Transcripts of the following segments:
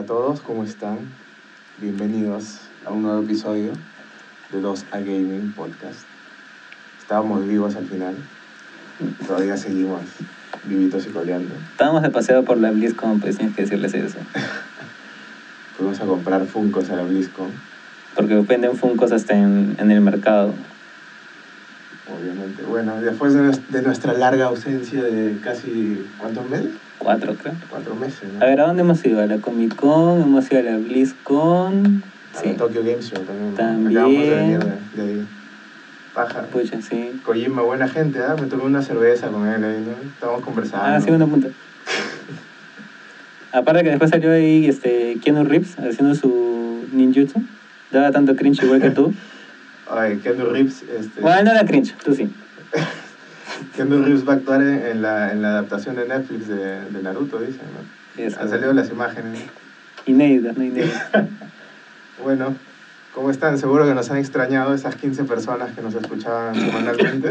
todos, ¿cómo están? Bienvenidos a un nuevo episodio de 2A Gaming Podcast. Estábamos vivos al final, todavía seguimos vivitos y coleando. Estábamos de paseo por la BlizzCon, pues tienes que decirles eso. Fuimos a comprar Funkos a la BlizzCon. Porque venden Funkos hasta en el mercado. Obviamente. Bueno, después de nuestra larga ausencia de casi, ¿cuántos meses? 4, creo. 4 meses, ¿no? A ver, ¿a dónde hemos ido? A la Comic Con, hemos ido a la BlizzCon. A Sí. la Tokyo Game Show también. También. Acabamos de venir de ahí. Paja. Pucha, sí. Kojima, buena gente, ¿ah? Me tomé una cerveza con él ahí, ¿no? Estábamos conversando. Ah, sí, una punta. Aparte que después salió ahí Keanu Reeves haciendo su ninjutsu. Daba tanto cringe igual que tú. Ay, Keanu Reeves, Bueno, no era cringe, tú sí. Keanu Reeves va a actuar en la adaptación de Netflix de Naruto, dicen, ¿no? Eso. Han salido las imágenes. Inéditas, no inéditas. Bueno, ¿cómo están? Seguro que nos han extrañado esas 15 personas que nos escuchaban semanalmente.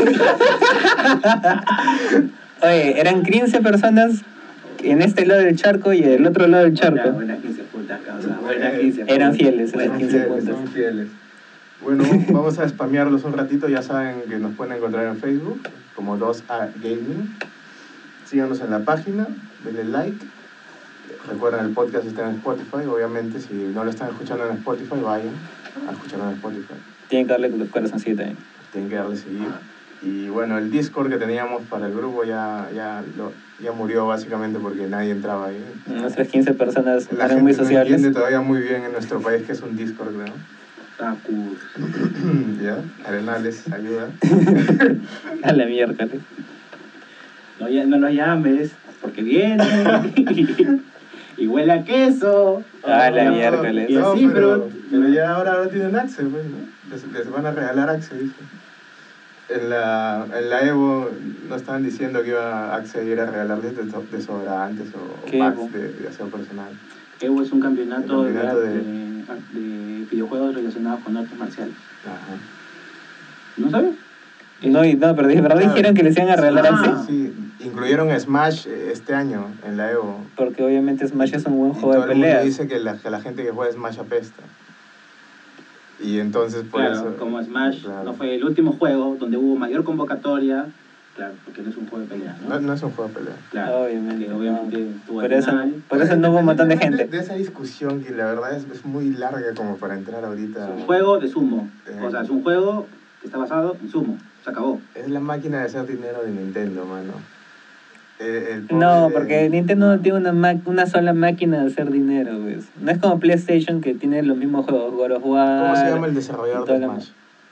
Oye, eran 15 personas en este lado del charco y el otro lado del charco. Buenas 15 puntas, causa. Buenas 15 puntas. Eran fieles, eran Son 15 fieles, puntos. son fieles. Bueno, vamos a spamearlos un ratito. Ya saben que nos pueden encontrar en Facebook como 2A Gaming. Síganos en la página, denle like. Recuerden, el podcast está en Spotify. Obviamente, si no lo están escuchando en Spotify, vayan a escucharlo en Spotify. Tienen que darle corazoncito también. Tienen que darle seguir. Y bueno, el Discord que teníamos para el grupo ya murió básicamente porque nadie entraba ahí. Nuestras 15 personas La eran muy gente no sociables. entiende todavía muy bien en nuestro país que es un Discord, creo. Taku. ¿Ya? Arenales, ayuda. A la mierda. No lo llames, porque viene. Y huele a queso. Ah, la No, miércoles. Y No, así, pero pero ya ahora tienen Axe, pues, ¿no? Les van a regalar Axe, dice. En la Evo no estaban diciendo que iba Axe a ir a regalarles desodorantes o ¿Qué packs Evo? de aseo personal. Evo es un campeonato, El campeonato de videojuegos relacionados con artes marciales. Ajá. ¿No sabes? No, pero de verdad Claro. dijeron que les iban a regalar Ah. Axe. Sí, incluyeron Smash este año en la Evo. Porque obviamente Smash es un buen Y juego de todo el mundo peleas. dice que la gente que juega Smash apesta. Y entonces por Claro, eso... como Smash claro. no fue el último juego donde hubo mayor convocatoria, claro, porque no es un juego de pelea, ¿no? No es un juego de pelea. Claro, Obviamente, que obviamente no. tuvo Por al eso, final. por eso no hubo un montón de gente. De esa discusión que la verdad es muy larga como para entrar ahorita. Es un juego de sumo. Eh. O sea, es un juego que está basado en sumo. Se acabó. Es la máquina de hacer dinero de Nintendo, mano. No, porque Nintendo no tiene una sola máquina de hacer dinero, pues. No es como PlayStation que tiene los mismos juegos, God of War. ¿Cómo se llama el y desarrollador todo de lo- Smash?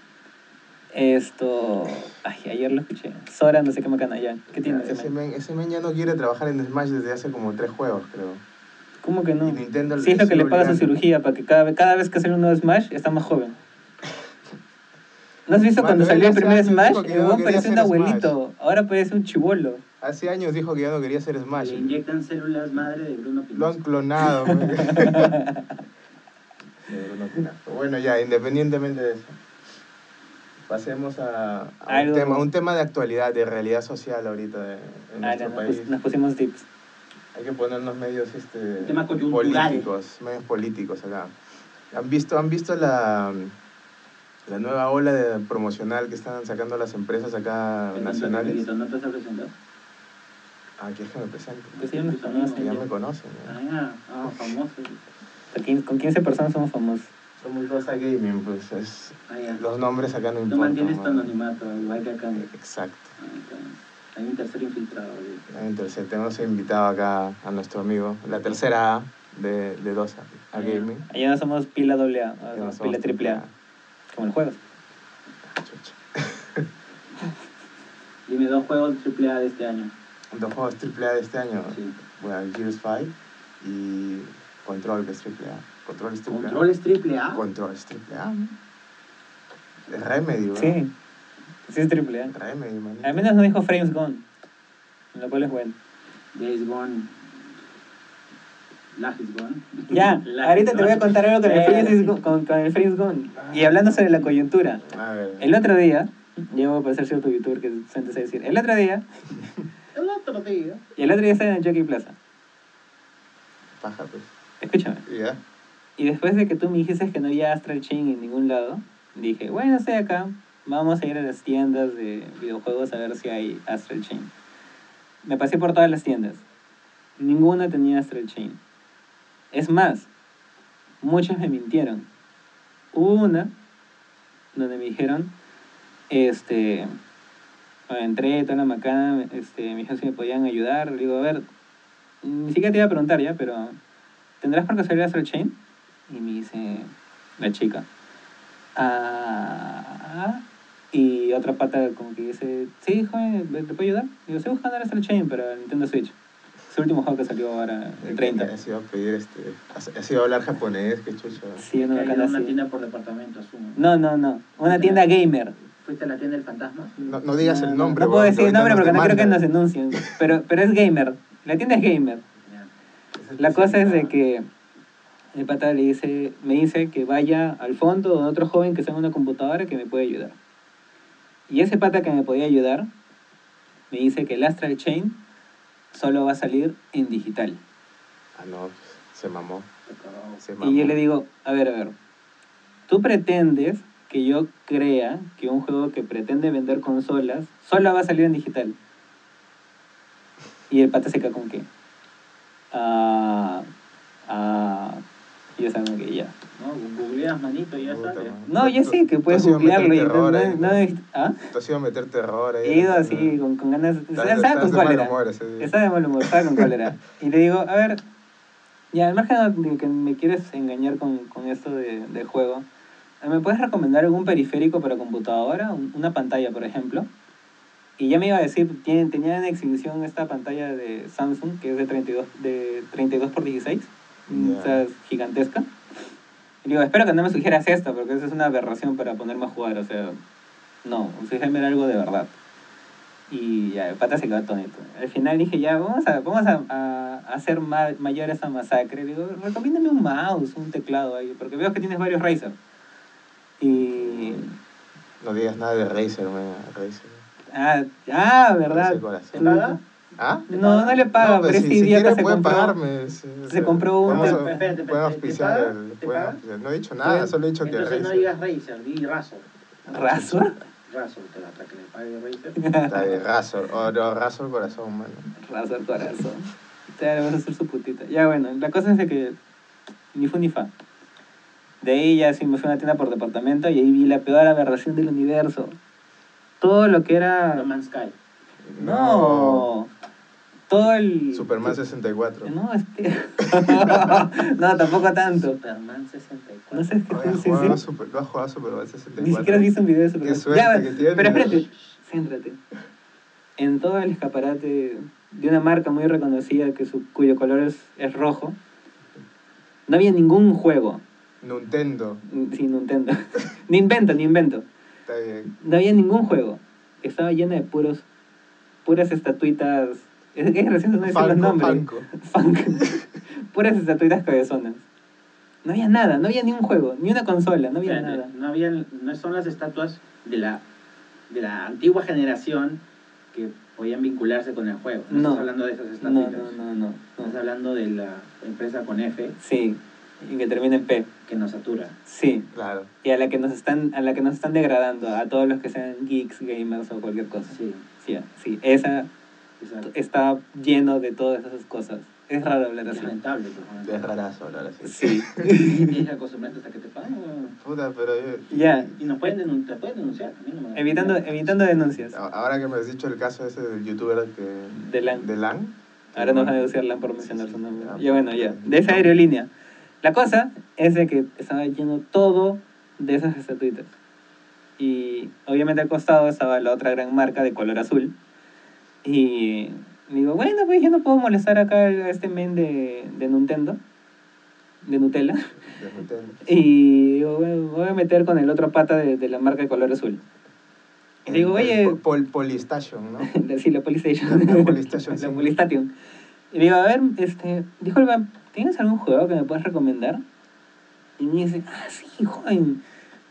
Ay, ayer lo escuché. Sora, no sé qué macana ya. ¿Qué tiene ese man? Ese men ya no quiere trabajar en Smash desde hace como 3 juegos, creo. ¿Cómo que no? Y Nintendo Sí, es lo que le paga su obligando. cirugía, para que cada vez que sale un nuevo Smash está más joven. ¿No has visto Mano, cuando él salió el hace primer años Smash? dijo que El ya no huevón quería parecía un hacer abuelito, ahora parece un chibolo. Hace años dijo que ya no quería hacer Smash. Le inyectan células madre de Bruno Lo han Pinocho. clonado. man. De Bruno Pinazo. Bueno, ya, independientemente de eso. Pasemos a un tema de actualidad, de realidad social ahorita en nuestro país. Nos pusimos tips. Hay que ponernos medios Tema coyuntural. medios políticos acá. ¿Han visto la nueva ola de promocional que están sacando las empresas acá nacionales? ¿No te has presentado? Ah, ¿quieres que me presente? Pues sí, ya nos conocen. Ya me conocen, ¿no? Famoso. Con 15 personas somos famosos. Somos 2A Gaming, pues Ya. los nombres acá no Tú importan. mantienes tu ¿no? anonimato, igual que acá. Exacto. Hay un tercer infiltrado. ¿Sí? Entonces tenemos invitado acá a nuestro amigo, la tercera A de 2A Gaming. Allá no somos pila AA, ahora Ya no somos somos pila AAA. Como el juego. Chucha. Dime 2 juegos AAA de este año. 2 juegos AAA de este año. Sí. Bueno, Gears 5 y Control, que es AAA. Control es AAA. ¿Control es AAA? Control es AAA, ¿no? Es Remedy, ¿no? Sí, sí es AAA. Remedy, man. Al menos no dijo Frames Gone, lo cual es bueno. Days Gone. Lag is Gone. Ya, Lag ahorita is te voy a Gone. contar algo con el Frames Gone. Y hablando sobre la coyuntura. A ver. El otro día, yo voy a parecer cierto youtuber que antes de decir, el otro día El otro día. estaba en el Jockey Plaza. Paja, pues. Escúchame. Ya. Y después de que tú me dijiste que no había Astral Chain en ningún lado, dije, bueno, estoy acá, vamos a ir a las tiendas de videojuegos a ver si hay Astral Chain. Me pasé por todas las tiendas. Ninguna tenía Astral Chain. Es más, muchas me mintieron. Hubo una donde me dijeron, entré, toda la macana, me dijeron si me podían ayudar. Le digo, a ver, ni siquiera te iba a preguntar ya, pero ¿tendrás por casualidad Astral Chain? Y me dice la chica. Ah, y otra pata como que dice, sí, joven, ¿te puedo ayudar? Digo, estoy buscando el Astral Chain para el Nintendo Switch. Es el último juego que salió ahora, el 30. Has ido a pedir has ido a hablar japonés, qué chucho. Sí, una Que hay macana una así. tienda por departamento, asumo. No. Una tienda gamer. ¿Fuiste a la tienda del fantasma? No digas el nombre, No puedo weón, que decir el ahorita nombre porque no creo que nos demandan. denuncien. Pero es gamer. La tienda es gamer. Ya. La cosa es de que el pata me dice que vaya al fondo con otro joven que está en una computadora que me puede ayudar. Y ese pata que me podía ayudar me dice que el Astral Chain solo va a salir en digital. Ah, no, se mamó. Se Y mamó. yo le digo, a ver, tú pretendes que yo crea que un juego que pretende vender consolas solo va a salir en digital. Y el pata se queda con que, y yo sabía que ya. No, googleas, manito, y ya Puta, sabes. man. No, yo sí que Tú puedes has ido a meter googlearlo y terror ahí, ¿Ah? Tú has ido a meter terror ahí. He ido así con ganas, estaba Estás con de mal cólera. humor ese día. Estaba de mal humor, estaba con cólera. Y le digo, a ver, ya, al margen de que me quieres engañar con esto de juego, ¿me puedes recomendar algún periférico para computadora? Una pantalla, por ejemplo. Y ya me iba a decir, tenía en exhibición esta pantalla de Samsung, que es de 32 por 16, Ya. o sea, es gigantesca. Y digo, espero que no me sugieras esta, porque esa es una aberración para ponerme a jugar, o sea, no, sugiérame algo de verdad. Y ya, el pata se quedó atónito. Al final dije, ya, vamos a hacer mayor esa masacre. Digo, recomiéndame un mouse, un teclado ahí, porque veo que tienes varios Razer. Y... No digas nada de Razer, man. Razer. ¿Verdad? Razer corazón. ¿Te paga? ¿Ah? No le paga, No, pero pues este si idiota quiere se pueden compró... pagarme. se compró un- Espérate, Pueden auspiciar ¿te paga? el... ¿Te pueden paga? auspiciar. No he dicho nada, solo he dicho que Entonces no Razer. digas Razer, di Razor. ¿Razor? Razor, para que le pague Razer. Está bien, Razor. No, Razor corazón, mano. Razor corazón. Ya le vas a hacer su putita. Ya bueno, la cosa es de que ni fu ni fa. De ahí ya sí me fui a una tienda por departamento y ahí vi la peor aberración del universo. Todo lo que era... No Man's Sky. No. Todo el... Superman 64. No, no, tampoco tanto. Superman 64. No sé, es que Oye, ¿No has jugado Superman 64? Ni siquiera has visto un video de Superman. Qué suerte que tienes. Pero espérate, céntrate. En todo el escaparate de una marca muy reconocida cuyo color es rojo, no había ningún juego. Nintendo. Sí, Nintendo. Ni invento. Está bien. No había ningún juego. Estaba llena de puras estatuitas. Es gracioso no decir los nombres. Funko. Puras estatuitas cabezonas. No había nada, no había ni un juego, ni una consola, no había Espérate, nada. no son las estatuas de la antigua generación que podían vincularse con el juego. No, No. estás hablando de esas No, estatuitas. no. Estás hablando de la empresa con F Sí, y que termine en P. que nos satura. Sí, Claro. y a la que nos están degradando, a todos los que sean geeks, gamers o cualquier cosa. Sí, esa Exacto. está lleno de todas esas cosas. Es raro hablar Es así. lamentable, por favor. Es rarazo hablar así. Sí. Y tienes que acostumbrarte hasta que te paguen. weón. Puta, pero yo... Ya, Y nos pueden denunciar, te pueden denunciar. A mí no me- evitando denuncias. Ahora que me has dicho el caso ese del youtuber De LAN. de LAN. Ahora nos van a denunciar LAN por mencionar Sí, su sí, nombre. ya, Ya bueno, ya. De esa aerolínea. La cosa es de que estaba lleno todo de esas estatuitas. Y obviamente al costado estaba la otra gran marca de color azul. Y digo, bueno, pues yo no puedo molestar acá a este men de Nintendo. De Nutella. De Nintendo. Y digo, bueno, voy a meter con el otro pata de la marca de color azul. Y digo, oye... Polystation, ¿no? Sí, la Polystation. La Polystation, La sí. Polystation. Y digo, a ver, disculpa, ¿tienes algún juego que me puedas recomendar? Y me dice, sí, joven,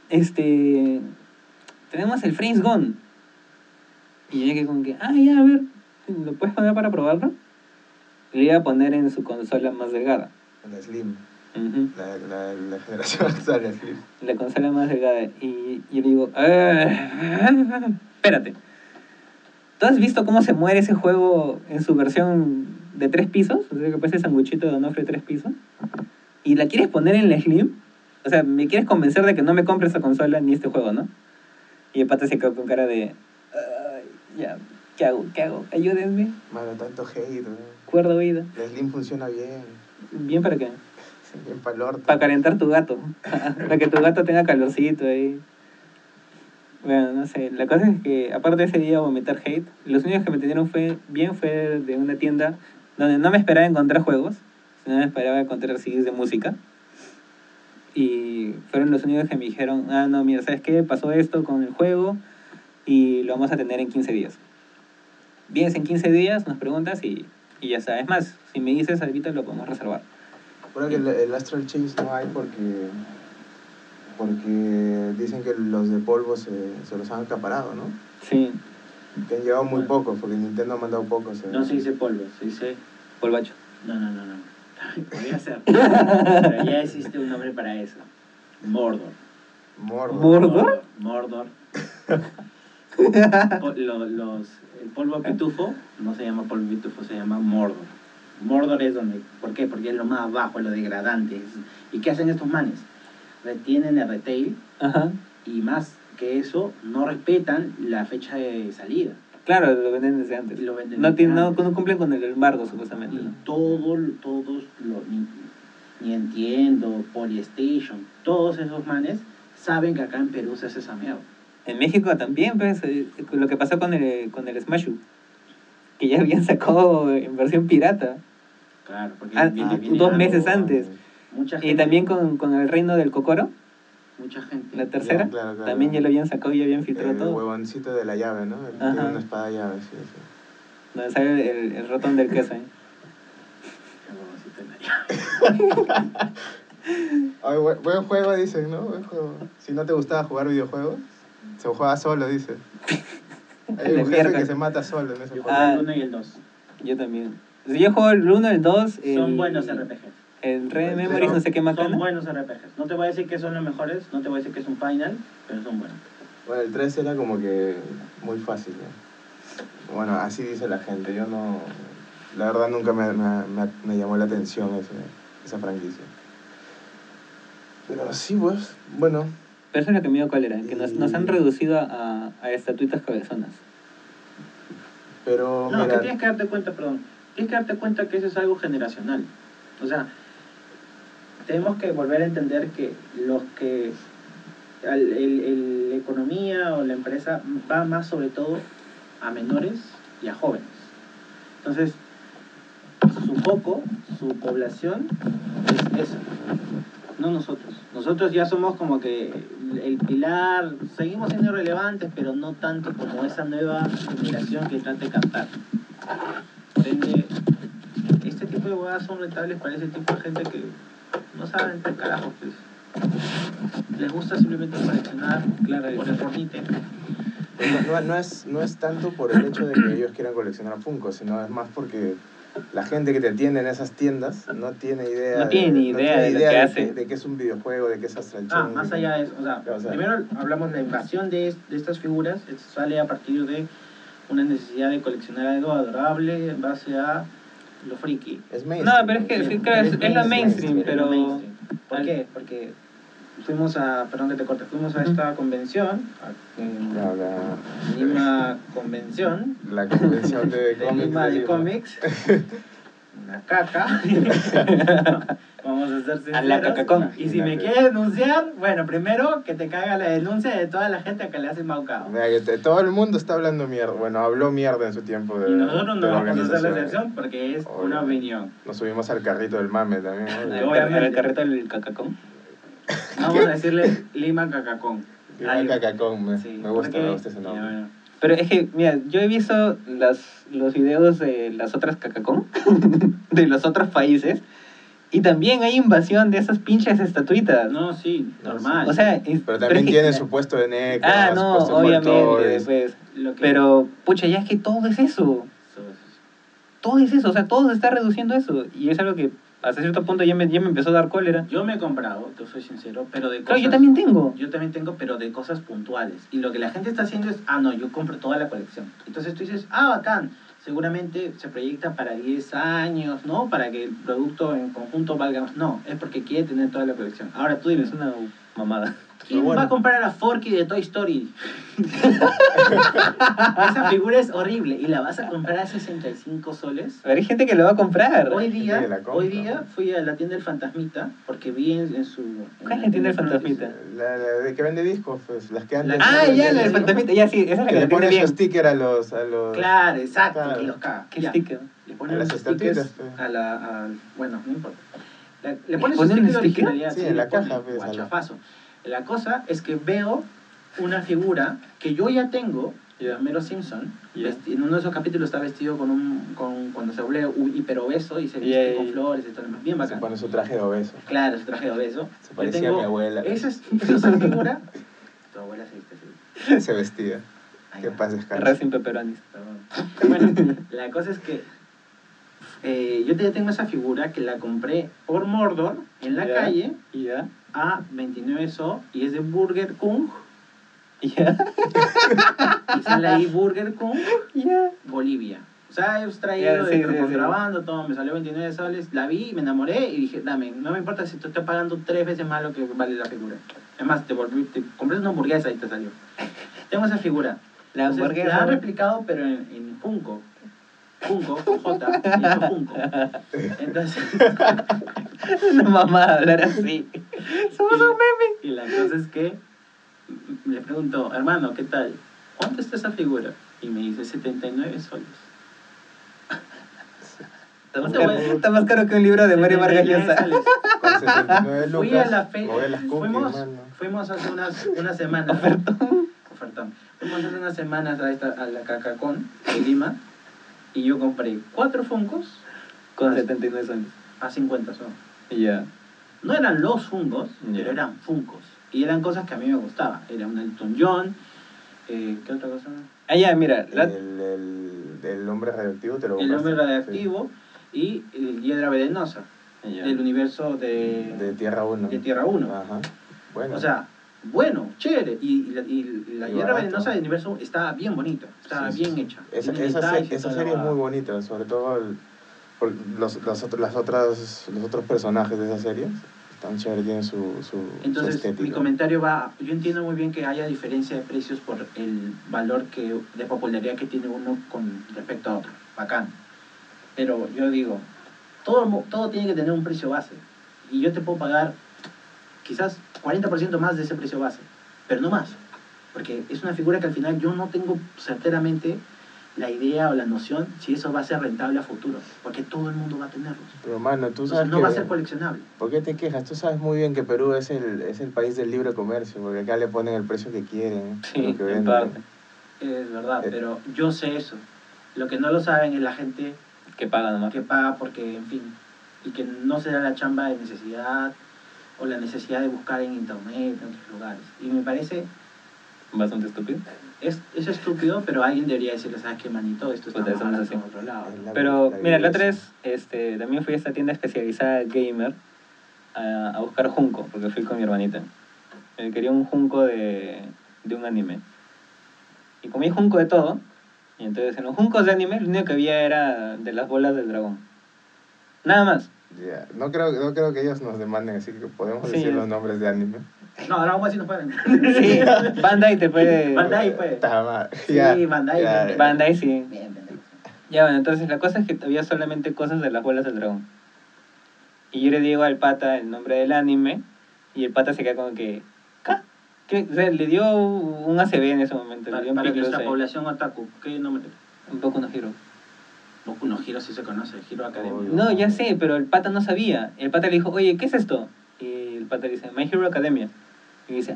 tenemos el Frames Gone. Y yo que con que, ya, a ver, ¿lo puedes poner para probarlo? Le iba a poner en su consola más delgada. La Slim. Ujú. La generación actual, la Slim. La consola más delgada. Y yo le digo, espérate. ¿Tú has visto cómo se muere ese juego en su versión de 3 pisos? O sea, que parece sanguchito de Onofre 3 pisos. ¿Y la quieres poner en la Slim? O sea, me quieres convencer de que no me compre esa consola ni este juego, ¿no? Y el pata se quedó con cara de... "Ay, ya, ¿qué hago? ¿Qué hago? Ayúdenme. Mano, tanto hate, ¿no? Cuerda oída. La Slim funciona bien. ¿Bien para qué? Bien para el orto. Para calentar tu gato. Para que tu gato tenga calorcito ahí. Bueno, no sé. La cosa es que, aparte de ese día vomitar hate, los únicos que me atendieron fue de una tienda donde no me esperaba encontrar juegos, sino me esperaba encontrar CDs de música. Y fueron los únicos que me dijeron, ah, no, mira, ¿sabes qué? Pasó esto con el juego y lo vamos a tener en 15 días. Vienes en 15 días, nos preguntas y ya está. Es más, si me dices ahorita lo podemos reservar. Bueno, que el Astral Chain no hay porque dicen que los de polvo se los han acaparado, ¿no? Sí, Que han llegado muy Bueno. pocos, porque Nintendo ha mandado pocos. No se dice polvo, se dice... polvacho. No. Podría ser. Pero ya existe un nombre para eso. Mordor. Mordor. ¿Mordor? Mordor. El polvo pitufo no se llama polvo pitufo, se llama Mordor. Mordor es donde... ¿Por qué? Porque es lo más bajo, es lo degradante. ¿Y qué hacen estos manes? Retienen el retail Ajá. y más que eso, no respetan la fecha de salida. Claro, lo venden desde antes. Lo venden No, desde no antes. cumplen con el embargo, supuestamente, Y ¿no? todos ni entiendo, Polystation, todos esos manes saben que acá en Perú se hace esa mierda. En México también, pues, lo que pasó con el Smash U, que ya habían sacado en versión pirata. Claro, porque Ah, viene 2 algo- meses antes. Mucha Y gente, también con el Reino del Cocoro, mucha gente. la tercera, Ya, claro. también ya lo habían sacado y habían filtrado El todo. huevoncito de la llave, ¿no? Ajá. Tiene una espada de llave, sí. Donde sale el ratón del queso, ¿eh? Ay, buen juego, dicen, ¿no? Buen juego. Si no te gustaba jugar videojuegos, se juega solo, dice. Hay De un jefe mierda. que se mata solo en ese Yo juego. juego Ah. el 1 y el 2. Yo también. Si yo juego el 1, el 2, Son buenos RPGs. el Red El Memories, cero. no sé qué Son macana. buenos RPGs. No te voy a decir que son los mejores, no te voy a decir que es un final, pero son buenos. Bueno, el 3 era como que muy fácil, ¿no? Bueno, así dice la gente. Yo no... La verdad nunca me llamó la atención esa franquicia. Pero sí, pues, bueno. Pero eso es lo que me dio cólera, que nos han reducido a estatuitas cabezonas. Pero No, mira, que tienes que darte cuenta, perdón, tienes que darte cuenta que eso es algo generacional. O sea, tenemos que volver a entender que la economía o la empresa va más sobre todo a menores y a jóvenes. Entonces, su foco, su población es eso, no nosotros. Nosotros ya somos como que el pilar, seguimos siendo irrelevantes, pero no tanto como esa nueva generación que trata de captar. Por ende, este tipo de huevadas son rentables para ese tipo de gente que no saben qué carajo, pues. Les gusta simplemente coleccionar, Claro, por el fornite. no es tanto por el hecho de que ellos quieran coleccionar Funko, sino es más porque la gente que te atiende en esas tiendas no tiene idea, No tiene ni idea de lo que hace. de qué es un videojuego, de qué es Astral Ah, Chain, más de allá qué- de eso, o sea, O sea, primero hablamos de la invasión de estas figuras, esto sale a partir de una necesidad de coleccionar algo adorable en base a lo friki. es No, mainstream. pero es que ¿no? sí, claro, es lo mainstream, Es lo pero... mainstream. ¿Por qué? Porque fuimos a, perdón que te corte, fuimos a esta convención, La Lima Convención, convención de de cómics. Lima de de Lima. cómics, una caca. Vamos a ser sinceros. A la cacacón. Y si me quieres denunciar, bueno, primero que te caiga la denuncia de toda la gente a que le hacen maucado. Mira, todo el mundo está hablando mierda. Bueno, habló mierda en su tiempo de Y nosotros de no la vamos a hacer la organización. excepción porque es Obvio. una opinión. Nos subimos al carrito del mame también. ¿no? Ay, obviamente. El carrito del cacacón. Vamos a decirle Lima Cacacón. Lima Ahí. Cacacón, me Sí, gusta porque- ese ya, nombre. bueno. Pero es que, mira, yo he visto los videos de las otras cacacón, de los otros países, y también hay invasión de esas pinches estatuitas. No, sí, No, normal. O sea, Pero también es que- tiene su puesto de NECA, Ah, su no, puesto de obviamente, Moltoys. pues. Lo que- Pero, pucha, ya es que todo es eso. Eso es. Todo es eso, o sea, todo se está reduciendo a eso. Y es algo que hasta cierto punto ya me empezó a dar cólera. Yo me he comprado, te soy sincero, pero de Claro, cosas... yo también tengo. Yo también tengo, pero de cosas puntuales. Y lo que la gente está haciendo es, no, yo compro toda la colección. Entonces tú dices, bacán. Seguramente se proyecta para 10 años, ¿no? Para que el producto en conjunto valga más. No, es porque quiere tener toda la colección. Ahora tú dime, Es una mamada. ¿quién Pero bueno. va a comprar a la Forky de Toy Story? Esa figura es horrible y la vas a comprar a 65 soles. Pero hay gente que lo va a comprar. Hoy gente que la compra. día fui a la tienda del Fantasmita porque vi en su... ¿Cuál es la tienda del Fantasmita? La de que vende discos, pues, las que antes... Ah, ya, la del Sí. fantasmita. Ya, sí, esa es la Que que le la tiene pone su bien. sticker a los... Claro, exacto, Claro. que los caga. ¿Qué Ya. sticker? Le ponen A las unos stickers estatuitas, pues. bueno, no importa. Le ¿Le ponen su ponen un sticker de sticker? originalidad. Sí, en la le ponen, caja, pues, guachafazo. La cosa es que veo una figura que yo ya tengo, de Homero Simpson. Ya. En uno de esos capítulos está vestido cuando se vuelve hiperobeso y se viste con flores y todo lo demás. Bien Se bacán. pone su traje de obeso. Claro, su traje de obeso. Se Yo parecía tengo a mi abuela. esa figura. Tu abuela se viste así. Se vestía. Ay, Que ya. paz descanse. Racing pepperonis. Perdón. Bueno, la cosa es que yo ya tengo esa figura que la compré por Mordor en la Ya. calle Ya. a 29 so y es de Burger Kung. Ya. Y sale ahí Burger Kung, Ya. Bolivia. O sea, es traído Ya, de sí, sí, contrabando, todo, me salió 29 soles, la vi, me enamoré y dije, dame, no me importa si te estoy pagando 3 veces más lo que vale la figura. Es más, te compré una hamburguesa y te salió. Tengo esa figura. La Entonces, hamburguesa. la han replicado, pero en Funko. Funko, con J, y no Funko. Entonces, Una mamada hablar así. Somos un meme. y la cosa es que le pregunto, hermano, ¿qué tal? ¿Cuánto está esa figura? Y me dice 79 soles. Está más caro que un libro de Mario Vargas 79 Llosa. soles. Con 79 lucas. Fui a la feria, novelas cookie, hermano. fuimos hace unas semanas. Ofertón. Fuimos hace unas semanas a la Cacacón de Lima y yo compré 4 Funkos Con 79 soles. a 50 son. Ya. No eran los Funkos, Ya. pero eran Funkos. Y eran cosas que a mí me gustaban. Era un Elton John, ¿qué otra cosa? Ah, ya, mira. El hombre radioactivo te lo El compraste. hombre radiactivo y el Hiedra Venenosa Ya. del universo Sí. De Tierra 1. de Tierra 1. Ajá. Bueno. O sea, bueno, chévere. Y la Y Hiedra barato. Venenosa del universo estaba bien bonita, estaba Sí, bien sí. hecha. Esa Tiene detalles y esa toda serie es la muy huevada. bonita, sobre todo por los otros personajes de esa serie. Están chéveres, tienen su Entonces, estética. mi comentario va, yo entiendo muy bien que haya diferencia de precios por el valor de popularidad que tiene uno con respecto a otro. Bacán. Pero yo digo, todo tiene que tener un precio base. Y yo te puedo pagar quizás 40% más de ese precio base, pero no más. Porque es una figura que al final yo no tengo certeramente la idea o la noción si eso va a ser rentable a futuro. Porque todo el mundo va a tenerlos. Pero, mano, tú Entonces sabes no que... va a ser coleccionable. ¿Por qué te quejas? Tú sabes muy bien que Perú es el país del libre comercio, porque acá le ponen el precio que quieren, Sí, lo que en venden. parte. Es verdad, pero yo sé eso. Lo que no lo saben es la gente Que paga nomás. que paga porque, en fin, y que no se da la chamba de necesidad o la necesidad de buscar en internet, en otros lugares. Y me parece, Bastante estúpido. es estúpido, pero alguien debería decirle, ¿sabes qué, manito? Esto está Puta, más eso no es barato en así. otro lado. Es la- Pero, mira, la otra evidencia. vez también fui a esta tienda especializada gamer a buscar Junko, porque fui con mi hermanita. Quería un Junko de un anime. Y como hay Junko de todo, y entonces en los Junkos de anime lo único que había era de las bolas del dragón. Nada más. Ya, no creo que ellos nos demanden, así que podemos Sí. decir los nombres de anime. No, Dragon Ball sí nos pueden. Sí, Bandai te puede... Bandai, pues. Ta madre. Sí, Ya, Bandai, ya, bien. Bandai sí. Bien, pendejo. Ya, bueno, entonces la cosa es que había solamente cosas de las bolas del dragón. Y yo le digo al pata el nombre del anime, y el pata se queda como que... ¿Ca? ¿Qué? O sea, le dio un ACB en ese momento, le dio un Para piclus nuestra ahí. población otaku, ¿qué nombre? Un poco no giro. Boku no Hero sí se conoce, Hero Academia. Obvio. No, ya sé, pero el pata no sabía. El pata le dijo, oye, ¿qué es esto? Y el pata le dice, My Hero Academia. Y dice,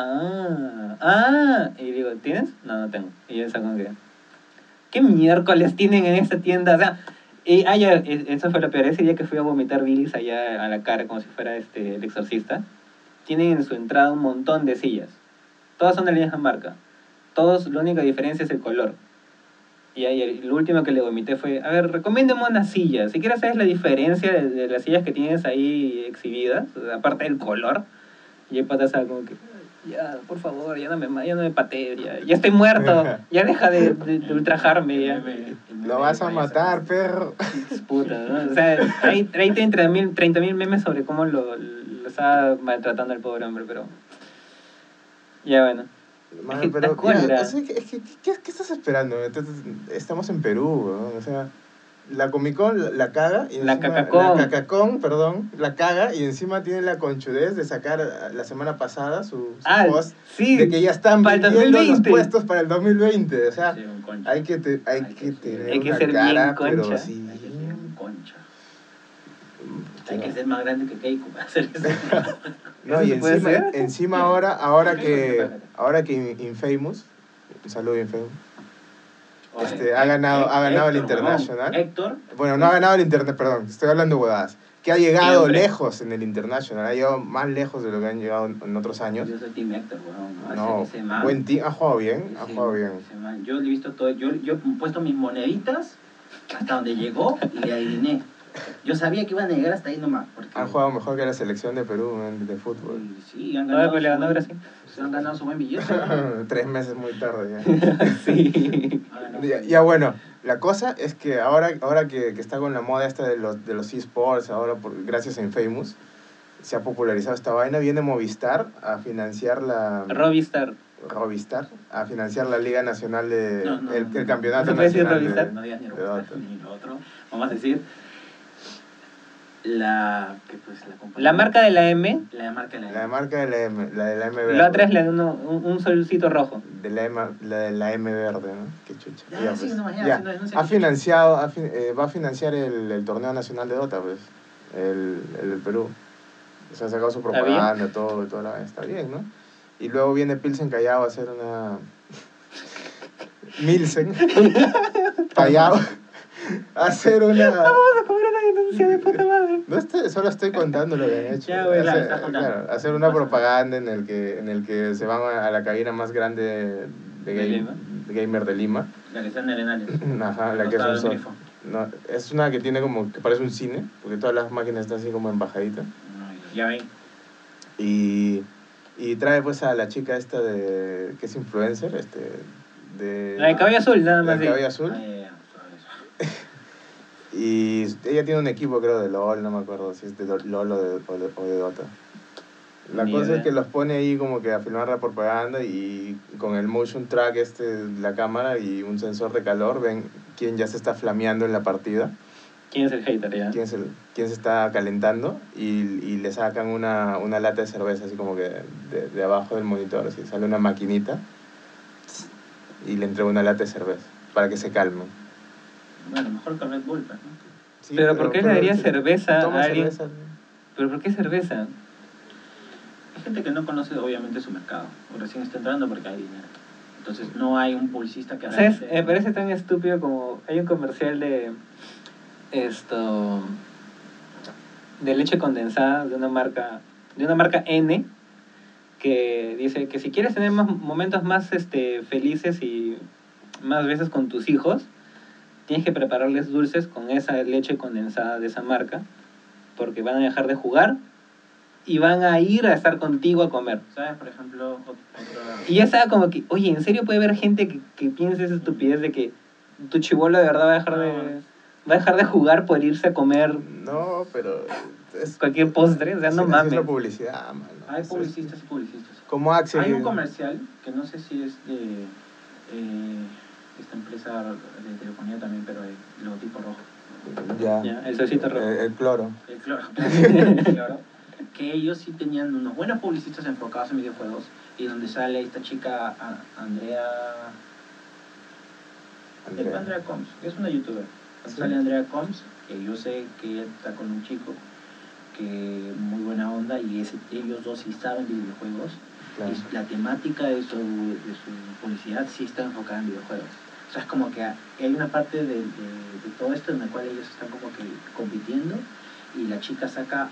Y le digo, ¿tienes? No, no tengo. Y él sacó que, ¿qué miércoles tienen en esta tienda? O sea, eso fue lo peor. Ese día que fui a vomitar bilis allá a la cara como si fuera el exorcista, tienen en su entrada un montón de sillas. Todas son de la misma marca. Todos, la única diferencia es el color. Y ahí lo último que le vomité fue, a ver, recomiéndame una silla. Si quieres saber la diferencia de las sillas que tienes ahí exhibidas, o sea, aparte del color. Y el pata estaba como que, ya, por favor, ya no me patees, ya estoy muerto, ya deja de ultrajarme, ya. Lo vas a matar, perro. Puta, ¿no? O sea, hay 30.000 memes sobre cómo lo estaba maltratando al pobre hombre, pero... Ya bueno. Mano, Es que pero da cólera. o sea, ¿qué estás esperando? Entonces, estamos en Perú, ¿no? O sea, la Comic Con la caga y La encima, Cacacón. la Cacacón, perdón, la caga y encima tiene la conchudez de sacar la semana pasada su post sí, de que ya están para el vendiendo los 2020. puestos para el 2020. O sea, Sí, un concha. hay que tener Hay que una ser bien cara, pero concha. sí. Hay que ser un concha. Sí. Hay que ser más grande que Keiko para hacer eso. No, ¿Eso y se puede hacer? encima ahora que Infamous, un saludo Infamous, ha ganado el International. Héctor. Bueno, no ha ganado el Internet, perdón, estoy hablando de huevadas. Que ha llegado Siempre. lejos en el International, ha llegado más lejos de lo que han llegado en otros años. Yo soy Team Héctor, weón. No, Ese man, buen team, ha jugado bien, ha jugado bien. ese man. Yo le he visto todo. Yo he puesto mis moneditas hasta donde llegó y le adiviné. Yo sabía que iban a llegar hasta ahí nomás. Porque... Han jugado mejor que la selección de Perú de fútbol. Sí, han No, ganado. pues le ganó Brasil. Han ganado su buen billete. 3 meses muy tarde ya. Sí. Ya bueno, la cosa es que ahora que está con la moda esta de los eSports, ahora gracias a Infamous, se ha popularizado esta vaina, viene Movistar a financiar Robistar. a financiar la Liga Nacional de el campeonato ¿No se puede decir nacional Robistar? No digas ni de Robistar Dota. ni lo otro. Vamos a decir la compañía. La marca de la M, La marca de la La marca de la M, la de la M verde. la otra es la de un solcito rojo. La de la M verde, ¿no? Qué chucha. Ya, sí, pues. no, ya, Ya. sí, no sé Ha qué financiado, va a financiar el torneo nacional de Dota, pues, el del Perú. O sea, ha sacado su ¿Está propaganda, todo, toda la... Está bien, ¿no? Y luego viene Pilsen Callao a hacer una... Milsen Callao a hacer una... Vamos a comer una denuncia de puta madre. No solo estoy contando lo que han hecho. Ya, güey, claro, hacer, estás contando. claro, hacer No una pasa propaganda en el que se van a la cabina más grande ¿De Lima? de gamer de Lima. La que está en Arenales. Ajá, la que es Costado un del sol. grifo. No, es una que tiene como que parece un cine, porque todas las máquinas están así como en bajadita. Ya ven. Y trae pues a la chica esta que es influencer, de La de cabello azul, nada la más. de cabello azul. Y ella tiene un equipo, creo, de LOL, no me acuerdo si es de LOL o de Dota. La Ni cosa idea. es que los pone ahí como que a filmar la propaganda y con el motion track la cámara y un sensor de calor ven quién ya se está flameando en la partida, ¿Quién es el hater ya? quién se está calentando y le sacan una lata de cerveza así como que de abajo del monitor, así sale una maquinita y le entrega una lata de cerveza para que se calmen. Bueno, mejor que Red Bull, pues, ¿no? Sí, Pero ¿por qué le daría sí, cerveza toma a alguien? cerveza. ¿Pero por qué cerveza? Hay gente que no conoce obviamente su mercado, o recién está entrando porque hay dinero. Entonces no hay un publicista que ¿Sabes? Me parece tan estúpido como hay un comercial de de leche condensada de una marca N que dice que si quieres tener momentos más felices y más veces con tus hijos, tienes que prepararles dulces con esa leche condensada de esa marca, porque van a dejar de jugar y van a ir a estar contigo a comer. ¿Sabes? Por ejemplo, otra... Y ya estaba como que, oye, ¿en serio puede haber gente que piense esa estupidez de que tu chibolo de verdad va a dejar de jugar por irse a comer No, pero es cualquier postre? O sea, no así mames. es la publicidad, mano. Hay publicistas y publicistas. Como Axel. Hay un comercial que no sé si es de esta empresa de telefonía también, pero el logotipo rojo. Ya, el solcito rojo. El cloro. El cloro. El cloro. Que ellos sí tenían unos buenos publicistas enfocados en videojuegos y donde sale esta chica Andrea Combs, que es una youtuber. ¿Sí? Sale Andrea Combs, que yo sé que ella está con un chico que muy buena onda y ellos dos sí saben de videojuegos. Claro. Y la temática de su publicidad sí está enfocada en videojuegos. O sea, es como que hay una parte de todo esto en la cual ellos están como que compitiendo y la chica saca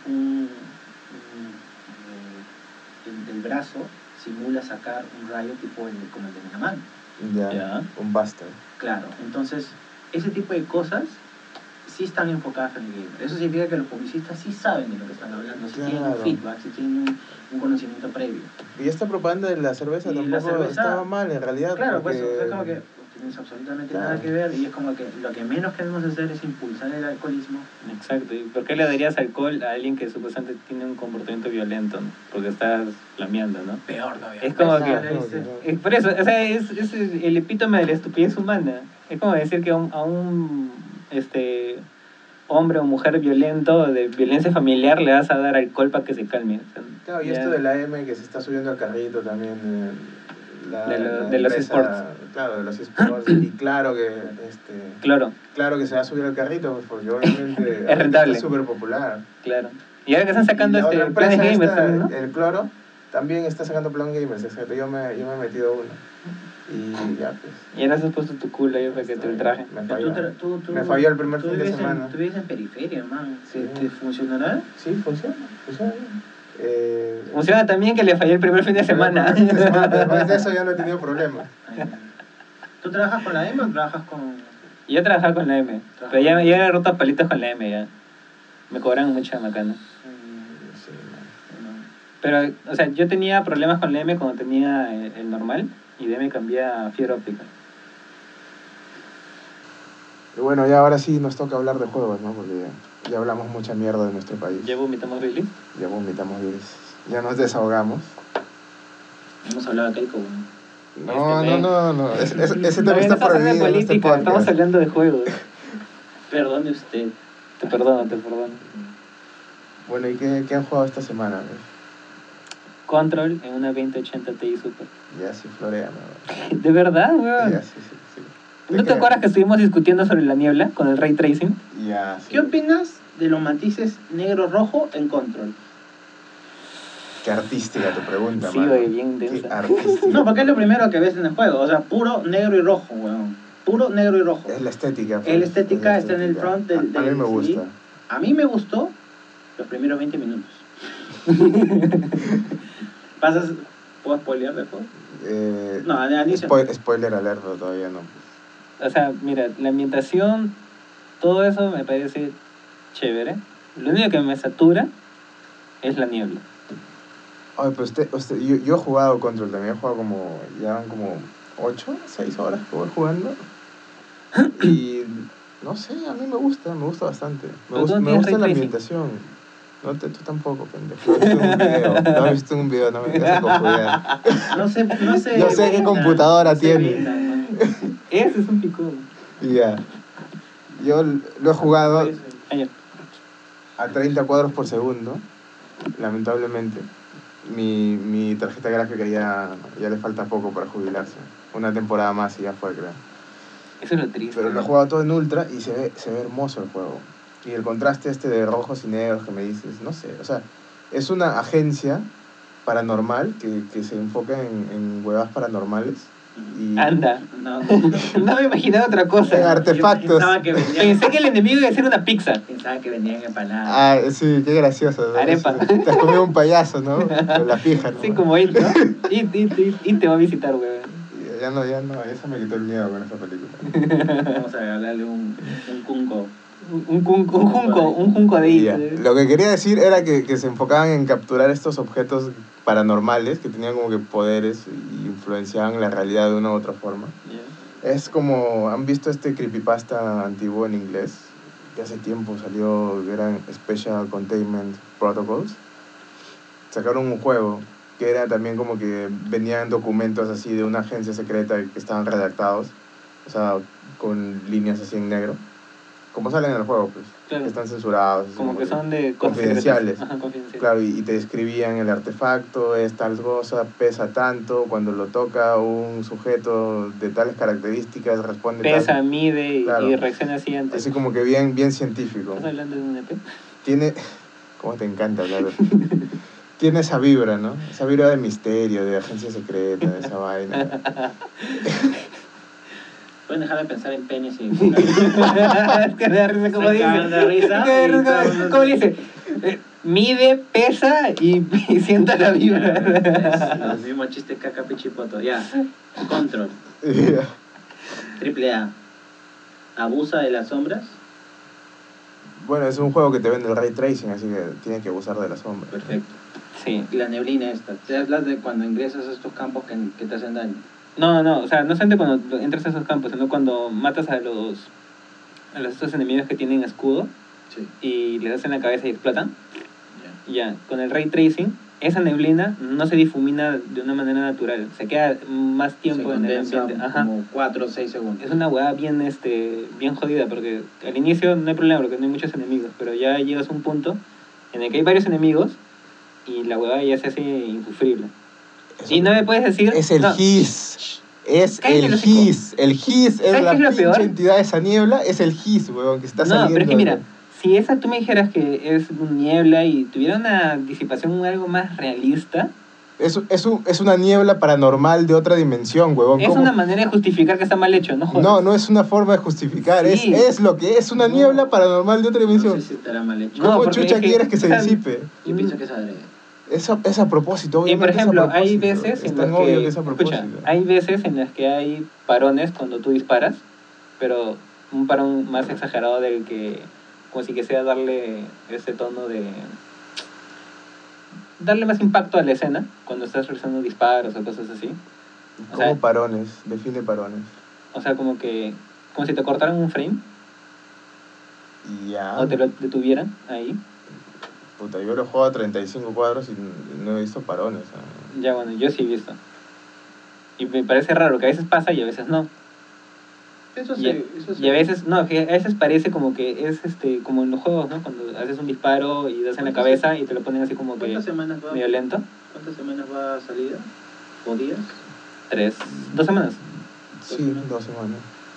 del brazo, simula sacar un rayo tipo como el de Mega Man. Ya, Ya. un buster. Claro, entonces ese tipo de cosas sí están enfocadas en el gamer. Eso significa que los publicistas sí saben de lo que están hablando, si tienen un Claro. feedback, si tienen un conocimiento previo. Y esta propaganda de la cerveza Y la tampoco cerveza- estaba mal, en realidad. Claro, porque... pues es como que no tienes absolutamente Claro. nada que ver y es como que lo que menos queremos hacer es impulsar el alcoholismo. Exacto. ¿Y por qué le darías alcohol a alguien que supuestamente tiene un comportamiento violento, ¿no? Porque estás flameando, ¿no? Peor todavía. Es como Pues, que- ya le dice, Es por eso, o sea, es el epítome de la estupidez humana. Es como decir que a un hombre o mujer violento, de violencia familiar, le vas a dar alcohol para que se calme. O sea, Claro, y ya- esto de la M que se está subiendo al carrito también. De los esports. Claro, de los esports. Y claro que, Claro, claro que se va a subir al carrito, pues, porque obviamente Es rentable. es súper popular. claro. Y ahora que están sacando Y la otra planes empresa gamers esta, también, ¿no? el Cloro, también está sacando plan gamers, exacto. Yo me he metido uno. Y ya, pues. Y ahora has puesto tu culo ahí para que te ultraje. Me Pero falló. tú- Me falló el primer tú fin de vives semana. Tú vives en periferia, man. Sí. ¿Te funcionará? Sí, funciona bien. Funciona también que le fallé el primer fin de semana. Después de eso ya no he tenido problemas. ¿Tú trabajas con la M o trabajas con...? Y yo trabajaba con la M, pero ya he roto palitos con la M ya. Me cobran mucha macana. Sí, Pero, o sea, yo tenía problemas con la M cuando tenía el normal y de M cambié a fibra óptica. y bueno, ya ahora sí nos toca hablar de juegos, ¿no? Porque ya hablamos mucha mierda de nuestro país. ¿Ya vomitamos Billy? Ya vomitamos virus. Ya nos desahogamos. Hemos hablado acá con... No. Ese tema No está estamos hablando de prohibido en este política, podcast. estamos hablando de juegos. Perdone usted. Te perdono, te perdono. Bueno, ¿y qué han jugado esta semana? Control en una 2080 Ti Super. Ya sí, florea, ¿no? ¿De verdad, weón? Ya sí. ¿No te acuerdas que estuvimos discutiendo sobre la niebla con el ray tracing? Ya sí. ¿Qué opinas de los matices negro-rojo en Control? Qué artística tu pregunta, Sí, mano. güey, bien Qué densa. artística. No, porque es lo primero que ves en el juego. O sea, puro negro y rojo, weón. Puro negro y rojo. Es la estética. pues. La estética Es la está en el estética. front del A mí me CD. gusta. A mí me gustó los primeros 20 minutos. ¿Pasas? ¿Puedo spoilear de juego? No, al inicio. Spoiler alert, pero todavía no. O sea, mira, la ambientación, todo eso me parece chévere. Lo único que me satura es la niebla. Oye, pues yo he jugado Control también, he jugado llevan como 6 horas que voy jugando. Y no sé, a mí me gusta bastante. Pero tú no Me tienes gusta ray la tracing. ambientación. No, tú tampoco, pendejo. Lo he visto en un video, no me digas a confundir. No sé. Yo sé qué computadora tiene. Ese es un picón. Y ya. Yo lo he jugado Año. a 30 cuadros por segundo, lamentablemente. Mi tarjeta gráfica ya le falta poco para jubilarse. Una temporada más y ya fue, creo. Eso es lo triste. Pero lo he jugado todo en ultra y se ve hermoso el juego. Y el contraste de rojos y negros que me dices, no sé, o sea, es una agencia paranormal que se enfoca en huevas paranormales. Y Anda. No, No me imaginaba otra en cosa. artefactos. Yo pensaba que vendían, Pensé que el enemigo iba a ser una pizza. empanadas. Ah, sí, qué gracioso, ¿no? Arepa. Te has comido un payaso, ¿no? Con la pija, ¿no? Sí, como It, ¿no? It te va a visitar, weón. Ya no, eso me quitó el miedo con esa película. Vamos a hablarle un cunco. Un junco de Y It. ya. Lo que quería decir era que se enfocaban en capturar estos objetos paranormales que tenían como que poderes y influenciaban la realidad de una u otra forma. Es como, ¿han visto este creepypasta antiguo en inglés? Que hace tiempo salió, que eran Special Containment Protocols. Sacaron un juego que era también como que venían documentos así de una agencia secreta que estaban redactados, o sea, con líneas así en negro. Como salen en el juego, pues. Claro. Que están censurados. así Como que son de cosas confidenciales. secretas. Ajá, confidenciales. Claro, y te describían el artefacto, es tal cosa, pesa tanto, cuando lo toca un sujeto de tales características responde Pesa, tal. mide y Claro. reacciona así antes. Así como que bien científico. ¿Estás hablando de un EP? Tiene, ¿cómo te encanta hablar? Tiene esa vibra, ¿no? Esa vibra de misterio, de agencia secreta, de esa vaina. Pueden dejar de pensar en penes y... Es que me da risa como Se dice. cagan de risa Es que me da y risa todo el como- mundo- ¿Cómo dice? Mide, pesa y sienta la vibra. El mismo chiste caca pichipoto. Ya, Control. Triple A. ¿Abusa de las sombras? Bueno, es un juego que te vende el ray tracing, así que tienes que abusar de la sombra. Perfecto. Sí. La neblina esta. ¿Te hablas de cuando ingresas a estos campos que te hacen daño? No, o sea, no solamente cuando entras a esos campos, sino cuando matas a estos enemigos que tienen escudo Sí. y les das en la cabeza y explotan. Ya. Ya, con el ray tracing, esa neblina no se difumina de una manera natural, se queda más tiempo Se en el condensa ambiente. Ajá. como 4 o 6 segundos. Es una hueá bien jodida, porque al inicio no hay problema, porque no hay muchos enemigos, pero ya llegas a un punto en el que hay varios enemigos y la hueá ya se hace insufrible. Eso Y no me puedes decir... es el no, Hiss. Es Cállate el el hocico. Hiss. El Hiss ¿Sabes es qué la es lo pinche peor? entidad de esa niebla. Es el Hiss, weón, que está No, saliendo. pero es que mira, si esa tú me dijeras que es niebla y tuviera una disipación algo más realista, Es una niebla paranormal de otra dimensión, huevón. es una manera de justificar que está mal hecho, ¿no jodas? No es una forma de justificar. Sí. Es lo que es una No. niebla paranormal de otra No dimensión. sé si estará mal hecho. No, ¿Cómo porque chucha es que, quieres que se o sea, disipe? Yo pienso que es adrede. Es a propósito, Y obviamente. por ejemplo, es a hay propósito. veces Es en tan las obvio que, que es a propósito. escucha, hay veces en las que hay parones cuando tú disparas, pero un parón más exagerado del que, como si quisiera darle ese tono de... darle más impacto a la escena cuando estás realizando disparos o cosas así. O ¿Cómo sea, parones? Define parones. o sea, como si te cortaran un frame Y ya. o te lo detuvieran ahí. Puta, yo lo juego a 35 cuadros y no he visto parones. Ya bueno, yo sí he visto. Y me parece raro que a veces pasa y a veces no. Eso Y, sí, eso sí. y a veces, no, que a veces parece como que es como en los juegos, ¿no? Cuando haces un disparo y das en la cabeza y te lo ponen así como que ¿Cuántas semanas va? medio lento. ¿Cuántas semanas va a salida? ¿O días? 2 semanas. Sí, 2 semanas.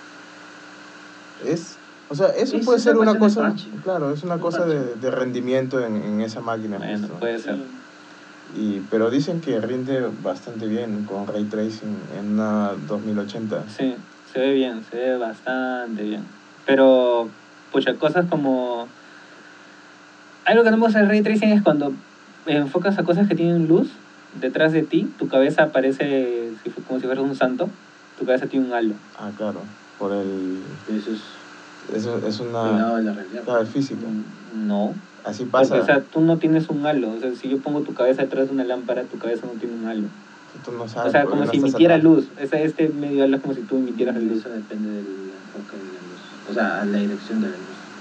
O sea, eso Es puede ser una cuestión de cosa, parche. claro, es una Un cosa parche. de rendimiento en esa máquina. Bueno, justo. puede ser. Pero dicen que rinde bastante bien con Ray Tracing en una 2080. Sí, se ve bastante bien. Pero, pucha, cosas como... Algo que no me gusta del ray tracing es cuando enfocas a cosas que tienen luz detrás de ti, tu cabeza aparece como si fueras un santo, tu cabeza tiene un halo. Ah, claro, por el... Eso es Eso es pegado una... de la realidad. Claro, es física. No, Así porque, pasa. o sea, tú no tienes un halo. O sea, si yo pongo tu cabeza detrás de una lámpara, tu cabeza no tiene un halo. Tú no sabes. O sea, porque como no si estás emitiera atrás. luz. Este medio halo es como si tú emitieras luz. Eso depende del enfoque de la luz. O sea, la dirección de la luz.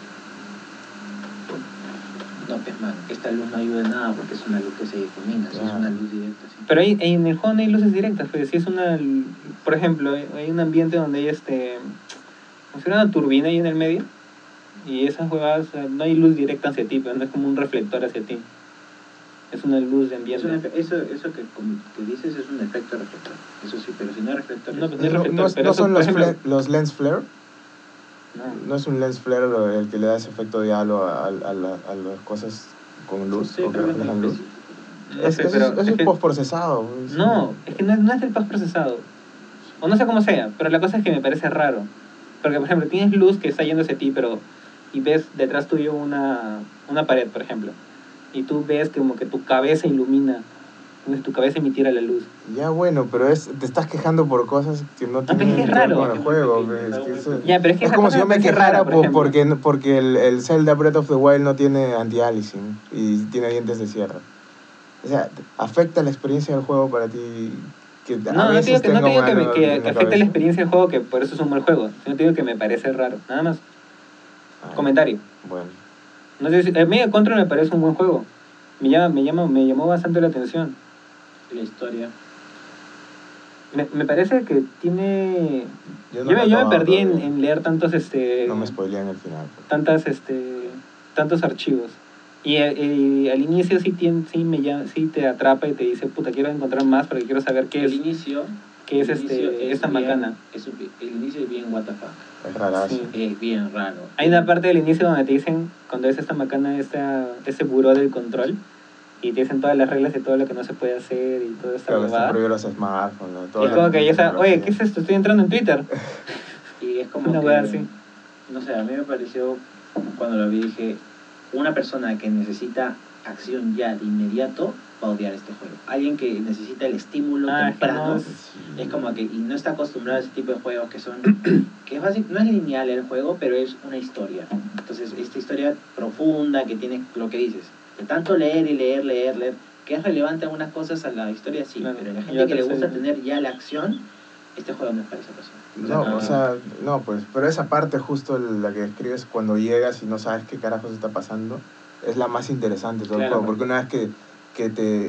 No, pues man, esta luz no ayuda en nada porque es una luz que se difumina, si es una luz directa. ¿Sí? Pero en el juego no hay luces directas, pues si es por ejemplo, hay un ambiente donde hay como si fuera una turbina ahí en el medio, y esas huevadas, o sea, no hay luz directa hacia ti, pero no es como un reflector hacia ti. Es una luz de ambiente. Eso que dices es un efecto reflector. Eso sí, pero si no es reflector... No, pues es- no es reflector, pero ¿No eso, son por ejemplo, los lens flare? no. ¿No es un lens flare el que le da ese efecto de halo a las cosas con luz Sí, o que creo que reflejan luz? No sé, pero Eso es es que- postprocesado. Pues. No, es que no es del post procesado. O no sé cómo sea, pero la cosa es que me parece raro. Porque, por ejemplo, tienes luz que está yendo hacia ti, y ves detrás tuyo una pared, por ejemplo. Y tú ves que como que tu cabeza ilumina, como si tu cabeza emitiera la luz. Ya bueno, pero te estás quejando por cosas que no pero tienen es que raro. ver con el juego. Es Es, algo que muy eso- pequeño. Ya, pero es que es esa como cosa si yo me parece quejara rara, por ejemplo. porque el Zelda Breath of the Wild no tiene anti-aliasing y tiene dientes de sierra. O sea, ¿afecta la experiencia del juego para ti que a No te veces digo que, no te tenga digo un que, halo que en la afecte la cabeza? experiencia del juego, que por eso es un mal juego. Sino te digo que me parece raro. Nada más. Ay, Comentario. Bueno. No sé si, a mí el Control me parece un buen juego. Me llamó bastante la atención. La historia. Me parece que tiene... Yo Yo me acabado perdí todavía. en leer tantos, No me spoilean el final. tantos archivos. Y al inicio sí te atrapa y te dice, puta, quiero encontrar más porque quiero saber qué El es, inicio... qué es el inicio esta bien- macana. el inicio es bien what the fuck. Es rarazo. Sí. Es bien raro. Hay una parte del inicio donde te dicen, cuando es esta macana, ese buró del control, y te dicen todas las reglas de todo lo que no se puede hacer y toda esta Claro, están huevada. prohibidos los smartphones. ¿no? Y Toda es la como que ya sabes, oye, tecnología. ¿qué es esto? Estoy entrando en Twitter. Y es como Una que... wea así. No sé, a mí me pareció... Cuando lo vi dije... Una persona que necesita acción ya de inmediato va a odiar este juego. Alguien que necesita el estímulo Ah, temprano, que es como que, y no está acostumbrado a ese tipo de juegos que son, que es no es lineal el juego, pero es una historia. Entonces, esta historia profunda que tiene lo que dices, de tanto leer y leer, que es relevante algunas cosas a la historia, sí, Claro. pero a la Y gente que le otras, gusta tener ya la acción, este juego no es para esa persona. No, o sea, no, pues, pero esa parte justo la que escribes cuando llegas y no sabes qué carajos está pasando, es la más interesante de todo el Claro, juego, porque una vez que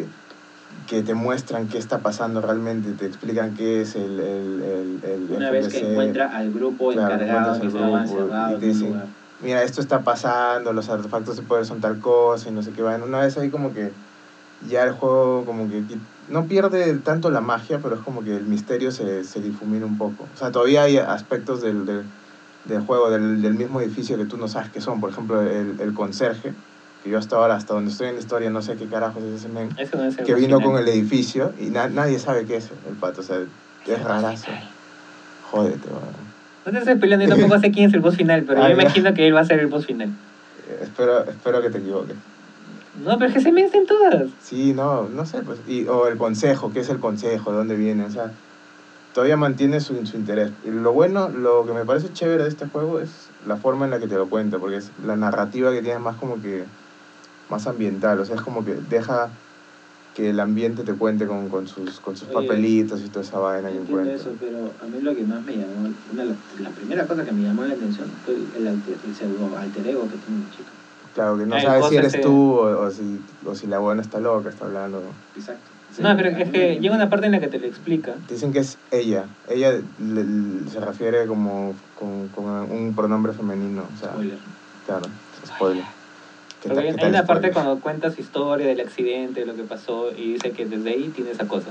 te muestran qué está pasando realmente, te explican qué es el una vez que FBC, encuentra al grupo claro, encargado encuentras que el estaba grupo encerrado y te en un dicen, lugar. mira, esto está pasando, los artefactos de poder son tal cosa y no sé qué van. Una vez ahí como que ya el juego como que no pierde tanto la magia, pero es como que el misterio se difumina un poco. O sea, todavía hay aspectos del juego, del mismo edificio que tú no sabes qué son. Por ejemplo, el conserje, que yo hasta ahora, hasta donde estoy en la historia, no sé qué carajos es ese men, Eso no es el que boss vino final. con el edificio y nadie sabe qué es el pato. O sea, es rarazo. Jódete, weón. No te estoy peleando, yo tampoco sé quién es el boss final, pero Ah, yo ya. imagino que él va a ser el boss final. Espero que te equivoques. No, pero es que se me en todas. Sí, no sé, pues. O el consejo, ¿qué es el consejo? ¿De dónde viene? O sea, todavía mantiene su interés. Y lo bueno, lo que me parece chévere de este juego es la forma en la que te lo cuenta, porque es la narrativa que tiene más como que, más ambiental, o sea, es como que deja que el ambiente te cuente con sus Oye, papelitos y toda esa vaina que entiendo encuentra. eso, pero a mí lo que más me llamó, la primera cosa que me llamó la atención fue el pseudo alter ego que tiene la chica. Claro, que no El sabes si coso eres ese- tú o si la buena está loca, está hablando. Exacto. No, pero A es mí que me- llega una parte en la que te lo explica. Dicen que es ella. Ella se refiere como con un pronombre femenino. O sea, Spoiler. claro, spoiler. Porque ¿Qué hay tal una parte spoiler? cuando cuenta su historia del accidente, de lo que pasó, y dice que desde ahí tiene esa cosa.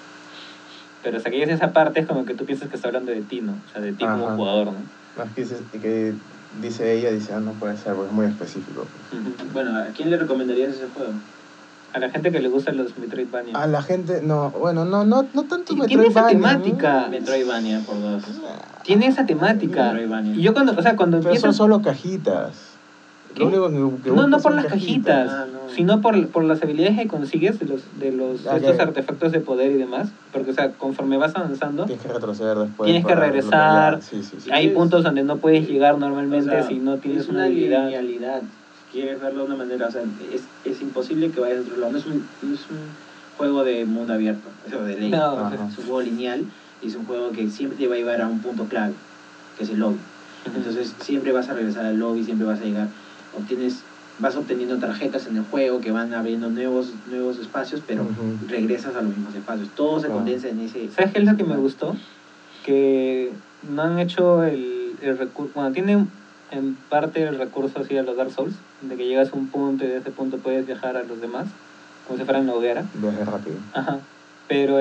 Pero hasta que llegues a esa parte es como que tú piensas que está hablando de ti, ¿no? O sea, de ti como Ajá. jugador, ¿no? No, es que dice ella, dice, no puede ser, porque es muy específico. Ujú. Bueno, ¿a quién le recomendarías ese juego? A la gente que le gustan los Metroidvania. A la gente, no, bueno, no tanto Tiene esa Metroidvania. temática. Metroidvania por 2. Tiene esa temática. Metroidvania. Y yo cuando Pero son empiezas... solo cajitas. ¿Qué? Lo único que No buscas por son las cajitas, Ah, no. sino por las habilidades que consigues de Ah, estos que artefactos de poder y demás. Porque, o sea, conforme vas avanzando, tienes que retroceder después. tienes que para regresar. desbloquear. Sí. Hay Es- puntos donde no puedes llegar normalmente O sea, si no tienes es una habilidad. linealidad. Quieres verlo de una manera, o sea, es imposible que vayas a otro lado. No es un juego de mundo abierto, eso de ley. No, Ajá. Es un juego lineal y es un juego que siempre te va a llevar a un punto clave, que es el lobby. Entonces siempre vas a regresar al lobby, siempre vas a llegar, vas obteniendo tarjetas en el juego que van abriendo nuevos espacios, pero Ujú. regresas a los mismos espacios. Todo se Claro. condensa en ese... ¿Sabes qué es lo que me gustó? Que no han hecho el recurso, bueno, tiene en parte el recurso así a los Dark Souls, de que llegas a un punto y de ese punto puedes viajar a los demás, como si fueran una hoguera. Viaje rápido. Ajá. Pero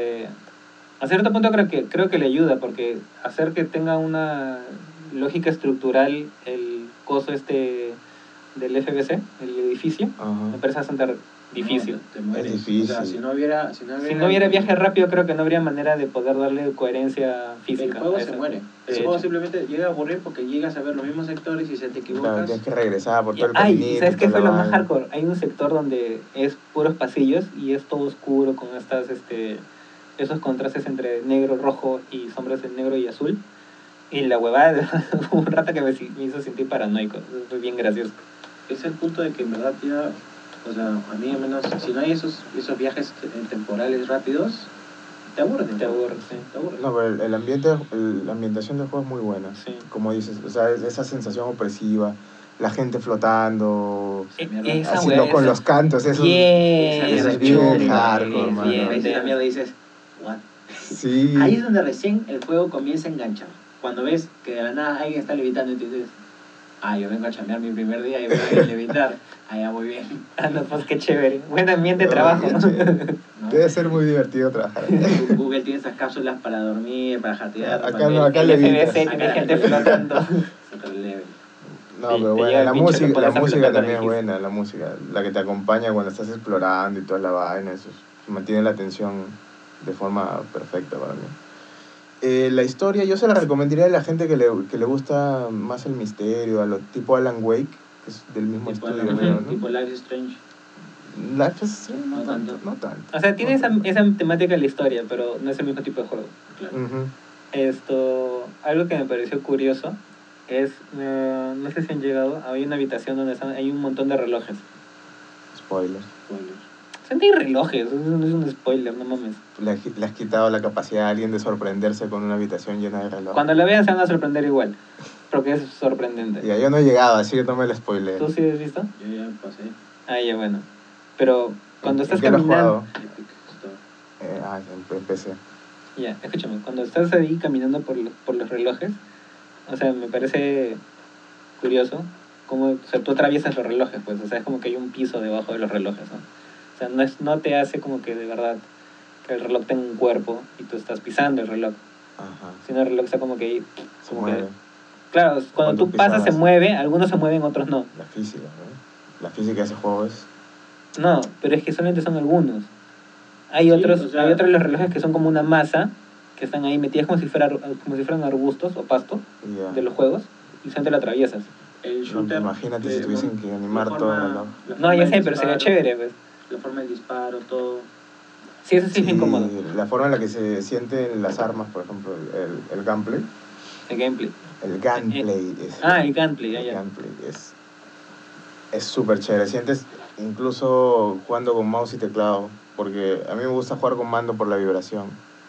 a cierto punto creo que le ayuda, porque hacer que tenga una lógica estructural el coso del FBC, el edificio, me Ajá. parece bastante difícil. No, te mueres. Es difícil. O sea, si no hubiera Si no hubiera viaje rápido, creo que no habría manera de poder darle coherencia física. el juego a se eso. muere. De El juego hecho. simplemente llega a aburrir porque llegas a ver los mismos sectores y si te Claro, equivocas... tienes que regresar por todo el Ay, caminito. ¿y sabes qué toda fue la lo más vaina. hardcore? Hay un sector donde es puros pasillos y es todo oscuro con esos contrastes entre negro, rojo y sombras en negro y azul. Y la huevada, hubo un rato que me hizo sentir paranoico. Eso fue bien gracioso. Es el punto de que en verdad ya, o sea, a mí al menos, si no hay esos viajes temporales rápidos, te aburren. Te aburre, sí. Te aburren. No, pero el ambiente, la ambientación del juego es muy buena. Sí. Como dices, o sea, esa sensación opresiva, la gente flotando, Esa así hueá, con los cantos, esos. bien, eso es bien chunga, hardcore, mano. bien Ves esa denso. mierda y dices, what? Sí. Ahí es donde recién el juego comienza a enganchar. Cuando ves que de la nada alguien está levitando y tú dices, yo vengo a chambear mi primer día y voy a levitar. Ya muy bien. Ah, no, pues qué chévere. Buen ambiente de No, trabajo. qué chévere. ¿No? Debe ser muy divertido trabajar. Google tiene esas cápsulas para dormir, para jatear. Acá para no, ver. acá El levitas. FBC tiene gente flotando. Super leve. No, Sí, pero te bueno, llega el la pincho, te música, pones a flotar también es con el buena, la música, la que te acompaña cuando estás explorando y toda la vaina, eso mantiene la atención de forma perfecta para mí. La historia, yo se la recomendaría a la gente que le gusta más el misterio, a lo tipo Alan Wake, que es del mismo Tipo, estudio, Alan creo, Wake, ¿no? tipo Life is Strange. Life is Strange No no tanto. tanto. No tanto. O sea, tiene esa temática de la historia, pero no es el mismo tipo de juego. Claro. Algo que me pareció curioso es, no sé si han llegado, hay una habitación donde hay un montón de relojes. Spoiler. Spoilers. Son de relojes, eso no es un spoiler, no mames. Le has quitado la capacidad a alguien de sorprenderse con una habitación llena de relojes. Cuando lo vean se van a sorprender igual, porque es sorprendente. Ya, yo no he llegado, así que no me lo spoiler. ¿Tú sí has visto? Yo ya pasé. Ah, ya, bueno. Pero cuando estás ¿En qué lo has caminando... jugado? Epic Store. En PC. Ya, escúchame, cuando estás ahí caminando por los relojes, o sea, me parece curioso cómo, o sea, tú atraviesas los relojes, pues, o sea, es como que hay un piso debajo de los relojes, ¿no? O sea, no te hace como que de verdad que el reloj tenga un cuerpo y tú estás pisando el reloj, Ajá. sino el reloj está como que ahí, Se como mueve. que... Claro, cuando Cuando tú pasas se pisabas. mueve, algunos se mueven, otros no. La física, ¿no? La física de ese juego es... No, pero es que solamente son algunos. Hay Sí, otros, o sea- hay otros de los relojes que son como una masa, que están ahí metidas como si fueran arbustos o pasto Ya. de los juegos, y solamente lo atraviesas. El No, shooter. imagínate si tuviesen que animar la todo el forma- reloj. la No, forma ya del sé, pero sería disparo, chévere, pues. La forma del disparo, todo. Sí, eso sí es incómodo. La forma en la que se sienten las armas, por ejemplo, el gunplay. El gameplay. El gunplay es... El gameplay, ya, El ya. gameplay es súper chévere. Sientes incluso jugando con mouse y teclado, porque a mí me gusta jugar con mando por la vibración.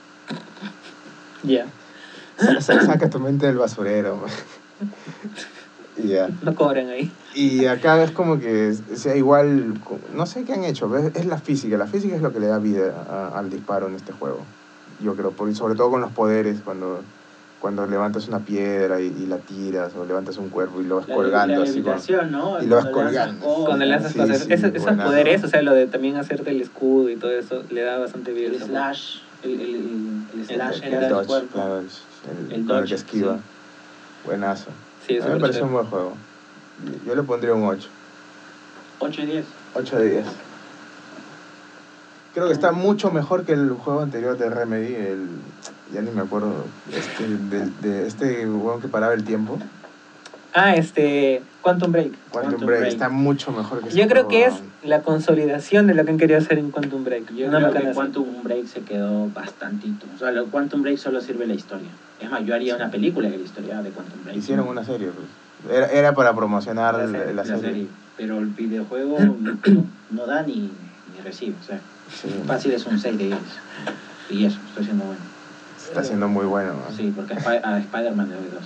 Ya. Saca tu mente del basurero. Y ya. No cobran ahí. Y acá es como que sea igual, no sé qué han hecho, ¿ves? Es la física es lo que le da vida al disparo en este juego. Yo creo, sobre todo con los poderes, cuando levantas una piedra y la tiras, o levantas un cuerpo y lo vas colgando la así. levitación, ¿no? y lo vas Cuando lanzas colgando. cosas, Cuando lanzas Sí, cosas. sí, Esos buenazo. poderes, o sea, lo de también hacerte el escudo y todo eso, le da bastante vida. a el ese juego. slash, el slash el que da el dodge, cuerpo. claro, El con el dodge, que esquiva. sí. Buenazo. Sí, A mí me súper parece un chévere. buen juego. Yo le pondría un 8. 8 y 10. 8 de 10. Creo que está mucho mejor que el juego anterior de Remedy, ya ni me acuerdo, de este juego que paraba el tiempo. Quantum Break. Quantum Break está mucho mejor que ese Yo creo juego, que es weón. la consolidación de lo que han querido hacer en Quantum Break. Yo Una creo macana que así. Quantum Break se quedó bastantito. O sea, Quantum Break solo sirve la historia. Es más, yo haría una película de la historia de Quantum Break. Hicieron una serie, pues. Era para promocionar La serie, la serie. Pero el videojuego no da ni recibe. O sea, Sí, fácil es un 6 de 10. Y eso, estoy siendo bueno. está siendo muy bueno, ¿no? Sí, porque a Spider-Man le doy 2.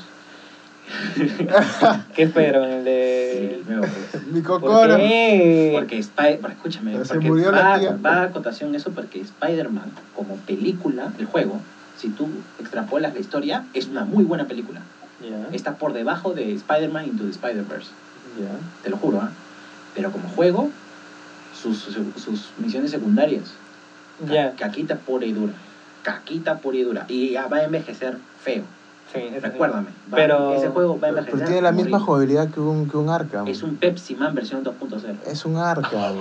¿Qué espero? El de... Sí, luego, pues. Mi ¿Por cocora. qué? Porque escúchame, Pero se porque murió la tía. va a acotación eso porque Spider-Man, como película, el juego, si tú extrapolas la historia, es una muy buena película. Ya, Está por debajo de Spider-Man Into the Spider-Verse, ya. te lo juro, ¿ah? Pero como juego, sus misiones secundarias, Ya. caquita pura y dura. Caquita pura y dura. Y ya va a envejecer feo. Sí, eso sí. Recuérdame. Pero- ese juego va a Pero envejecer. tiene la misma horrible. jugabilidad que un Arkham. Es un Pepsi Man versión 2.0. Es un Arkham.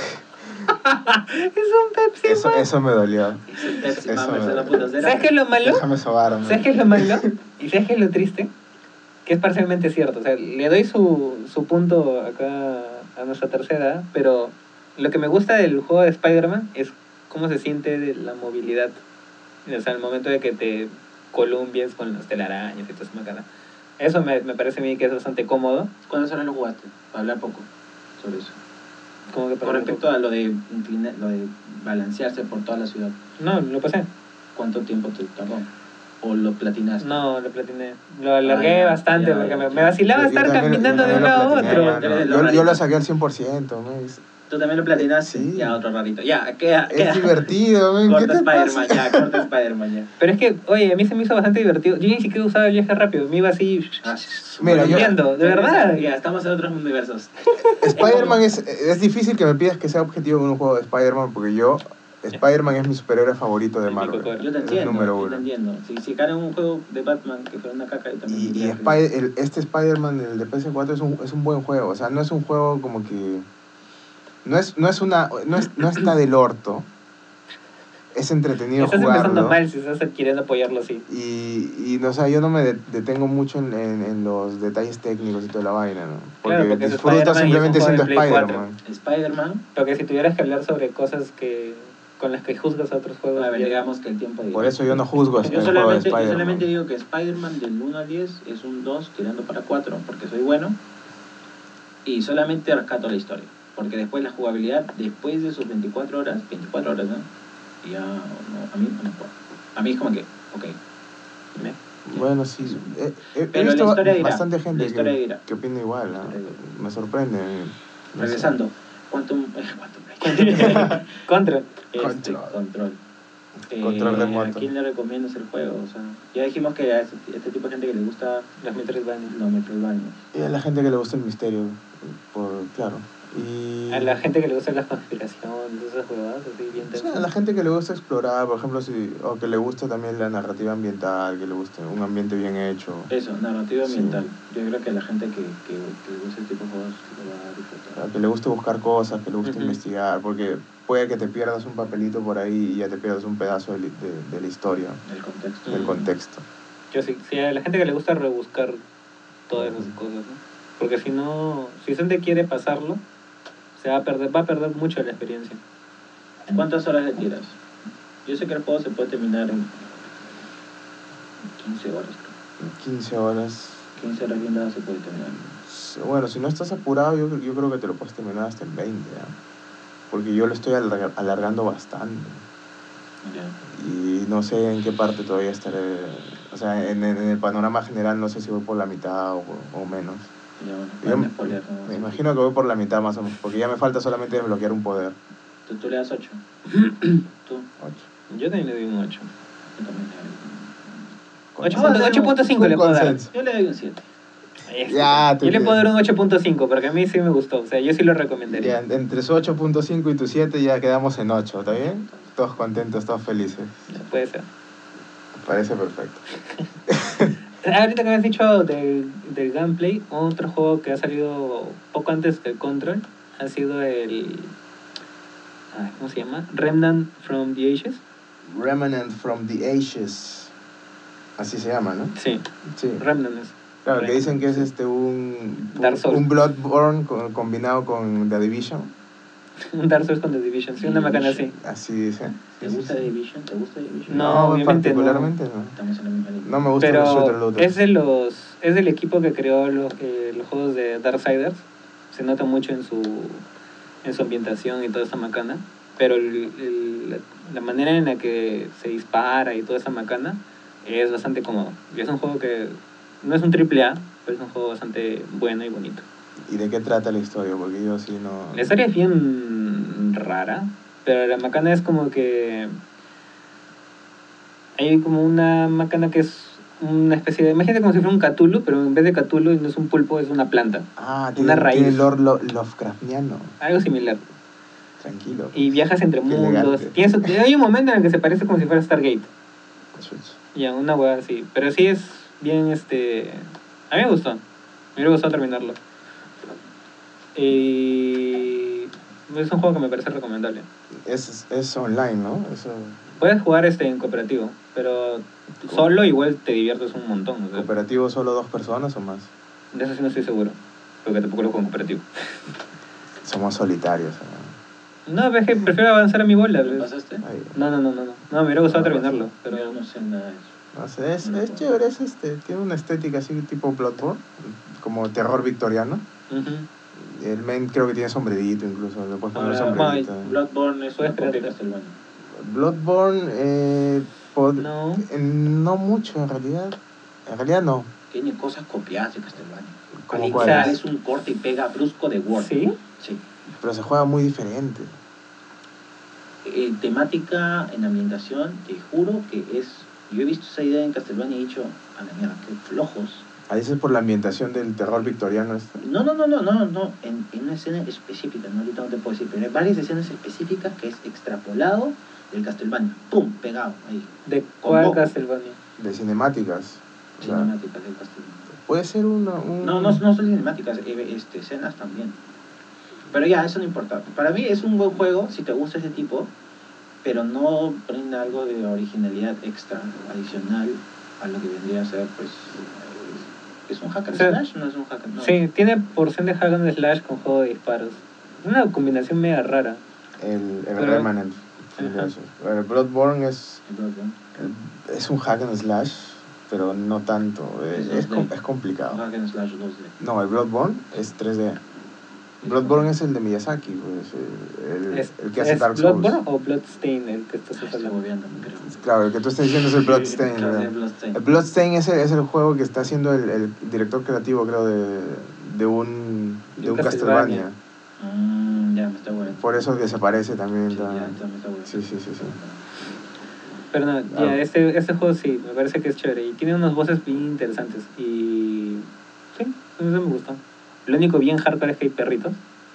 Es un Pepsi Man. Eso me dolió. Es un Pepsi Man Eso versión me- 2.0. ¿Sabes qué es lo malo? Déjame sobarme. ¿Sabes qué es lo malo? ¿Y sabes qué es lo triste? Que es parcialmente cierto. O sea, le doy su punto acá a nuestra tercera, pero lo que me gusta del juego de Spider-Man es cómo se siente de la movilidad. O sea, el momento de que te columpies con las telarañas y toda esa macana. Eso me parece a mí que es bastante cómodo. ¿Cuántas horas lo jugaste? Para hablar poco sobre eso. Como que para Con respecto a lo de balancearse por toda la ciudad, No, lo pasé. ¿cuánto tiempo te tardó? ¿O lo platinaste? No, lo platiné. Lo alargué ya, bastante ya, porque ya. me vacilaba Yo estar también- caminando yo de un también lado a lo platiné, otro. mano. Eres de los Yo lo raritos. saqué al 100%, ¿no? ¿Tú también lo platinaste? Sí. Ya, otro rarito. Ya, queda. Es divertido, men. ¿Qué Corta te Spider-Man, pasa? ya, corta Spider-Man, ya. Pero es que, oye, a mí se me hizo bastante divertido. Yo ni siquiera usaba el viaje rápido. Me iba así... Ah, Mira, yo- volviendo, de verdad. Ya, estamos en otros universos. Spider-Man es difícil que me pidas que sea objetivo en un juego de Spider-Man porque Spider-Man es mi superhéroe favorito de El Marvel. Nico Cora. Yo te Es el entiendo, número yo te uno. entiendo. Si cara en un juego de Batman que fuera una caca, yo también Y diría que- este Spider-Man, el de PS4, es un buen juego. O sea, no es un juego como que... No está del orto. es entretenido Estás jugarlo. empezando mal si estás queriendo apoyarlo así. Y no, o sea, yo no me detengo mucho en los detalles técnicos y toda la vaina, ¿no? Porque, Claro, porque es disfruto Spider-Man y es un simplemente juego siendo de Play 4. Spider-Man. Spider-Man, Porque si tuvieras que hablar sobre cosas con las que juzgas a otros juegos, a ver, ya- digamos que el tiempo de... Por eso yo no juzgo el Yo juego de solamente, yo Spider-Man. solamente digo que Spider-Man del 1 al 10 es un 2 tirando para 4 porque soy bueno y solamente rescato la historia porque después la jugabilidad, después de sus 24 horas, ¿no? Y ya, no, a mí no me importa. A mí es como que, ok. Bueno, sí. He Pero la visto historia dirá, bastante gente la historia dirá. que opina igual, ¿no? La historia dirá. Me sorprende. No sé. Regresando, Quantum Break. Contra. Control. Control remoto. ¿A quién le recomiendas el juego? O sea, ya dijimos que a este tipo de gente que le gusta Los Metroidvania. los Metroidvania. Y a la gente que le gusta el misterio, claro. Y A la gente que le gusta las conspiraciones, esas huevadas, así bien sí, tensas. a la gente que le gusta explorar, por ejemplo, o que le gusta también la narrativa ambiental, que le guste un ambiente bien hecho. Eso, narrativa Sí. ambiental. Yo creo que la gente que le gusta ese tipo de juegos lo va a disfrutar. Que le guste buscar cosas, que le guste Ujú. investigar, porque puede que te pierdas un papelito por ahí y ya te pierdas un pedazo de la historia, El contexto. del contexto. Yo sí, a la gente que le gusta rebuscar todas esas cosas, ¿no? Porque si no, si gente quiere pasarlo, se va a perder mucho la experiencia. ¿Cuántas horas le tiras? Yo sé que el juego se puede terminar en 15 horas, creo. 15 horas. 15 horas bien dadas se puede terminar. Bueno, si no estás apurado, yo creo que te lo puedes terminar hasta en 20, ¿ya? Porque yo lo estoy alargando bastante. Ya. Y no sé en qué parte todavía estaré. O sea, en el panorama general no sé si voy por la mitad o menos. Ya, bueno, Yo para no spoilear, ¿no? me imagino que voy por la mitad más o menos, porque ya me falta solamente desbloquear un poder. Tú le das 8. ¿Tú? 8. Yo también le doy un 8. Yo también le doy 8.5 le puedo dar. consenso. Yo le doy un 7. Ya, Yo le puedo dar un 8.5 porque a mí sí me gustó. O sea, yo sí lo recomendaría. Ya, entre su 8.5 y tu 7 ya quedamos en 8, ¿está bien? Todos contentos, todos felices. Puede ser. Me parece perfecto. Ahorita que me has dicho del gameplay, otro juego que ha salido poco antes que el Control ha sido el... ¿cómo se llama? Remnant from the Ashes. Remnant from the Ashes. Así se llama, ¿no? Sí, Sí. Remnant es. Claro, que dicen que es Sí. Dark Souls. un Bloodborne combinado con The Division. Un Dark Souls con The Division, sí, una macana así. Así dice. ¿Te gusta Division? ¿Te gusta Division? No, obviamente no. particularmente no. Estamos en la misma línea. No me gustan los shooter Pero looters. es del equipo que creó los juegos de Darksiders. Se nota mucho en su ambientación y toda esa macana. Pero la manera en la que se dispara y toda esa macana es bastante cómodo. Y es un juego que no es un AAA, pero es un juego bastante bueno y bonito. ¿Y de qué trata la historia? Porque yo sí no... La historia es bien rara, pero la macana es como que... Hay como una macana que es una especie de... Imagínate como si fuera un Cthulhu, pero en vez de Cthulhu no es un pulpo, es una planta. Ah, una raíz. tiene lore Lovecraftiano. Algo similar. Tranquilo. Y viajas entre Qué mundos. elegante. Hay un momento en el que se parece como si fuera Stargate. Chuch. Ya, una hueá así. Pero sí es bien, A mí me gustó. A mí me gustó terminarlo. Y... Es un juego que me parece recomendable. Es online, ¿no? Eso, Puedes jugar en cooperativo, pero solo igual te diviertes un montón. O sea, ¿cooperativo solo 2 personas o más? de eso sí no estoy seguro. Porque tampoco lo juego en cooperativo. Somos solitarios. No, pero es que prefiero avanzar a mi bola. ¿Lo ¿ves? pasaste? Ahí. No, me hubiera gustado No, terminarlo. Pero Yo no sé nada de eso. No sé, es chévere, tiene una estética así tipo Bloodborne, como terror victoriano. Ujú. El main creo que tiene sombrerito incluso, le puedes poner Ahora, sombrerito. Bloodborne es Puedes una copia de creerte. Castlevania. Bloodborne, No. no mucho en realidad. En realidad no. Tiene cosas copiadas de Castlevania. ¿Cómo Literal, cuáles? es un corte y pega brusco de Word. ¿Sí? Sí. Pero se juega muy diferente. Temática en ambientación, te juro que es... Yo he visto esa idea en Castlevania y he dicho, a la mierda, qué flojos. A veces por la ambientación del terror victoriano. No, en una escena específica, no ahorita no te puedo decir, pero hay varias escenas específicas que es extrapolado del Castlevania. ¡Pum! Pegado ahí. ¿De Con cuál Boku. Castlevania? De cinemáticas. O sea, Cinemáticas del Castlevania. puede ser un... No son cinemáticas, escenas también. Pero ya, eso no importa. Para mí es un buen juego si te gusta ese tipo, pero no brinda algo de originalidad extra, adicional a lo que vendría a ser, pues, es un hack and O sea, slash, no es un hack and... No. Sí, tiene porción de hack and slash con juego de disparos. Es una combinación media rara. El Pero- Remnant. Ajá. El Bloodborne es un hack and slash, pero no tanto. Es 2D. complicado. Hack and slash 2D. No, el Bloodborne es 3D. Bloodborne es el de Miyazaki, pues, el que hace ¿Es Dark Souls. Bloodborne o Bloodstain el que estás Estoy hablando? moviendo, creo. Claro, el que tú estás diciendo es el Bloodstain. Claro, ¿verdad? el Bloodstain. El Bloodstain es el juego que está haciendo el director creativo, creo, de un Castlevania. Ya, me está bueno. Por eso desaparece también. Sí, ¿no? ya, está, me está bueno. Sí. Pero no, ya, este juego sí, me parece que es chévere. Y tiene unos voces bien interesantes. Y sí, eso me gustó. Lo único bien hardcore es que hay perritos.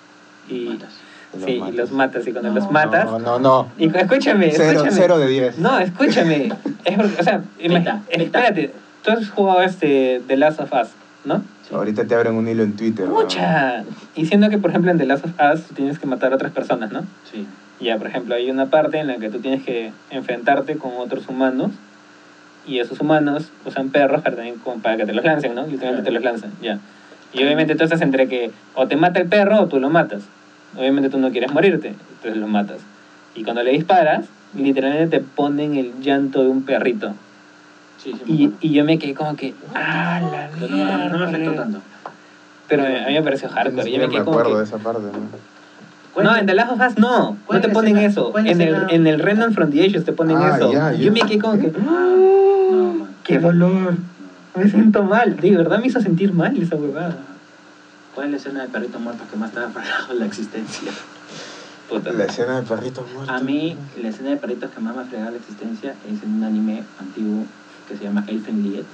Y Matas. sí, y los matas. Y cuando No, los matas. No. Y escúchame. 0 de 10. No, escúchame. Es porque, o sea, Beta. espérate. Tú has jugado The Last of Us, ¿no? Sí. Ahorita te abren un hilo en Twitter. ¿no? ¡Mucha! Y siendo que, por ejemplo, en The Last of Us tú tienes que matar a otras personas, ¿no? Sí. Ya, por ejemplo, hay una parte en la que tú tienes que enfrentarte con otros humanos y esos humanos usan perros para, también, para que te los lancen, ¿no? Y últimamente te los lanzan, ya. Y obviamente tú estás entre que o te mata el perro o tú lo matas. Obviamente tú no quieres morirte, entonces lo matas. Y cuando le disparas, literalmente te ponen el llanto de un perrito. Sí, me acuerdo. Y yo me quedé como que, ¡ah, la Pero no me afectó mierda! tanto. Pero a mí me pareció hardcore. Yo me quedé como acuerdo que, de esa parte, ¿no? no, en The Last of Us no ¿Cuál te es ponen la- eso. cuál es la- En el Remnant from the Ashes te ponen eso. Ya. Yo me quedé como que, No, man. ¡qué dolor! Me siento mal. De verdad me hizo sentir mal esa huevada. ¿Cuál es la escena de perrito muerto que más te ha fregado la existencia? Puta. La escena de perritos muertos. A mí, la escena de perritos que más me ha fregado la existencia es en un anime antiguo que se llama Elfen Lied,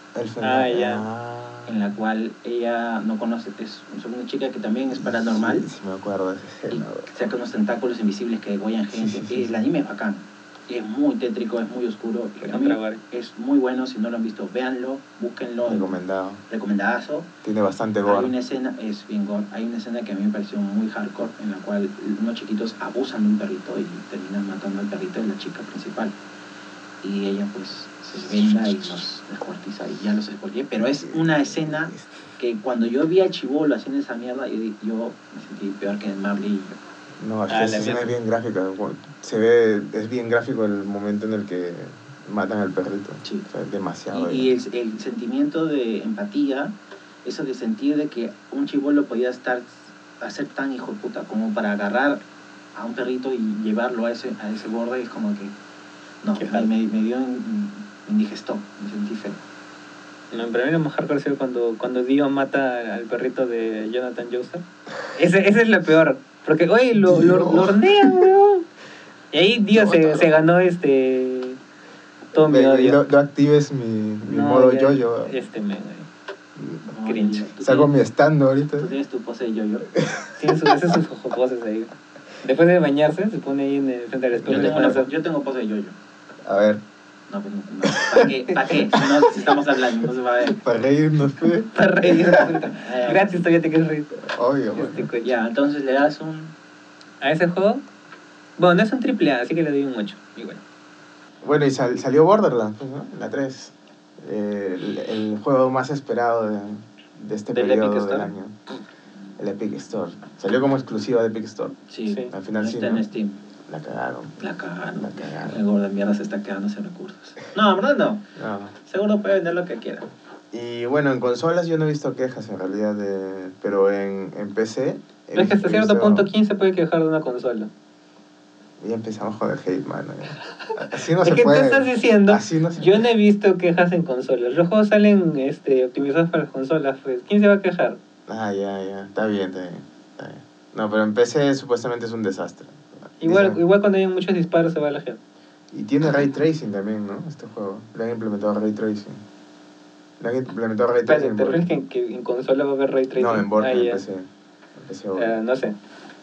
Ya. en la cual ella no conoce, es una chica que también es paranormal Sí, me acuerdo de esa y escena. saca unos tentáculos invisibles que degüellan gente. Sí. El anime es bacán, es muy tétrico, es muy oscuro. Y a mí es muy bueno, si no lo han visto, véanlo, búsquenlo. Recomendado. Recomendadazo. Tiene bastante Hay gore. una escena, es bien gore, hay una escena que a mí me pareció muy hardcore, en la cual unos chiquitos abusan de un perrito y terminan matando al perrito de la chica principal. Y ella pues se venga y los descuartiza y ya los descuartizé. Pero es una escena que cuando yo vi a Chibolo haciendo esa mierda, yo me sentí peor que en Marley. No, es que Ah, esa la escena es mierda. bien gráfica. Se ve, es bien gráfico el momento en el que matan al perrito. Sí. O sea, es demasiado. Y el sentimiento de empatía, eso de sentir de que un chibolo podía a ser tan hijo de puta como para agarrar a un perrito y llevarlo a ese borde, es como que no, Qué me dio indigestó, me sentí feo. No, pero a mí lo más hardcore ha sido cuando Dio mata al perrito de Jonathan Joestar. Ese es la peor. Porque, oye, lo hornea, weón. Y ahí Dio se ganó todo mi odio. No actives mi No, modo ya, yo-yo. Men, No, Cringe. tú Saco mi tienes- stand ahorita. Tú tienes tu pose de yo-yo. Hace sus ojoposes ahí. Después de bañarse, se pone ahí frente al espejo y le pone a hacer. Yo tengo pose de yo-yo. A ver, No, pues no. ¿Para qué? Si estamos hablando, no se va a ver. para reírnos, pues. Para reír. Gratis, todavía te quieres reír. Obvio, man. Coche. Ya, entonces le das un... A ese juego, bueno, no es un triple A, así que le doy un 8. Igual. Bueno, y salió Borderlands, pues, ¿no? La 3. El juego más esperado de este ¿Del periodo Epic del Store? año. El Epic Store. Salió como exclusiva de Epic Store. Sí, Sí. Al final no sí, está ¿no? en Steam. La cagaron. La cagaron. La cagaron. El gordo de mierda se está quedando sin recursos. No, en verdad no. No. Seguro puede vender lo que quiera. Y bueno, en consolas yo no he visto quejas en realidad, pero en PC... Pero es que hasta he cierto visto- punto, ¿quién se puede quejar de una consola? Ya empezamos con el hate, mano. Así no Es se que puede. tú estás diciendo, Así no se yo no he visto quejas en consolas. Los juegos salen optimizados para las consolas, pues. ¿Quién se va a quejar? Ya. Está bien. No, pero en PC supuestamente es un desastre. Igual Dicen- cuando hay muchos disparos se va a la gente. Y tiene ray tracing también, ¿no? Este juego. Le han implementado ray tracing. Le han implementado ray Espérate, tracing. ¿te refieres que en consola va a haber ray tracing? No, en Ah, en ya. PC. En PC, obvio. No sé.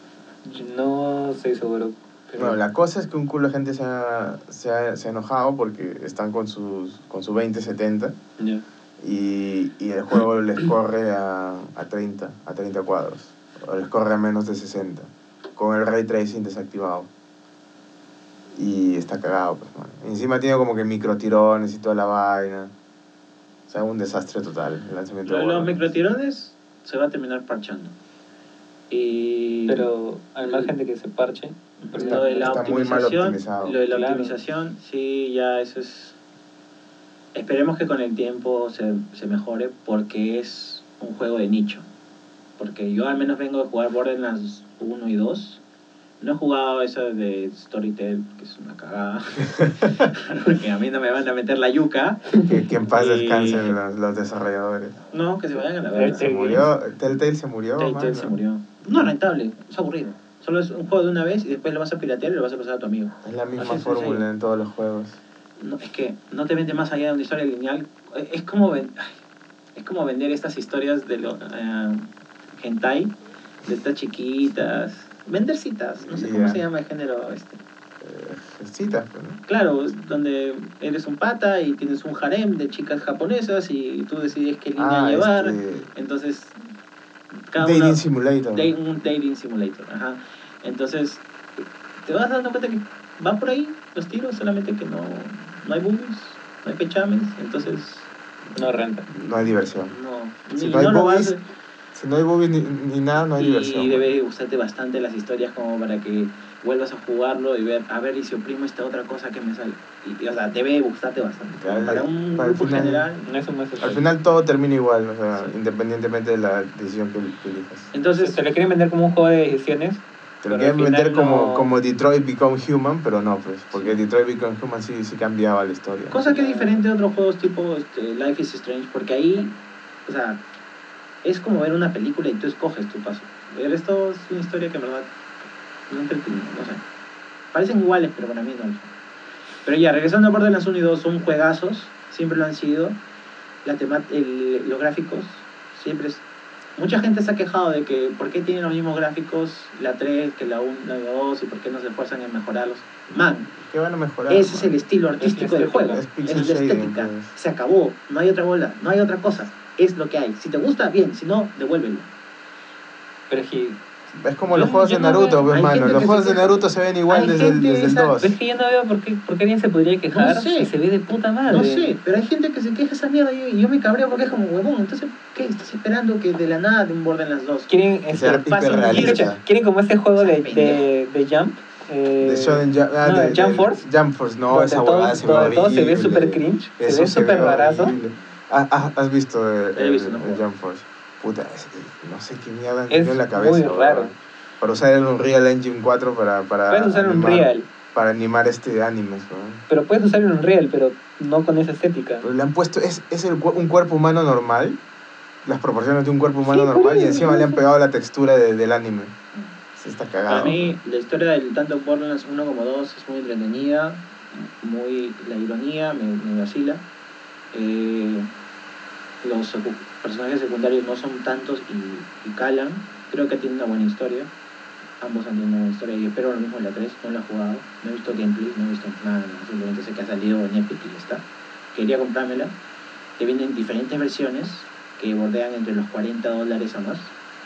No estoy seguro. Pero... Bueno, la cosa es que un culo de gente se ha enojado porque están con su 2070 Ya. y el juego les corre a 30 cuadros. O les corre a menos de 60 con el ray tracing desactivado. Y está cagado, pues, man. Encima tiene como que microtirones y toda la vaina. O sea, un desastre total el lanzamiento Lo de de los Borderlands. microtirones se va a terminar parchando. Y Pero al margen de que se parche, porque lo de la está muy mal optimización, optimizado. lo de la Claro. optimización, sí, ya eso es. Esperemos que con el tiempo se mejore porque es un juego de nicho. Porque yo al menos vengo de jugar Borderlands 1 y 2. No he jugado esa de Storytel, que es una cagada. Porque a mí no me van a meter la yuca. Que en paz Y- descansen los desarrolladores. No, que se vayan a la verga. Se murió, Telltale se murió, Telltale mano. se murió. No es rentable, es aburrido. Solo es un juego de una vez y después lo vas a piratear y lo vas a pasar a tu amigo. Es la misma Así es fórmula sencillo. en todos los juegos. No, es que no te vende más allá de una historia lineal. Es como, es como vender estas historias de los hentai, de estas chiquitas. Vender citas, no sé cómo Ya. se llama el género este. Citas, pues, ¿no? Claro, donde eres un pata y tienes un harem de chicas japonesas y tú decides qué línea llevar. Entonces, cada Dating una... Simulator. Un dating simulator, ajá. Entonces, te vas dando cuenta que va por ahí los tiros, solamente que no hay boobies, no hay pechames, entonces no renta. No hay diversión. no. Si Ni no hay no lo boobies, vas- Si no hay boobies ni nada, no hay diversión. Y man. debe gustarte bastante las historias como para que vuelvas a jugarlo y ver, a ver, y si oprimo esta otra cosa que me sale. Y, o sea, debe gustarte bastante. Claro, Para un para el grupo final- general. No es un mes Al final todo termina igual, o sea, Sí. independientemente de la decisión que elijas. Entonces, te lo quieren vender como un juego de decisiones. Te lo pero quieren al final meter como, no- como Detroit Become Human, pero no, pues, porque Sí. Detroit Become Human sí cambiaba la historia. cosa que es diferente de otros juegos tipo Life is Strange, porque ahí, o sea, es como ver una película y tú escoges tu paso. Ver esto es una historia que en verdad no entretiene, no sé. Parecen iguales, pero para mí no lo son. Pero ya, regresando a Borderlands 1 y 2, son juegazos, siempre lo han sido. Los gráficos siempre es... Mucha gente se ha quejado de que por qué tienen los mismos gráficos la 3 que la 1, la 2 y por qué no se esfuerzan en mejorarlos. Man, ¿Qué van a mejorar? ese es man? el estilo artístico del juego. Es pixel Es la shading, estética. pues. Se acabó. No hay otra bola. No hay otra cosa. Es lo que hay. Si te gusta, bien. Si no, devuélvelo. Pero es que, Es como Yo- los juegos yo de no Naruto, veo- pues, hay mano. gente Los que juegos se de queja. Naruto se ven igual Hay desde el gente 2. pero es que yo no veo por qué alguien se podría quejar No sé. si se ve de puta madre. No sé, pero hay gente que se queja esa mierda y yo me cabreo porque es como huevón. Entonces, ¿qué? ¿Estás esperando que de la nada de un Borderlands 2? Quieren, Que sea pasa un hiperrealista. quieren como ese juego Esa de Jump. De Shonen Jump, no, de Jump Force. Jump Force, no, donde esa todo- huevada se ve donde todo se ve horrible. súper cringe, se Eso ve súper barato. horrible. ¿Has visto He visto, no el juego. Jump Force? Puta, no sé qué mierda Es dio en la cabeza. muy huevón. raro. Para usar el Unreal Engine 4 para Puedes usar un animar, Unreal, para animar animes, ¿no? pero puedes usar un Unreal, pero no con esa estética. Pero le han puesto, un cuerpo humano normal, las proporciones de un cuerpo humano Sí, por normal, y eso, encima por le han eso. pegado la textura del anime. Se está cagado. Para mí, la historia del tanto Borderlands 1 como 2 es muy entretenida. La ironía me vacila. Los personajes secundarios no son tantos y calan. Creo que tiene una buena historia. Ambos han tenido una buena historia y espero lo mismo en la 3. No la he jugado, no he visto gameplay, no he visto nada, simplemente sé que ha salido en Epic y ya está. Quería comprármela. Te vienen diferentes versiones que bordean entre los $40 a más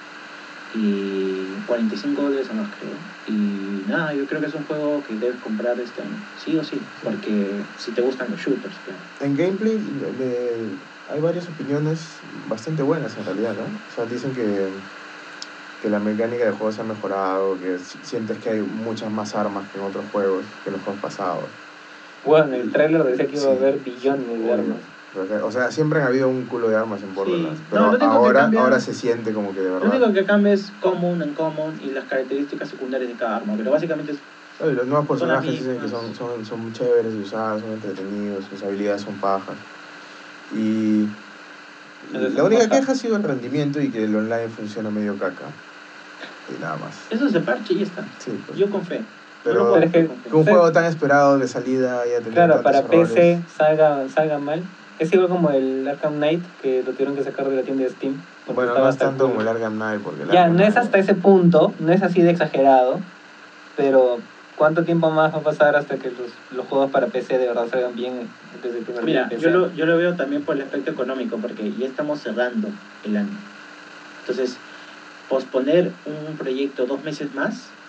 y $45 a más, creo. Y nada, yo creo que es un juego que debes comprar este año, sí o sí, porque si te gustan los shooters, claro. En gameplay hay varias opiniones bastante buenas en realidad, ¿no? O sea, dicen que la mecánica de juego se ha mejorado, que sientes que hay muchas más armas que en otros juegos, que en los juegos pasados. Bueno, el trailer decía que iba a Sí. haber billones de Obvio. armas. O sea, siempre han habido un culo de armas en Borderlands, Sí. pero No, lo único que cambia- ahora se siente como que de Lo verdad. único que cambia es common, uncommon y las características secundarias de cada arma, pero básicamente es Oye, los nuevos Son las personajes dicen que mismas. son muy chéveres de usar, son entretenidos, sus habilidades son pajas. Y Entonces, la única baja. queja ha sido el rendimiento y que el online funciona medio caca. Y nada más. eso se parche y ya está. Sí, pues. Yo con fe. Pero No lo puedo es que- hacer con fe. que un juego tan esperado de salida haya tenido Claro, tantos para errores. PC salga mal. Es igual como el Arkham Knight, que lo tuvieron que sacar de la tienda de Steam. porque Bueno, estaba no es hasta el tanto culo. como el Arkham Knight, porque el Ya, Arkham no es Knight- hasta ese punto, no es así de exagerado, pero ¿cuánto tiempo más va a pasar hasta que los juegos para PC de verdad salgan bien desde el primer día Mira, en PC? yo lo veo también por el aspecto económico, porque ya estamos cerrando el año. Entonces, posponer un proyecto 2 meses más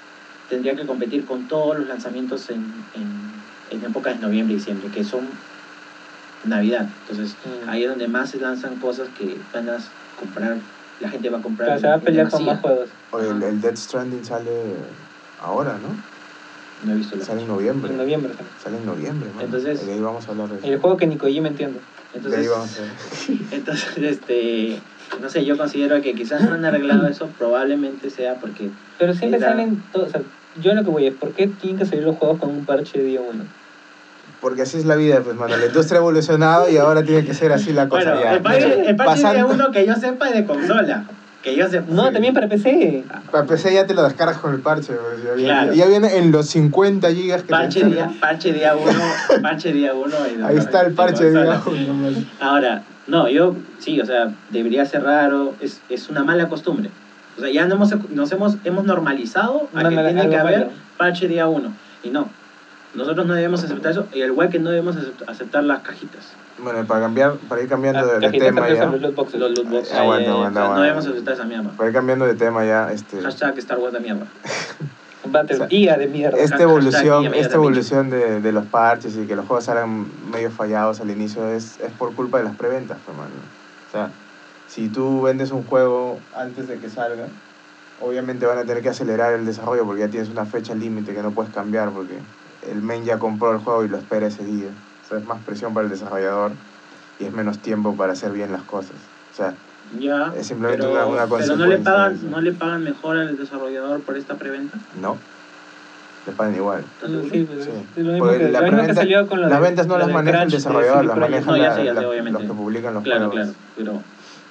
tendría que competir con todos los lanzamientos en épocas de noviembre y diciembre, que son Navidad. Entonces, ahí es donde más se lanzan cosas que van a comprar, la gente va a comprar. Claro, se va a pelear con más juegos. Oye, el Death Stranding sale ahora, ¿no? No he visto la Sale en noviembre. En noviembre, ¿sí? Sale en noviembre, mano. Entonces- De ahí vamos a hablar de eso. El juego que ni Kojima entiende. De ahí Entonces, vamos a ver. entonces, no sé, yo considero que quizás no han arreglado eso, probablemente sea porque Pero siempre Era- salen todos. O sea, yo lo que voy es, ¿por qué tienen que salir los juegos con un parche día 1? Porque así es la vida, pues, mano. La industria ha evolucionado y ahora tiene que ser así la cosa. bueno, ya. el parche de Pasando- uno que yo sepa es de consola. Que yo sepa. No, Sí. también para PC. Para PC ya te lo descargas con el parche. Pues, Claro. ya viene en los 50 gigas que te Parche descargas. día uno, parche día uno. Ahí está el parche, consola. digamos. Ahora, no, yo sí, o sea, debería ser raro, es una mala costumbre. O sea, ya hemos normalizado a que tiene algo que haber malo. parche día uno. Y no, nosotros no debemos aceptar eso, y al igual que no debemos aceptar las cajitas. Bueno, para ir cambiando de Cajitas tema acceso a ya. los loot boxes. Los loot boxes. Aguanta, O sea, no aguanta. debemos aceptar esa mierda. Para ir cambiando de tema ya, Hashtag Star Wars de mierda. Battle O sea, día de mierda. Hashtag esta guía evolución de los parches y que los juegos salgan medio fallados al inicio es por culpa de las preventas, hermano. O sea, si tú vendes un juego antes de que salga, obviamente van a tener que acelerar el desarrollo porque ya tienes una fecha límite que no puedes cambiar porque el main ya compró el juego y lo espera ese día. O sea, es más presión para el desarrollador y es menos tiempo para hacer bien las cosas. O sea, Ya, es simplemente pero, una pero consecuencia. no le pagan mejor al desarrollador por esta preventa. no, le pagan igual. ¿Estás seguro? Sí, pues, Sí. es lo mismo Porque que, la lo mismo que preventa- salió con Las ventas no las maneja el desarrollador, las manejan No, ya sé, obviamente. los que publican los Claro, juegos. claro, pero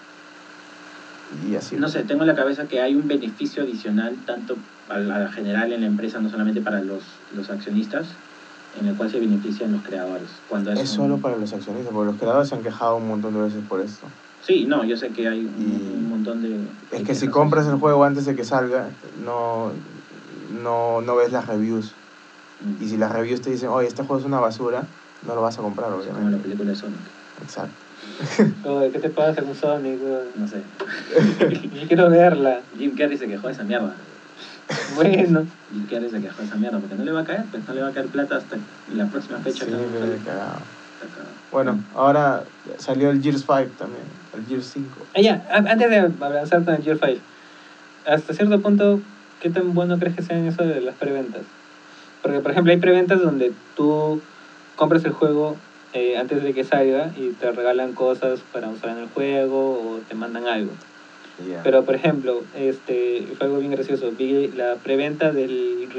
Y así. no sé, tengo en la cabeza que hay un beneficio adicional tanto a la general en la empresa, no solamente para los accionistas, en el cual se benefician los creadores. Cuando Es un- solo para los accionistas, porque los creadores se han quejado un montón de veces por esto. Sí, no, yo sé que hay Y- un montón de... Es de que si quejas. compras el juego antes de que salga, no ves las reviews. Mm. Y si las reviews te dicen, oye, este juego es una basura, no lo vas a comprar, Es como la obviamente. película de Sonic, Exacto. Oye, ¿qué te pasa con Sonic? no sé. Yo quiero verla. Jim Carrey se quejó de esa mierda. Bueno, Jim Carrey se quejó de esa mierda porque no le va a caer, pues no le va a caer plata hasta la próxima fecha. Sí, que me sale. he cagado. Está cagado. Bueno, ahora salió el Gears 5 también, el Gears 5. ya, antes de avanzar con el Gear 5, hasta cierto punto, ¿qué tan bueno crees que sean eso de las preventas? Porque, por ejemplo, hay preventas donde tú compras el juego antes de que salga y te regalan cosas para usar en el juego o te mandan algo. Ya. Pero, por ejemplo, fue algo bien gracioso. Vi la preventa del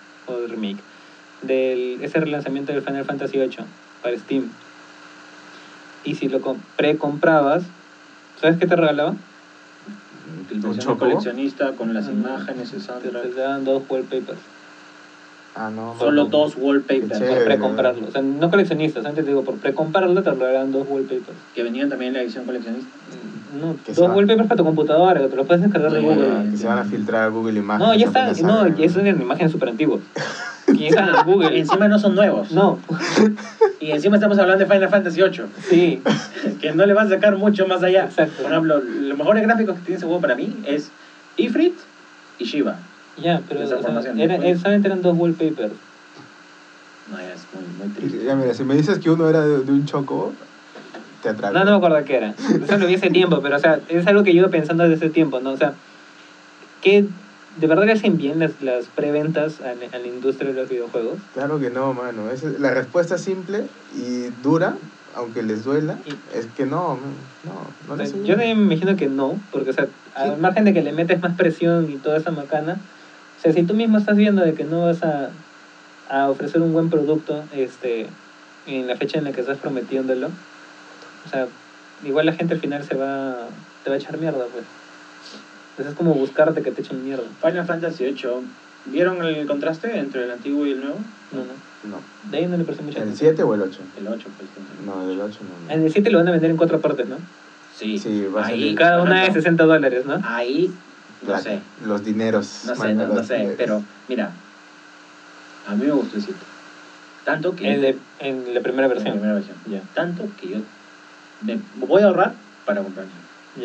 ese relanzamiento del Final Fantasy VIII para Steam. Y si lo precomprabas, ¿sabes qué te regalaban? La ¿Un edición de chocobo? coleccionista con las Ujú. imágenes, el Te soundtrack. daban 2 wallpapers Ah, no. Solo no. 2 Qué wallpapers chévere. por precomprarlo. O sea, no coleccionistas. Antes te digo, por precomprarlo te regalaban 2 wallpapers. que venían también en la edición coleccionista. No, Que se 2 va. wallpapers para tu computadora, que te los puedes descargar de No, Google. Que se van a filtrar a Google Imágenes. No, ya está. apenas No, salgan. ya son imágenes súper antiguas. Que llegan a Google. Encima no son nuevos. No, Y encima estamos hablando de Final Fantasy VIII, sí, que no le va a sacar mucho más allá. exacto. Por ejemplo, los mejores gráficos que tiene ese juego para mí es Ifrit y Shiva. Ya, pero Esa o sea, formación, era, pues. solamente eran 2 wallpapers. No, ya es muy triste. Ya, mira, si me dices que uno era de un choco, te atraco. No me acuerdo qué era. Eso lo vi hace tiempo, pero o sea, es algo que yo iba pensando desde ese tiempo, ¿no? O sea, que de verdad le hacen bien las preventas a la industria de los videojuegos. Claro que no, mano. La respuesta simple y dura, aunque les duela, es que no O le sea, hacen yo bien. también me imagino que no, porque o sea, al margen de que le metes más presión y toda esa macana, o sea, si tú mismo estás viendo de que no vas a ofrecer un buen producto en la fecha en la que estás prometiéndolo, o sea, igual la gente al final te va a echar mierda, pues. Entonces es como buscarte que te echen mierda. Final Fantasy VIII, ¿vieron el contraste entre el antiguo y el nuevo? No, no. No. De ahí no le parece mucha ¿El atención. 7 o el 8? El 8, pues. No, del 8 no. En el 7 lo van a vender en 4 partes, ¿no? Sí, Sí, va a ahí, salir. Cada una de correcto. $60, ¿no? Ahí, no Plata. sé, Los dineros. no sé, mano, no los sé, dineros. pero mira, a mí me gustó el 7. Tanto que... En la primera la versión. primera versión. Ya, Tanto que yo me voy a ahorrar para comprarlo. ya.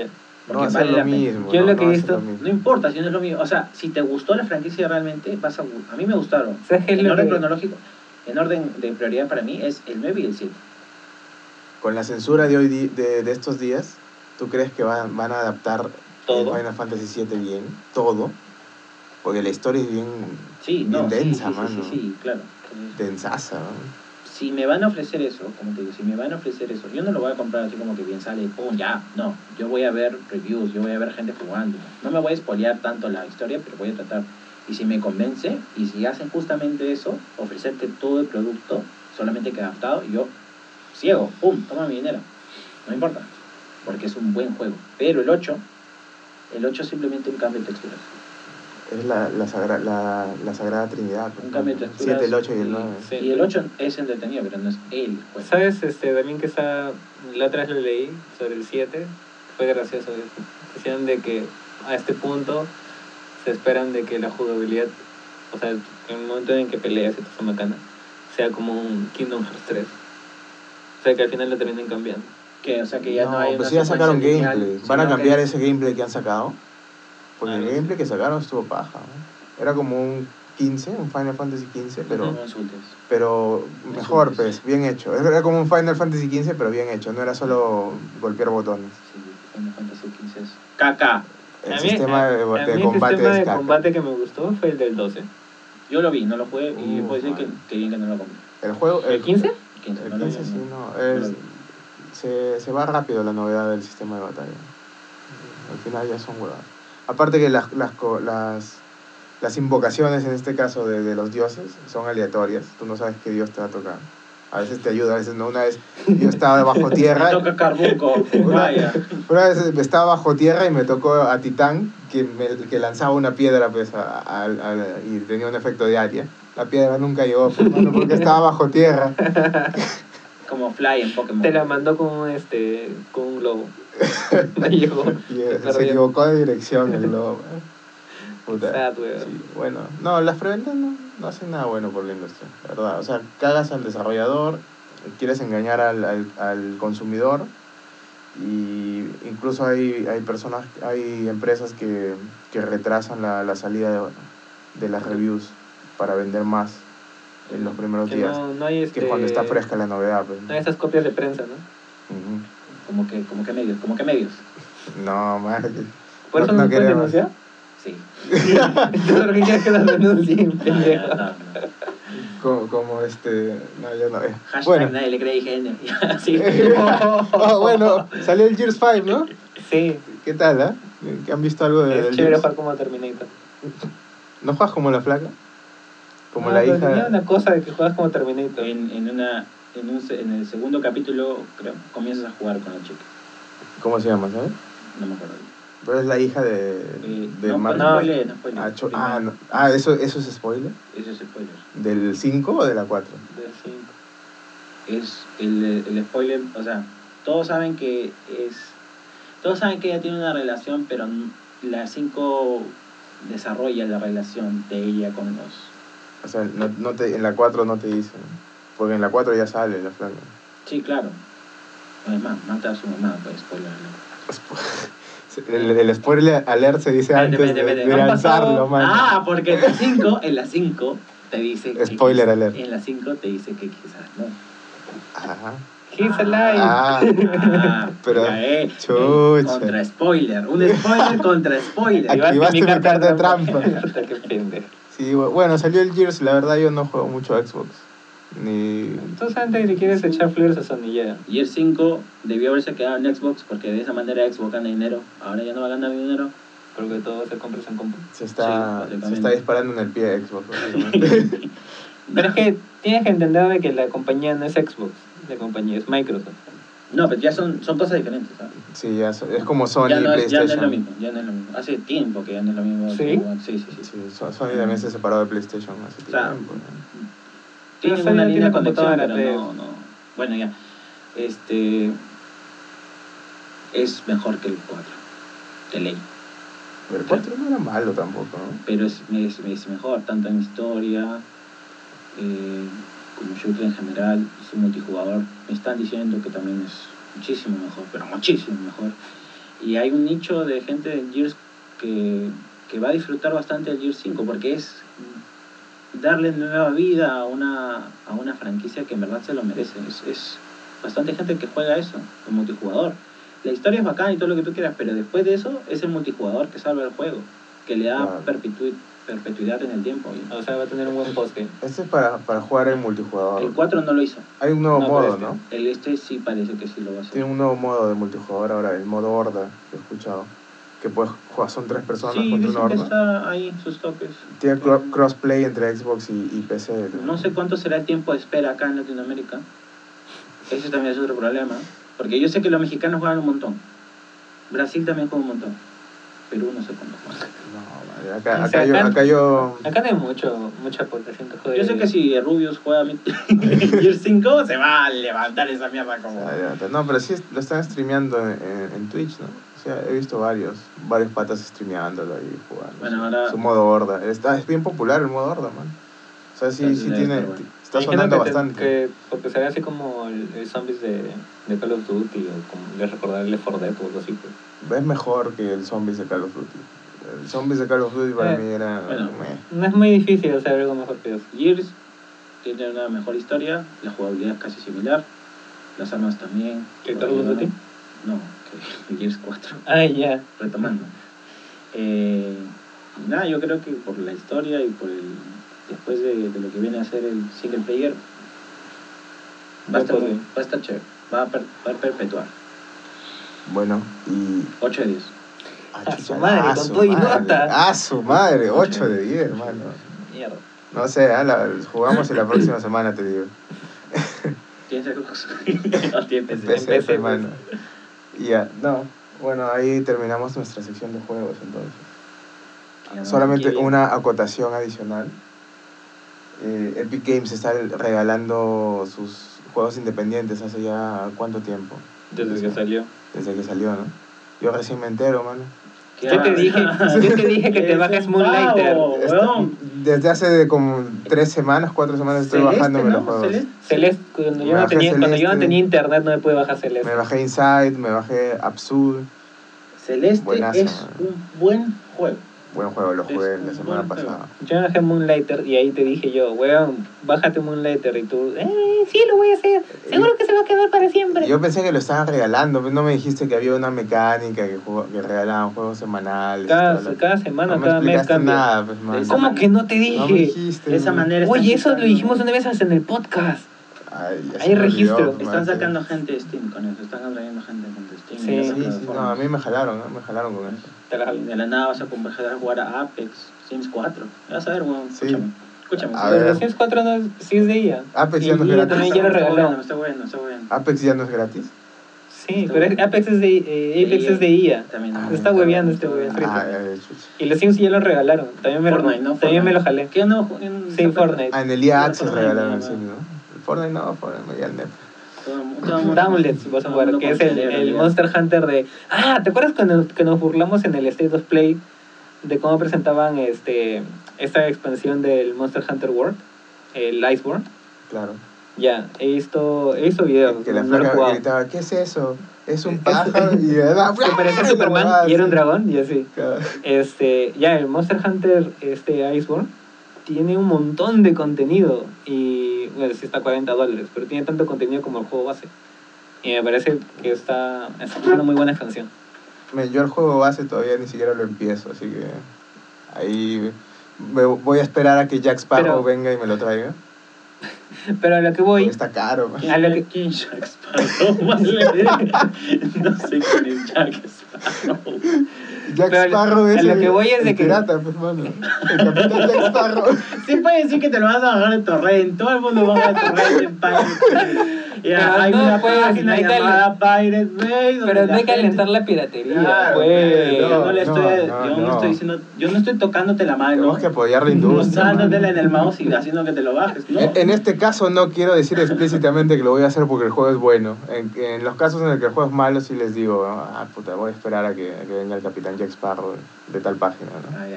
No Porque va a ser vale lo la pena. mismo. Yo no, lo no que he va a ser visto- lo mismo. No importa si no es lo mismo. O sea, si te gustó la franquicia realmente, vas a... A mí me gustaron. ¿Sabes qué es En lo orden que- cronológico, en orden de prioridad para mí es el 9 y el 7. Con la censura de hoy de estos días, ¿tú crees que van a adaptar Todo. el Final Fantasy VII bien? Todo. Porque la historia es bien, Sí, bien no, densa, sí, mano. sí, claro. Densaza, ¿no? Si me van a ofrecer eso, como te digo, si me van a ofrecer eso, yo no lo voy a comprar así como que bien sale, pum, ya, no. Yo voy a ver reviews, yo voy a ver gente jugando. No me voy a spoilear tanto la historia, pero voy a tratar. Y si me convence, y si hacen justamente eso, ofrecerte todo el producto, solamente que adaptado, yo, ciego, pum, toma mi dinero. No me importa, porque es un buen juego. Pero el 8 es simplemente un cambio de texturas. Es la sagrada trinidad. pues, Un cambio de ¿no? texturas. 7, el 8 y el 9. Sí. Y el 8 es entretenido, pero no es el juego. ¿Sabes también que está... La otra vez lo leí sobre el 7, fue gracioso eso. Decían de que a este punto se esperan de que la jugabilidad, o sea, en el momento en que peleas y todo bacana, sea como un Kingdom Hearts 3. O sea, que al final lo terminen cambiando. Que, o sea, que ya no, hay pues una sí ya sacaron secuencia lineal, gameplay. Van a sino que- cambiar ese gameplay que han sacado. Porque el Algo gameplay así. que sacaron estuvo paja. ¿No? Era como un 15, un Final Fantasy 15, pero, No insultes. pero No mejor, insultes. pues, bien hecho. Era como un Final Fantasy 15, pero bien hecho. No era solo golpear botones. Sí, Final Fantasy XV es caca. El A mí- sistema a de mí combate el sistema es de caca. combate que me gustó fue el del 12. Yo lo vi, no lo jugué y puedo decir man. que bien que no lo compré. El juego... ¿El 15? 15, El no lo 15 vi, sí, no. no. lo vi. Se va rápido la novedad del sistema de batalla. Al final ya son huevadas. Aparte que las invocaciones, en este caso de los dioses, son aleatorias. Tú no sabes qué dios te va a tocar. A veces te ayuda, a veces no. Una vez yo estaba bajo Me tierra. toca Carbunco, vaya. Una vez estaba bajo tierra y me tocó a Titán, que lanzaba una piedra pues, y tenía un efecto de área. La piedra nunca llegó, pues, mano, porque estaba bajo tierra. Como Fly en Pokémon. Te la mandó con con un globo. No llegó. Y Se se perdió. equivocó de dirección el globo. Puta. Sad, weón. Sí, bueno, no, las preventas no hacen nada bueno por la industria, la verdad. O sea, cagas al desarrollador, quieres engañar al consumidor, y incluso hay empresas que retrasan la salida de las reviews para vender más en los primeros Que días, no hay que es cuando está fresca la novedad. Pues. No hay esas copias de prensa, ¿no? Ujú. Como que medios. No, man. ¿Por eso no, pueden queremos. denunciar? Sí. Entonces, ¿por qué quieres que nos denuncien, pendejo? No. Como no, ya no. Hashtag Bueno. nadie le cree IGN. Sí. Bueno, salió el Gears 5, ¿no? Sí, ¿Qué tal, ah? ¿Que han visto algo de es del chévere Gears? jugar como Terminator. ¿No juegas como la flaca? Como No, la pero hija. tenía una cosa de que juegas como Terminator. En el segundo capítulo, creo, comienzas a jugar con la chica. ¿Cómo se llama, sabes? No me acuerdo. Pero es la hija de no, Mark. no spoiler, no spoiler. ¿Eso es spoiler? Eso es spoiler. ¿Del 5 o de la 4? Del 5. Es el spoiler, o sea, todos saben que ella tiene una relación, pero la 5 desarrolla la relación de ella con los... O sea, en la 4 no te dicen. Porque en la 4 ya sale la flaca. Sí, claro. Además, mata a su mamá, pues, spoiler. El spoiler alert se dice antes Vete. de Han lanzarlo, pasado- man. Ah, porque en la 5 te dice que Spoiler alert. En la 5 te dice que quizás no. Ajá. He's alive. Pero, chucha. Contra spoiler. Un spoiler contra spoiler. Activaste mi carta de trampa. Qué pendejo. Sí, bueno, salió el Gears. La verdad, yo no juego mucho a Xbox. Ni. Entonces antes le quieres echar flores a Sony ya. Y el 5 debió haberse quedado en Xbox porque de esa manera Xbox gana dinero. Ahora ya no va a ganar dinero. Porque todo se compra en compra. Se Sí, está básicamente. disparando en el pie de Xbox. básicamente. Pero es que tienes que entender de que la compañía no es Xbox, la compañía es Microsoft. No, pero ya son cosas diferentes, ¿sabes? Sí, ya es como Sony Ya y no es PlayStation. lo mismo, ya no es lo mismo. Hace tiempo que ya no es lo mismo. ¿Sí? Sí. Sí, Sony también se separó de PlayStation hace O sea, tiempo. Pero Tiene Sony una no línea de tiene conexión, computadora, pero pues. no. Bueno, ya. Es mejor que el 4. De ley. Pero el 4 no era malo tampoco, ¿no? Pero es mejor, tanto en historia, como shooter en general, su multijugador. Me están diciendo que también es muchísimo mejor, pero muchísimo mejor. Y hay un nicho de gente de Gears que va a disfrutar bastante del Gears 5 porque es darle nueva vida a una franquicia que en verdad se lo merece. Es bastante gente que juega eso, el multijugador. La historia es bacana y todo lo que tú quieras, pero después de eso es el multijugador que salva el juego, que le da Claro. perpetuidad en el tiempo. O sea, va a tener un buen post-game. Este es para jugar en multijugador. El 4 no lo hizo. Hay un nuevo No, modo, pero ¿no? El sí parece que sí lo va a hacer. Tiene un nuevo modo de multijugador ahora, el modo horda, que he escuchado. Que puedes jugar, son 3 personas Sí, contra dicen una que horda. está ahí sus toques. Tiene crossplay entre Xbox y PC. No sé cuánto será el tiempo de espera acá en Latinoamérica. Ese también es otro problema. Porque yo sé que los mexicanos juegan un montón. Brasil también juega un montón. Perú no sé cuánto juega. No, vale, O sea, acá yo... Acá no hay mucha población que juegue. Yo sé que si Rubius juega Gear 5 se va a levantar esa mierda como... No, pero sí lo están streameando en Twitch, ¿no? O sea, he visto varios patas streameándolo y jugando. Bueno, ahora... Su modo horda. Es bien popular el modo horda, man. O sea, sí Entonces, tiene... está bueno. Está Hay sonando gente bastante. porque se ve así como el zombies de Call of Duty o como les recordar el Left 4 Dead o algo así. Pues. Es mejor que el Zombies de Call of Duty. El Zombies de Call of Duty para mí era... bueno. No es muy difícil hacer algo mejor que eso. Gears tiene una mejor historia, la jugabilidad es casi similar, las armas también. ¿Que Call of Duty? No, que Gears 4, Ah, ya. retomando. Nada, yo creo que por la historia y por el después de lo que viene a ser el single player, va a estar chévere, va a perpetuar. Bueno, y... 8 de 10. A su madre, con todo y nota. A su madre, 8 de 10, mano. Mierda. No sé, jugamos y la próxima semana te digo. ¿Tienes Xbox? No, tiene PC. PC, PC, mano. Y ya, no. Bueno, ahí terminamos nuestra sección de juegos entonces. Ya, Solamente aquí viene. una acotación adicional. Epic Games está regalando sus juegos independientes hace ya ¿cuánto tiempo? Desde que salió. Desde que salió, ¿no? Yo recién me entero, mano. Yo te dije que te bajes Moonlighter. Desde hace como 3 semanas, 4 semanas estoy bajándome los juegos. Celeste, cuando yo no tenía internet no me pude bajar Celeste. Me bajé Inside, me bajé Absurd. Celeste Buenazo, es man. un buen juego. Buen juego, lo jugué la semana buen juego. pasada. Yo me bajé Moonlighter y ahí te dije yo, weón, bájate Moonlighter y tú, sí, lo voy a hacer. Seguro que se va a quedar para siempre. Yo pensé que lo estaban regalando, pero no me dijiste que había una mecánica que regalaban juegos semanales. Cada semana, no me cada mes explicaste cambia. nada, pues, man. ¿Cómo que no te No me dije? dijiste. De esa man. manera Oye, están eso lo sacando- dijimos una vez hasta en el podcast. Ay, ya Hay se me registro. olvidó, pues, Están man. sacando gente de Steam con eso, están atrayendo gente de Steam. Sí. y otras Sí, sí, no, plataformas. a mí me jalaron, ¿no? Me jalaron con eso. Te la Y de la nada vas a empezar a jugar a Apex, Sims 4. Vas a ver, weón, Sí. escúchame. A Pero ver. los Sims 4 no, sí es de ella. Apex Y ya no es ella gratis. también ya lo regaló. Está bueno. Apex ya no es gratis. Sí, pero Apex es de ella. También. Ah, Está hueveando este huevón frito. Chucha. Y los Sims ya lo regalaron. También me Fortnite. lo jalé. ¿Qué no? Sí, Fortnite. Ah, en el EA Access Fortnite, regalaron el no, Sim, ¿no? El Fortnite no, Fortnite ya el NEP. Downlets, vas a jugar, que es el Monster Hunter de... Ah, ¿te acuerdas cuando que nos burlamos en el State of Play de cómo presentaban esta expansión del Monster Hunter World? El Iceborne. Claro. Ya, he visto videos. Que la no lo he flaca jugado. gritaba, ¿qué es eso? Es un pájaro y Que parecía Superman y era un dragón y así. Claro. Ya, el Monster Hunter Iceborne tiene un montón de contenido y bueno, sí está a $40, pero tiene tanto contenido como el juego base. Y me parece que es una muy buena expansión. Yo el juego base todavía ni siquiera lo empiezo, así que ahí voy a esperar a que Jack Sparrow Pero- venga y me lo traiga. Pero a lo que voy, Porque está caro, man. A lo que- ¿Quién es Jack Sparrow? No sé quién es Jack Sparrow. Jack Pero Sparrow a es lo el, que voy es de el que- pirata, pues, mano. El capitán Jack Sparrow. Sí puede decir que te lo vas a bajar de torrent. Todo el mundo va a bajar de torrent en Pirate. Pero Ya, hay no, una pues, página no hay que llamada Pirate Bay. donde pero la no hay que gente- alentar la piratería, Claro, pues. Yo no le No, estoy, no, yo no no. estoy diciendo, yo no estoy tocándote la mano. Tenemos que apoyar la industria. Usándotela mano. en el mouse y haciendo que te lo bajes, ¿no? En este caso no quiero decir explícitamente que lo voy a hacer porque el juego es bueno. En los casos en los que el juego es malo sí les digo, puta, voy a esperar a que venga el capitán Jack Sparrow de tal página, ¿no? Ah, ya.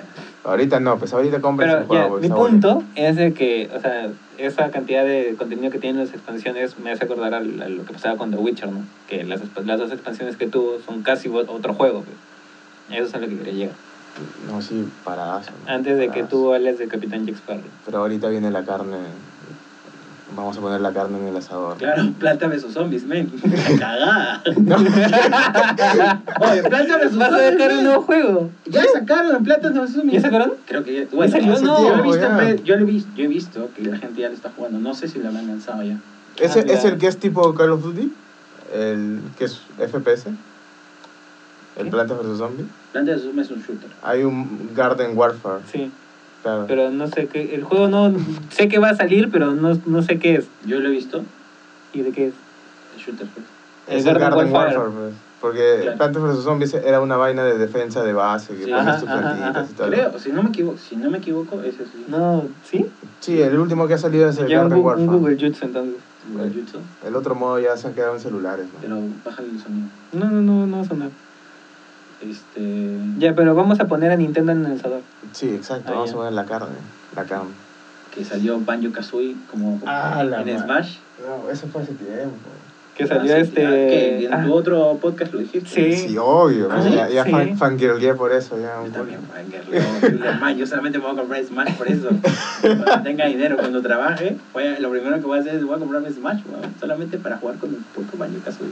Ahorita no, pues ahorita compras Pero el juego. ya, porque mi está punto es de que, o sea, esa cantidad de contenido que tienen las expansiones me hace acordar a lo que pasaba con The Witcher, ¿no? Que las dos expansiones que tuvo son casi otro juego, pues. Eso es a lo que quería llegar. bonito. No, sí, paradazo. ¿no? Antes de que Paradazo. tú hables de Capitán Jack Sparrow. Pero ahorita viene la carne. Vamos a poner la carne en el asador. Claro, Planta vs Zombies, men. Cagada. No. Oye, Planta vs ¿Vas a Zombies. sacar un nuevo juego? Ya sacaron Planta vs Zombies. ¿Ya sacaron? Creo que ya. Bueno, salió? hace No. tiempo, Ya. yo he visto que la gente ya lo está jugando. No sé si lo han lanzado ya. ¿Ese Ah, es ya. el que es tipo Call of Duty? El que es FPS. El ¿Qué? Plantas vs Zombies. Planta vs Zombies es un shooter. Hay un Garden Warfare. Sí, Claro. pero no sé qué. El juego no. Sé que va a salir, pero no sé qué es. Yo lo he visto. ¿Y de qué es? El shooter. Pues. Es el el Garden Garden Warfare. Warfare, pues. Porque Claro. Plantas vs Zombies era una vaina de defensa de base, que Sí. pones Ajá, tus ajá, plantitas ajá. y todo. Creo, si no me equivoco, ese es el No, ¿sí? Sí, el último que ha salido es el Ya un Garden un Warfare. Google Jutsu entonces. Jutsu, El otro modo ya se han quedado en celulares, ¿no? pero bájale el sonido. No va a sonar. Este. Ya, pero vamos a poner a Nintendo en el asador. Sí, exacto. Ah, Vamos ya. a poner la carne. La carne. Que salió Banjo Kazooie como Ah, la en madre. Smash. No, eso fue hace tiempo. Que salió Ah, sí, este. que en ah, tu otro podcast lo dijiste. Sí. Sí, obvio. Ah, ¿no? ¿sí? Ya Sí. fangirleé por eso. Ya, Yo un también, culo. hermano, yo solamente me voy a comprar Smash por eso. Cuando tenga dinero, cuando trabaje, lo primero que voy a hacer es voy a comprarme Smash, weón, solamente para jugar con el puto Banjo Kazooie.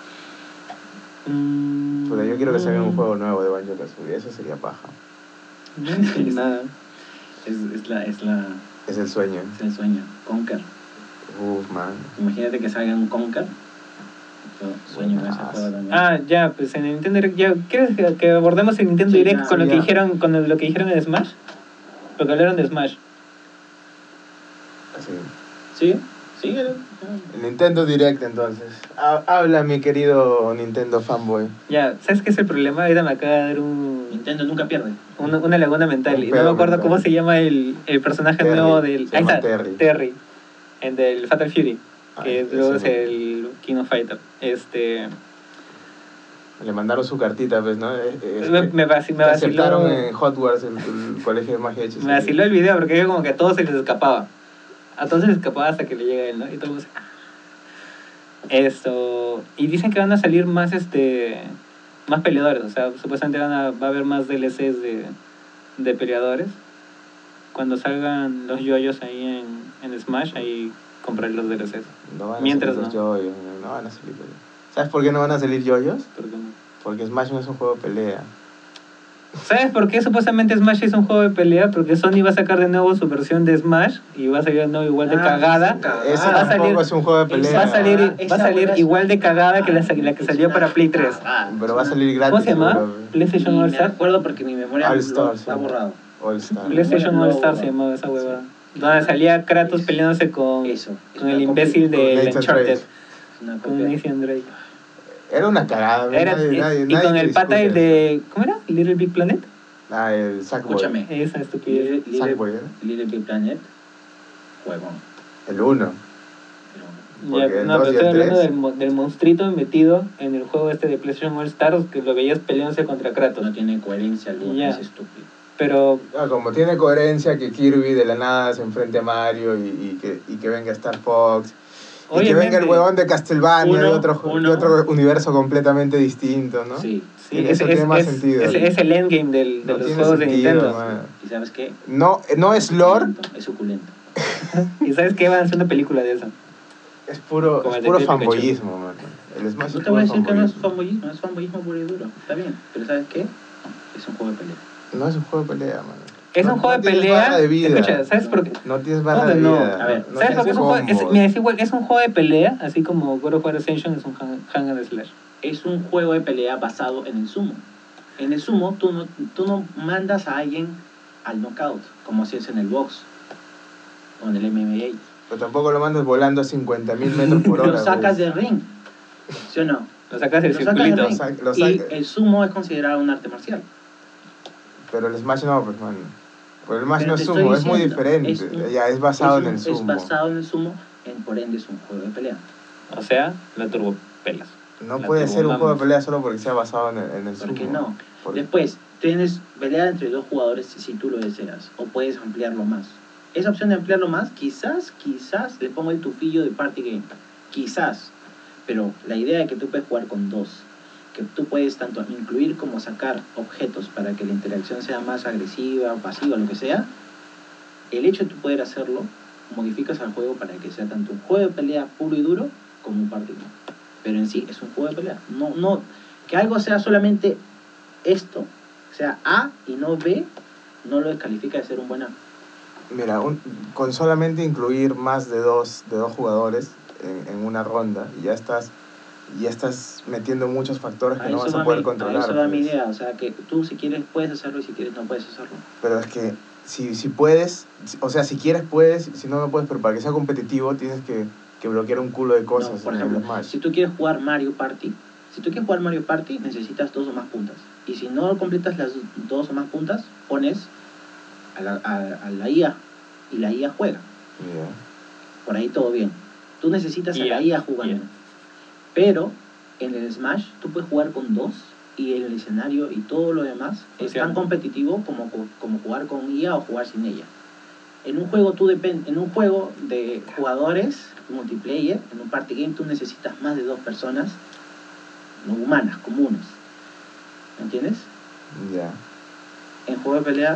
Puta, yo quiero que salga un juego nuevo de Banjo Kazooie. Eso sería paja. Nada. Es Es el sueño. el sueño. Conker. Uf, man. Imagínate que salga un Conker. Yo sueño con ese Buenazo. juego también. Ah, ya, pues en el Nintendo Direct. Ya, ¿quieres que abordemos el Nintendo Sí, Direct ya, con lo que ya. dijeron, lo que dijeron en Smash? Lo que hablaron de Smash. Así. ¿Sí? Sí, El Nintendo Direct, entonces. Habla, mi querido Nintendo fanboy. Ya, ¿sabes qué es el problema? Ahorita me acaba de dar Nintendo nunca pierde. una laguna mental. Un Y no pedo me acuerdo mental. cómo se llama el personaje Terry, nuevo del. se Ahí llama está, Terry. En del Fatal Fury. Ah, Que ese luego es mismo. el King of Fighter. Le mandaron su cartita, pues, ¿no? Me Te aceptaron vaciló. en Hot Wars, el colegio de magia hecho. Me vaciló el video porque era como que a todos se les escapaba. A todos se les escapaba hasta que le llega él, ¿no? Y todo el mundo se- Esto. Y dicen que van a salir más más peleadores. O sea, supuestamente va a haber más DLCs de peleadores. Cuando salgan los yoyos ahí en Smash, ahí compraré los DLCs. No van a Mientras salir los no. yoyos, no van a salir yoyos. ¿Sabes por qué no van a salir yoyos? ¿Por qué no? Porque Smash no es un juego de pelea. ¿Sabes por qué supuestamente Smash es un juego de pelea? Porque Sony va a sacar de nuevo su versión de Smash y va a salir de nuevo igual de cagada. Ese va a tampoco salir- es un juego de pelea. Va a salir, Esa va a salir hueá es igual de una cagada que la cagada. que salió para Play 3. Pero va a salir gratis. ¿Cómo se llama? seguro. PlayStation Ni All me Star. acuerdo porque mi memoria All lo Star, está sí. borrado. All Star. PlayStation All Star se Luego- llamaba esa huevada. Donde salía Kratos peleándose con Eso. el imbécil de Nathan Uncharted. Drake. Una Con copia. Nathan Drake. Era una cagada. Era- nadie y con el pata discute de. ¿Cómo era? Little Big Planet. eso. Ah, el Sackboy. Escúchame. Esa estupidez. Sackboy, ¿eh? Little Big Planet. Huevón. El 1. Pero- Ya, Porque el no, 2 pero y estoy el hablando 3. del monstruito metido en el juego este de PlayStation All Stars que lo veías peleándose contra Kratos. No tiene coherencia alguna, Ya. es estúpido. Pero Como tiene coherencia que Kirby de la nada se enfrente a Mario y que venga Star Fox. Y que venga el huevón de Castlevania de otro universo completamente distinto, ¿no? Sí. sí, Eso tiene más sentido. Es el endgame de No los tiene juegos de sentido, Nintendo. man. ¿Y sabes qué? No es lore, Es suculento. Y sabes que van a hacer una película de eso. es puro Como el de puro Pikachu. fanboyismo, man. El Smash No es te voy a puro decir que no es fanboyismo. fanboyismo, es fanboyismo puro y duro. Está bien, pero ¿sabes qué? Es un juego de pelea. No es un juego de pelea, man. Es No- un juego no de tienes pelea. barra de vida. Escucha, ¿sabes por qué? No tienes barra de No, vida. a ver, no ¿Sabes por qué es un juego? combos. Mira, es igual, es un juego de pelea, así como God of War Ascension es un hang and slash. Es un juego de pelea basado en el sumo. En el sumo tú no mandas a alguien al knockout, como si es en el box o en el MMA. Pero tampoco lo mandas volando a 50.000 metros por hora. Lo sacas pues. del ring, ¿sí o no? Lo sacas del Lo sacas del circulito. ring. Lo Y saca- el sumo es considerado un arte marcial. Pero el Smash no, pues, man. Pero el Smash Pero no te es estoy sumo, es muy diciendo, diferente. Ya, es basado en el Es sumo. basado en el sumo, por ende es un juego de pelea. O sea, la turbo pelas. No La puede ser un juego de tumbamos. pelea solo porque sea basado en el ¿Por qué sumo. no? Por- Después, tienes pelea entre dos jugadores si tú lo deseas, o puedes ampliarlo más. Esa opción de ampliarlo más, quizás le pongo el tufillo de party game. Quizás. Pero la idea de que tú puedes jugar con dos, que tú puedes tanto incluir como sacar objetos para que la interacción sea más agresiva, pasiva, lo que sea, el hecho de tú poder hacerlo, modificas al juego para que sea tanto un juego de pelea puro y duro como un party game. Pero en sí es un juego de pelea. No, que algo sea solamente esto, sea A y no B, no lo descalifica de ser un buen A. Mira, con solamente incluir más de dos jugadores en una ronda, y ya estás metiendo muchos factores que A no eso vas a va poder mi, a controlar. eso va mi Pues. idea. O sea, que tú si quieres puedes hacerlo y si quieres no puedes hacerlo. Pero es que si puedes, o sea, si quieres puedes, si no, no puedes, pero para que sea competitivo tienes que bloquear un culo de No, cosas por en ejemplo, el Smash. si tú quieres jugar Mario Party, necesitas 2 o más puntas. Y si no completas las 2 o más puntas, pones a la IA y la IA juega. Ya. Por ahí todo bien. Tú necesitas a la IA, IA jugando. IA. Pero en el Smash tú puedes jugar con 2 y el escenario y todo lo demás es Funciona. tan competitivo como jugar con IA o jugar sin ella. En un juego en un juego de jugadores multiplayer, en un party game tú necesitas más de 2 personas no humanas, comunes. ¿Me entiendes? Ya. En juego de pelea,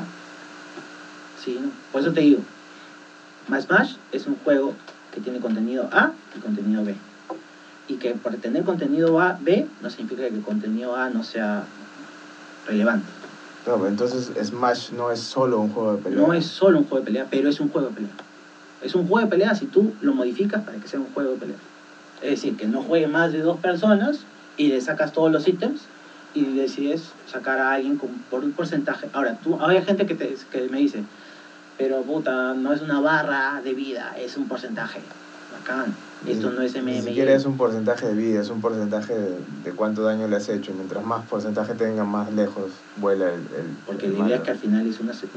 sí, no. Por eso te digo, Smash es un juego que tiene contenido A y contenido B. Y que por tener contenido A, B, no significa que el contenido A no sea relevante. No, entonces Smash no es solo un juego de pelea. No es solo un juego de pelea, pero es un juego de pelea. Es un juego de pelea si tú lo modificas para que sea un juego de pelea. Es decir, que no juegue más de 2 personas y le sacas todos los ítems y decides sacar a alguien por un porcentaje. Ahora, hay gente que me dice, pero puta, no es una barra de vida, es un porcentaje. Bacán. Esto no es Ni MMI. siquiera es un porcentaje de vida, es un porcentaje de cuánto daño le has hecho. Mientras más porcentaje tenga, más lejos vuela el Porque el la idea es malo. que al final es es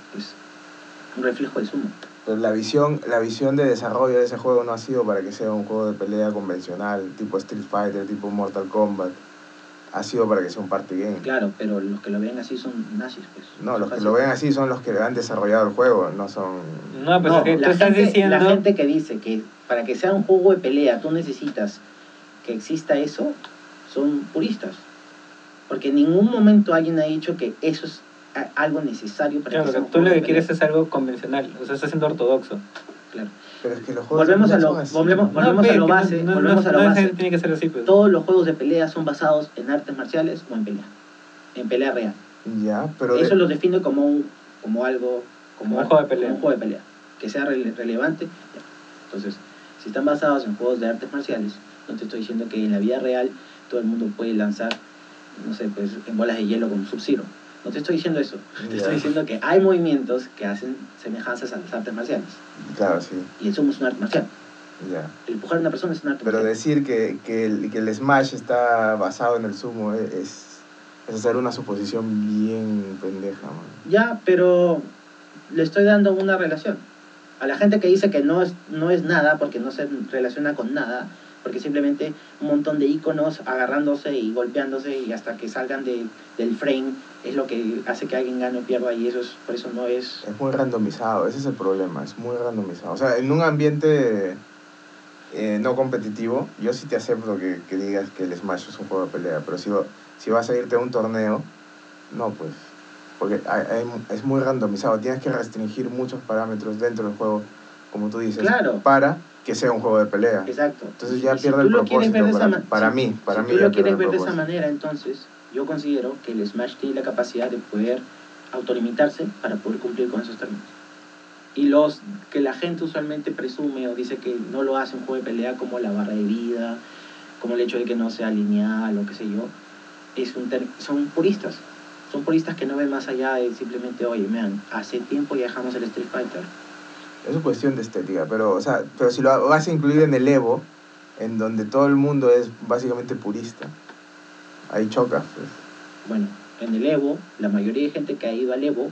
un reflejo de sumo. Pero la visión de desarrollo de ese juego no ha sido para que sea un juego de pelea convencional, tipo Street Fighter, tipo Mortal Kombat. Ha sido para que sea un party game. Claro, pero los que lo ven así son nazis, pues. No, Son los que lo fascistas. ven así son los que han desarrollado el juego, no son... No, pues No, es que tú la estás gente, diciendo... la gente que dice que para que sea un juego de pelea tú necesitas que exista eso, son puristas. Porque en ningún momento alguien ha dicho que eso es algo necesario para Claro, que sea que un tú juego lo de que quieres pelea. es algo convencional, o sea, estás siendo ortodoxo. Claro. Pero es que los juegos Volvemos de a pelea lo, son así. volvemos, ¿no? volvemos a lo que base, no, volvemos a lo no base. tiene que ser así, pues. Todos los juegos de pelea son basados en artes marciales o en pelea real. Ya, pero... Eso lo define como un juego de pelea. como un juego de pelea, que sea relevante. Ya. Entonces, si están basados en juegos de artes marciales, no te estoy diciendo que en la vida real todo el mundo puede lanzar, no sé, pues en bolas de hielo con Sub-Zero. No te estoy diciendo eso. Te Ya. estoy diciendo que hay movimientos que hacen semejanzas a las artes marciales. Claro, sí, Y el sumo es un arte marcial. ya. El empujar a una persona es un arte Pero marcial. decir que el Smash está basado en el sumo es hacer una suposición bien pendeja, man. Ya, pero le estoy dando una relación. A la gente que dice que no es nada porque no se relaciona con nada, porque simplemente un montón de iconos agarrándose y golpeándose y hasta que salgan del frame es lo que hace que alguien gane o pierda y por eso no es... Es muy randomizado, ese es el problema, es muy randomizado. O sea, en un ambiente no competitivo, yo sí te acepto que digas que el Smash es un juego de pelea, pero si vas a irte a un torneo, no, pues, porque es muy randomizado, tienes que restringir muchos parámetros dentro del juego, como tú dices, Claro. para que sea un juego de pelea. Exacto. Entonces ya Y pierde tú el lo quieres ver propósito de para mí, si mí tú ya lo pierde quieres el ver de esa propósito. manera, entonces yo considero que el Smash tiene la capacidad de poder autolimitarse para poder cumplir con esos términos. Y los que la gente usualmente presume o dice que no lo hace un juego de pelea, como la barra de vida, como el hecho de que no sea lineal o qué sé yo, son puristas. Son puristas que no ven más allá de simplemente, oye, man, hace tiempo ya dejamos el Street Fighter. Es una cuestión de estética, pero si lo vas a incluir en el Evo, en donde todo el mundo es básicamente purista, ahí chocas, pues. Bueno, en el Evo, la mayoría de gente que ha ido al Evo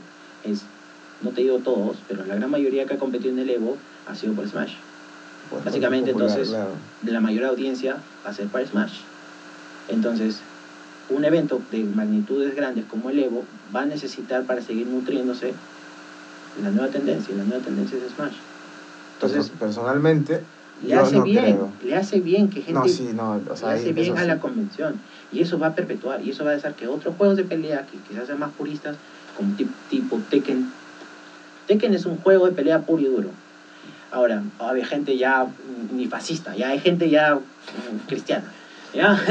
no te digo todos, pero la gran mayoría que ha competido en el Evo ha sido por Smash. Pues, Básicamente, popular, entonces, claro. de la mayoría de audiencia va a ser para Smash. Entonces, un evento de magnitudes grandes como el Evo va a necesitar para seguir nutriéndose la nueva tendencia, y la nueva tendencia es Smash. Entonces, personalmente, le yo hace no bien, creo. le hace bien que gente No, sí, no, o sea, le hace bien eso a la sí. convención, y eso va a perpetuar, y eso va a hacer que otros juegos de pelea que quizás sean más puristas, como tipo Tekken es un juego de pelea puro y duro. Ahora, había gente ya ni fascista, ya hay gente ya cristiana, ya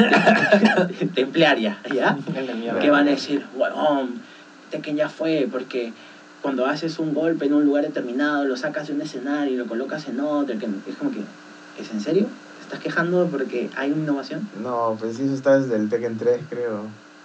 templaria, ya Es la mierda. que van a decir, huevón, Tekken ya fue, porque cuando haces un golpe en un lugar determinado, lo sacas de un escenario y lo colocas en otro, que es como que, ¿es en serio? ¿Te estás quejando porque hay una innovación? No, pues sí, eso está desde el Tekken 3, creo.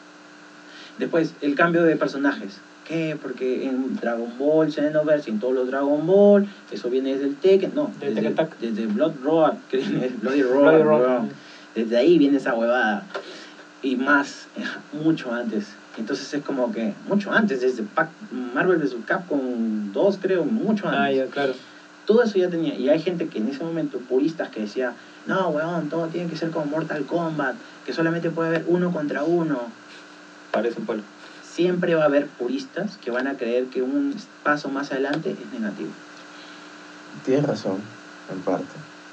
Después, el cambio de personajes. ¿Qué? Porque en Dragon Ball, Xenoverse, en todos los Dragon Ball, eso viene desde el Tekken, no, Del Tekken Tag. desde Blood Roar, Bloody Roar, Bloody Roar. weón. Desde ahí viene esa huevada. Y más, mucho antes. Entonces es como que, mucho antes, desde Marvel vs. Capcom 2, creo, mucho antes. Ah, ya, claro. Todo eso ya tenía. Y hay gente que en ese momento, puristas, que decía, no, weón, todo tiene que ser como Mortal Kombat, que solamente puede haber 1 contra 1. Parece un polo. Siempre va a haber puristas que van a creer que un paso más adelante es negativo. Tienes razón, en parte.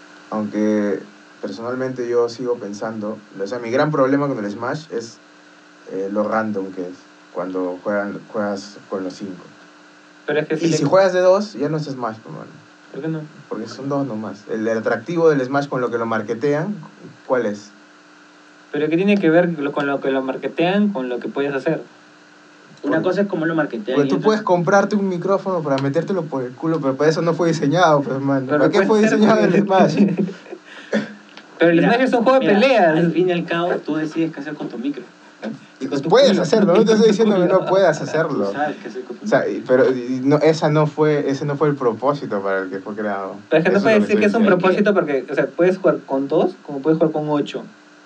Aunque personalmente yo sigo pensando, o sea, mi gran problema con el Smash es lo random que es cuando juegas con los 5. Pero es que Y si juegas de 2, ya no es Smash, hermano. ¿Por qué no? Porque son 2 nomás. El atractivo del Smash con lo que lo marketean, ¿cuál es? Pero ¿qué tiene que ver con lo que lo marketean con lo que puedes hacer? Una cosa es como lo marketean. Porque y tú otra- puedes comprarte un micrófono para metértelo por el culo, pero para eso no fue diseñado, pues, hermano. Pero ¿Para qué puede fue ser diseñado el porque- Smash? Pero el Mira, Smash es un juego de mira, peleas. Al fin y al cabo, tú decides qué hacer con tu micro. Y con tu Puedes culo. hacerlo, no te estoy diciendo que no Culo. puedas Tú hacerlo. sabes qué hacer con tu O sea, micro. pero no, ese no fue el propósito para el que fue creado. Pero es que no Eso puedes lo decir que es un estoy diciendo. propósito porque, o sea, puedes jugar con 2 como puedes jugar con 8.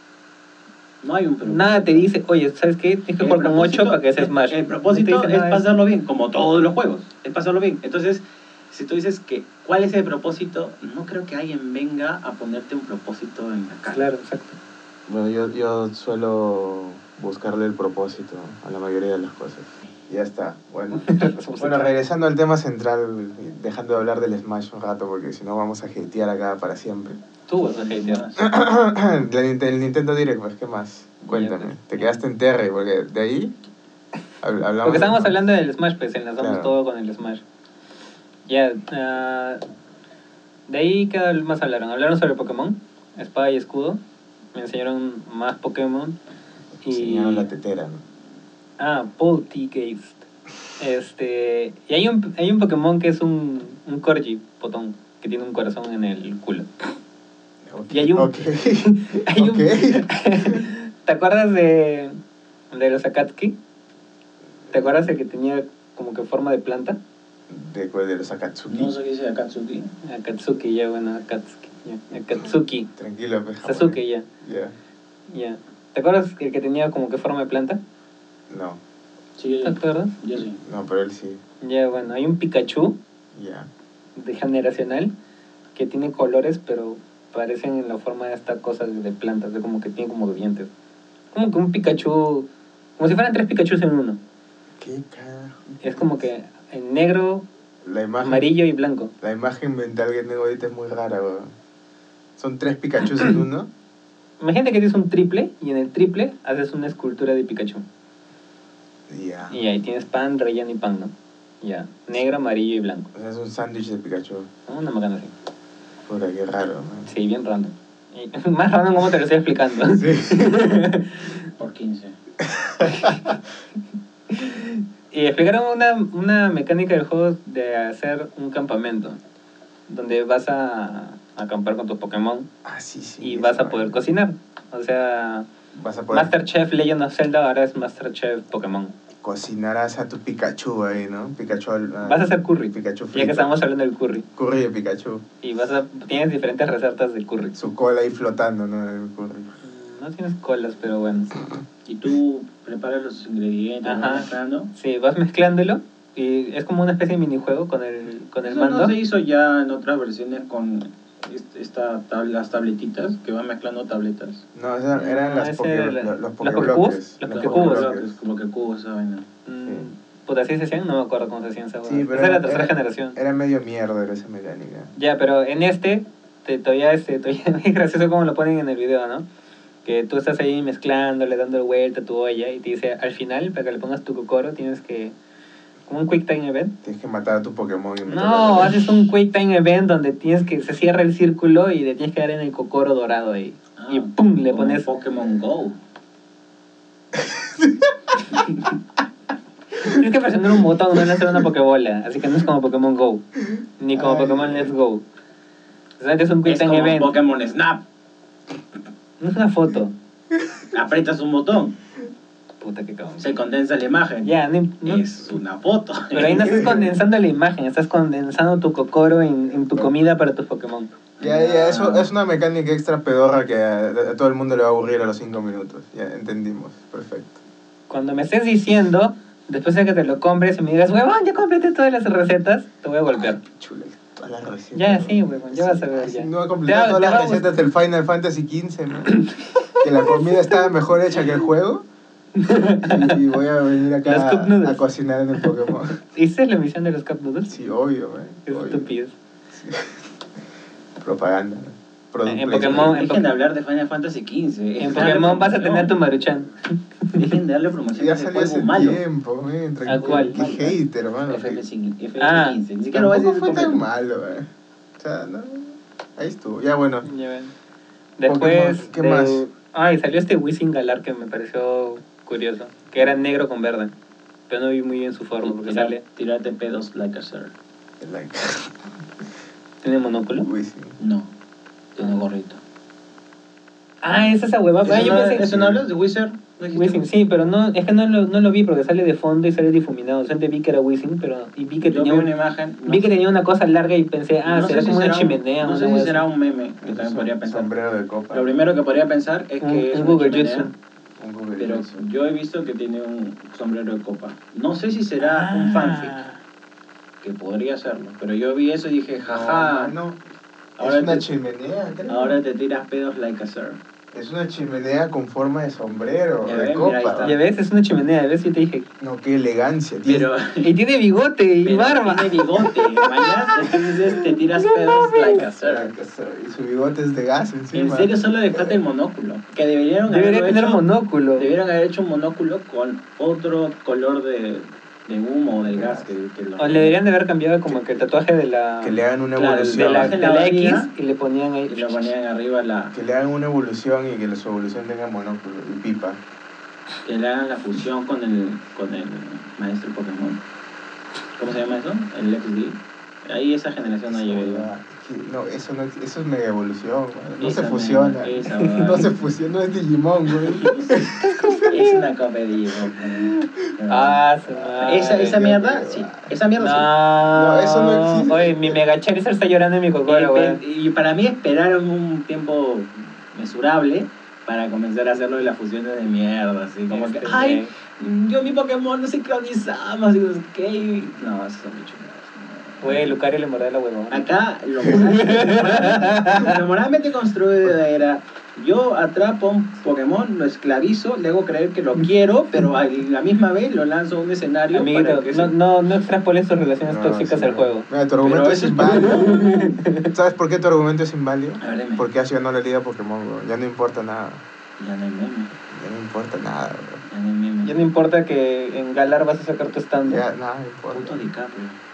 No hay un propósito. Nada te dice, oye, ¿sabes qué? Tienes que El jugar con 8 propósito- para que sea Smash. El No propósito te dice es nada de eso. pasarlo bien, como todos los juegos. Es pasarlo bien. Entonces, si tú dices que cuál es el propósito, no creo que alguien venga a ponerte un propósito en la cara. Claro, exacto. Bueno, yo suelo buscarle el propósito a la mayoría de las cosas. Ya está. Bueno, regresando al tema central, dejando de hablar del Smash un rato, porque si no vamos a hatear acá para siempre. Tú vas a hatear. El Nintendo Direct, pues, ¿qué más? Cuéntame. Mierda. Te quedaste en Terry, porque de ahí hablamos. Porque estábamos hablando del Smash, pues enlazamos Claro. todo con el Smash. Ya, de ahí, ¿qué más hablaron? Hablaron sobre Pokémon, Espada y Escudo. Me enseñaron más Pokémon. Enseñaron la tetera, ¿no? Poltergeist. Y hay un Pokémon que es un Corgi, potón, que tiene un corazón en el culo. Y hay un... Ok. hay un- Ok. ¿Te acuerdas de los Akatsuki? ¿Te acuerdas de que tenía como que forma de planta? ¿De cuál? De los Akatsuki. No sé qué dice Akatsuki. Akatsuki, ya, bueno, Akatsuki. Ya. Akatsuki. Tranquilo, pues. Sasuke, ya. Ya. Ya. ¿Te acuerdas el que tenía como que forma de planta? No. Sí, ¿Te acuerdas? yo sí. No, pero él sí. Ya, bueno, hay un Pikachu Ya. de generacional que tiene colores, pero parecen en la forma de esta cosa de plantas, de como que tiene como dientes. Como que un Pikachu, como si fueran 3 Pikachus en uno. ¿Qué carajo? Es como que en negro, La imagen, amarillo y blanco. La imagen mental que tengo ahorita es muy rara, weón. Son 3 Pikachus en uno. Imagínate que tienes un triple y en el triple haces una escultura de Pikachu. Ya. Y ahí tienes pan, relleno y pan, ¿no? Ya, negro, amarillo y blanco. O sea, es un sándwich de Pikachu. ¿No? Una macana así. Puta, qué raro, ¿no? Sí, bien random. Y más random como te lo estoy explicando. Sí. Por 15. Y explicaron una mecánica del juego de hacer un campamento, donde vas a acampar con tus Pokémon Ah, sí, sí. y vas a esa poder vaina. cocinar. O sea, Vas a poder Masterchef Legend of Zelda ahora es Masterchef Pokémon. cocinarás a tu Pikachu ahí, ¿no? Pikachu Vas a hacer curry, Pikachu ya frito. que estamos hablando del curry. Curry de Pikachu. Y tienes diferentes recetas de curry. Su cola ahí flotando, ¿no? En el curry. No tienes colas, pero bueno. Y tú preparas los ingredientes, Ajá. vas mezclando. Sí, vas mezclándolo y es como una especie de minijuego con el Eso mando. no se hizo ya en otras versiones con las tabletitas que van mezclando tabletas. No, eran No, las ese poke, era la- los ¿los pokebloques. Los Los Pokecubos. pokebloques, como que cubos, esa vaina. Puta, ¿así se hacían? No me acuerdo cómo se hacían esa Sí, huevada. pero Esa es la tercera generación. Era medio mierda esa mecánica. Ya, pero en todavía es gracioso como lo ponen en el video, ¿no? Que tú estás ahí mezclándole, dándole vuelta a tu olla y te dice, al final, para que le pongas tu Kokoro, tienes que... como un Quick Time Event. Tienes que matar a tu Pokémon y No, haces un Quick Time Event donde tienes que... se cierra el círculo y le tienes que dar en el Kokoro dorado ahí. Y ¡pum! Le como pones... Pokémon Go. Tienes que presionar un botón, no lanzar una Pokébola. Así que no es como Pokémon Go. Ni como Ay. Pokémon Let's Go. Solamente es un Quick Es Time como Event. Pokémon Snap. No es una foto. Aprietas un botón, Puta que cabrón. se condensa la imagen. Ya, no, Es una foto. pero ahí no estás condensando la imagen, estás condensando tu Kokoro en tu comida para tus Pokémon. Ya, eso es una mecánica extra pedorra que a todo el mundo le va a aburrir a los 5 minutos. Ya entendimos, perfecto. Cuando me estés diciendo, después de que te lo compres y me digas, huevón, ya completé todas las recetas, te voy a golpear. Chule, todas las recetas. Ya, ¿no? sí, huevón, ya vas a ver. Así Ya. no va a completar Te todas va las a gust- recetas del Final Fantasy XV, ¿no? Que la comida estaba mejor hecha que el juego. Y voy a venir Los acá cup noodles. a cocinar en el Pokémon. ¿Hiciste la misión de los Cup Noodles? Sí, obvio, man. Es obvio. estúpido. Sí. Propaganda, ¿no? Product En placement. Pokémon- Dejen de hablar de Final Fantasy XV. En Pokémon vas a tener tu Maruchan. Dejen de darle Sí, promoción ya a ese salió hace juego malo. tiempo, man. ¿A cuál? Qué hater, hermano. FF15. Ah, Ni siquiera lo voy a Tampoco decir fue tan completo. malo, O sea, no. Ahí estuvo. Ya bueno. Ya ven. Después, Pokémon, ¿qué más? Ay, salió este Wizzing Galar que me pareció curioso. Que era negro con verde. Pero no vi muy bien su forma porque sale. Tirarte pedos like a sir. Like. ¿Tiene monóculo? Uy, sí. No, tiene gorrito. Ah, es esa huevada. Ah, yo pensé... ¿Eso no hablas de Wizard? ¿No dijiste Wizzing, sí, pero no, es que no lo vi porque sale de fondo y sale difuminado. O sea, antes vi que era Wizzing, pero y vi que Yo vi tenía una imagen. vi que tenía una cosa larga y pensé, no será sé si como una será chimenea. No una sé si hueá será así. un meme que Es también un podría pensar. sombrero de copa. Lo primero que podría pensar es que es un una Google chimenea, Jutsu. Un Google pero Jutsu. yo he visto que tiene un sombrero de copa. No sé si será un fanfic, que podría serlo, pero yo vi eso y dije, jaja, No, ahora es una te- chimenea, creo. ahora te tiras pedos like a sir. Es una chimenea con forma de sombrero, Ya de ven, mira, ahí copa. está. Ya ves, es una chimenea, ¿ves? Y te dije. No, qué elegancia. Tiene- Pero, Y tiene bigote y pero barba. tiene bigote, mañana entonces te tiras pedos like a sir. Y su bigote es de gas En encima. serio solo le falta el monóculo, que Debería haberlo tener hecho- monóculo. Debieron haber hecho un monóculo con otro color de humo o del gas que lo... O le deberían de haber cambiado como que el tatuaje de la. Que le hagan una Claro, evolución. de la, Bajen de la la barriga X y le ponían ahí. Y lo ponían arriba Que le hagan una evolución y que su evolución tenga monóculo y pipa. que le hagan la fusión con el maestro Pokémon. ¿Cómo se llama eso? El XD. Ahí esa generación no llegó. No, eso es mega evolución, güey. No Esa se fusiona. mega- esa verdad. No se fusiona, no es Digimon, güey. Es una copia de Digimon. Ah, su madre. Esa mierda, sí. Esa mierda No, No, eso no existe. Oye, mi Mega Charizard está llorando en mi sí. cocoro, güey. Y para mí esperaron un tiempo mesurable para comenzar a hacerlo de las fusiones de mierda, así como que, ay, yo mi Pokémon no sincronizamos, y no sé qué. No, esos son muy chulos. Güey, Lucario le mordía la huevona. Acá lo moralmente construido era: yo atrapo a un Pokémon, lo esclavizo, le hago creer que lo quiero, pero a la misma vez lo lanzo a un escenario Amiguito, para que no extrapoles tus relaciones No, tóxicas sí, al no. juego. Mira, tu argumento Pero es eso es inválido. ¿Sabes por qué tu argumento es inválido? A ver, dime. Porque ya ganó la liga Pokémon, güey. Ya no importa nada. Ya no hay meme, Ya no importa nada, güey. ya no hay meme. Ya no importa que en Galar vas a sacar tu stand. Ya nada Puto importa. DiCaprio.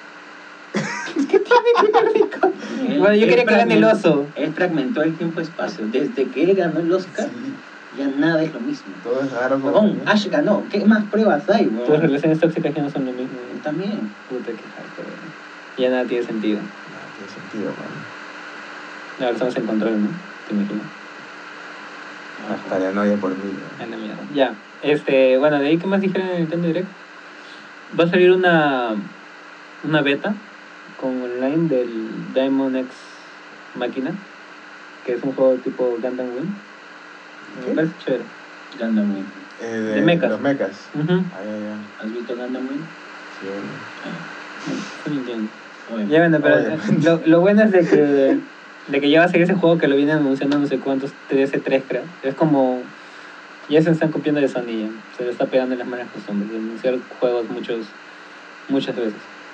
Bueno, yo quería que gane el oso. Él fragmentó el tiempo-espacio. Desde que él ganó el Oscar, Sí, ya nada es lo mismo. todo es raro. como- Huevón, Ash ganó. ¿Qué más pruebas hay, Tus huevón? relaciones tóxicas ya no son lo mismo. También. Puta que jato, güey. Ya nada tiene sentido. No tiene sentido, man. Ahora estamos en control, ¿no? ¿Te imaginas? Paranoia por mí, güey. A la mierda. Ya. Bueno, de ahí, ¿qué más dijeron en el Nintendo Direct? Va a salir una beta con online del Diamond X Máquina, que es un juego tipo Gundam Wing. ¿Qué? Me parece chévere. Gundam Wing. De mechas. Los mechas. Ujú. Ah, ya. ¿Has visto Gundam Wing? Sí, bueno. Sí, entiendo. Obvio. Ya bueno, pero Obviamente. lo bueno es de que De que ya va a ser ese juego que lo vienen anunciando no sé cuántos, TS3 creo. Es como... Ya se están copiando de Sony ya. Se le está pegando en las malas costumbres de anunciar juegos muchas veces.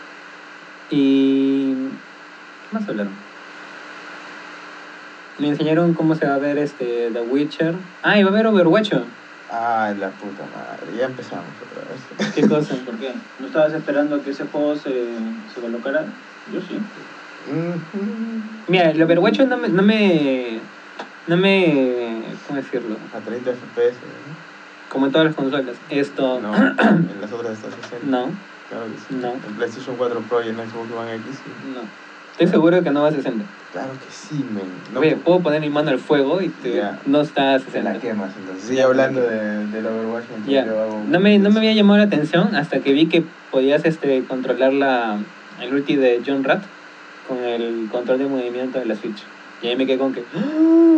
Y... ¿Qué más hablaron? Me enseñaron cómo se va a ver The Witcher. Ah, y va a haber Overwatch. Ay, la puta madre, ya empezamos otra vez. ¿Qué cosa? ¿Por qué? ¿No estabas esperando que ese juego se colocara? Yo sí. Mira, el Overwatch no me... ¿Cómo decirlo? A 30 FPS, ¿no? Como en todas las consolas. Esto... No, en las otras está 60. No, Claro que sí. no, En PlayStation 4 Pro y en Xbox One X, sí. no. Estoy seguro que no va a 60. Claro que sí, men. No, Oye, puedo poner mi mano al fuego y Ya. no está a te la 60. quemas, entonces. Sigue hablando del Overwatch. mientras Ya. yo hago No me había llamado la atención hasta que vi que podías controlar el ulti de John Rat con el control de movimiento de la Switch. Y ahí me quedé con que... ¡Ah!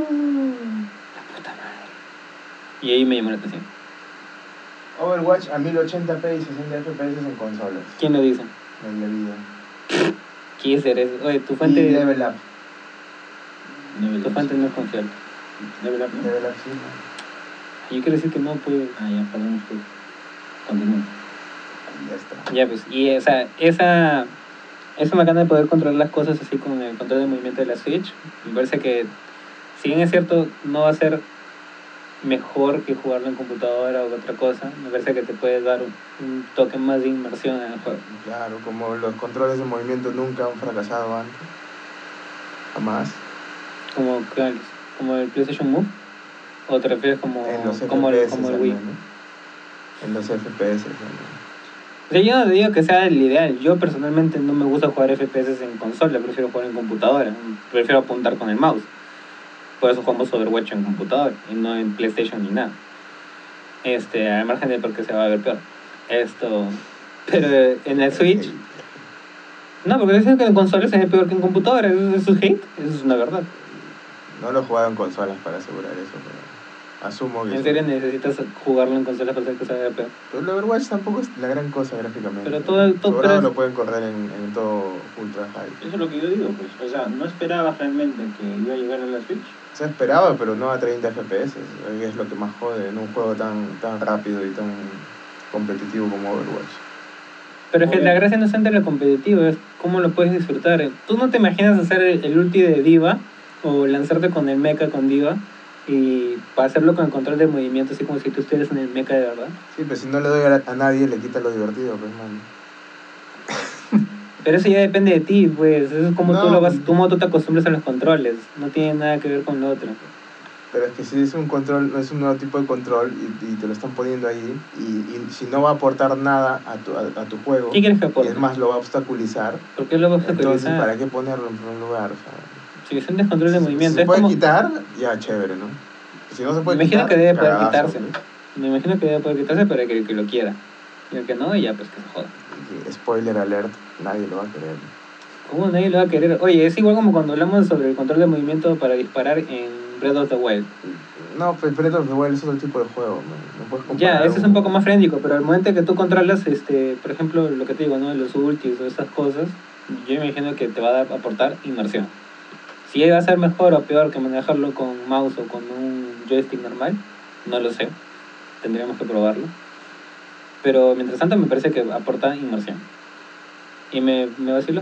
La puta madre. Y ahí me llamó la atención. Overwatch a 1080p y 60 FPS en consolas. ¿Quién lo dice? En la vida. ¿Quién ser eso? Oye, tu Y fuente, Level Up. tu fuente no es confiable. Level Up, ¿no? Level Up, sí, man. Yo quiero decir que no, pues... Ah, ya, perdón, usted. Continúa. Ya está. Ya, pues, y esa macana de poder controlar las cosas así con el control de movimiento de la Switch, me parece que, si bien es cierto, no va a ser mejor que jugarlo en computadora o otra cosa, me parece que te puede dar un toque más de inmersión en el juego. Claro, como los controles de movimiento nunca han fracasado antes. Jamás. Como el PlayStation Move, o te refieres como, En los como FPS el al Wii. menos. En los FPS. ¿no? O sea, yo no te digo que sea el ideal. Yo personalmente no me gusta jugar FPS en consola, prefiero jugar en computadora. Prefiero apuntar con el mouse. Por eso jugamos Overwatch en computadora y no en PlayStation ni nada. Al margen de porque se va a ver peor. Pero en el Switch... No, porque dicen que en consola se ve peor que en computadora. ¿Eso es hate? Eso es una verdad. No lo he jugado en consolas para asegurar eso, pero asumo que ¿En sí. serio necesitas jugarlo en consola para hacer que se vea peor? Pero el Overwatch tampoco es la gran cosa gráficamente. Pero todo Sobrado pero lo pueden correr en todo ultra high. Eso es lo que yo digo, pues. O sea, no esperabas realmente que iba a llegar a la Switch. Se esperaba, pero no a 30 FPS. Es lo que más jode en un juego tan rápido y tan competitivo como Overwatch. Pero es que la gracia no está entre lo competitivo, es cómo lo puedes disfrutar. Tú no te imaginas hacer el ulti de Diva o lanzarte con el mecha con Diva y para hacerlo con el control de movimiento, así como si tú estuvieras en el mecha de verdad. Sí, pero si no le doy a nadie, le quita lo divertido, pues, man. Pero eso ya depende de ti, pues. Eso es como No. cómo tú te acostumbras a los controles. No tiene nada que ver con lo otro. Pero es que si es un control, es un nuevo tipo de control y te lo están poniendo ahí, y si no va a aportar nada a tu juego, ¿Qué quieres que y aporte? es más lo va a obstaculizar, ¿Por qué lo vas a entonces actualizar? ¿para qué ponerlo en primer lugar? O sea, Si sientes control de si movimiento, se es puede como... quitar, ya chévere, ¿no? Si no se Me puede imagino quitar, que debe poder cagadazo, quitarse. ¿no? Me imagino que debe poder quitarse para que el que lo quiera. Y el que no, ya pues que se joda. Y spoiler alert, nadie lo va a querer. ¿Cómo nadie lo va a querer? Oye, es igual como cuando hablamos sobre el control de movimiento para disparar en Breath of the Wild. No, pues Breath of the Wild es otro tipo de juego, man. No puedes comparar Ya, ese es un poco más frénico, pero al momento que tú controlas, por ejemplo, lo que te digo, ¿no? Los ultis o estas cosas, yo imagino que te va a aportar inmersión. Si va a ser mejor o peor que manejarlo con mouse o con un joystick normal, no lo sé. Tendríamos que probarlo. Pero mientras tanto me parece que aporta inmersión. Y me vacilo.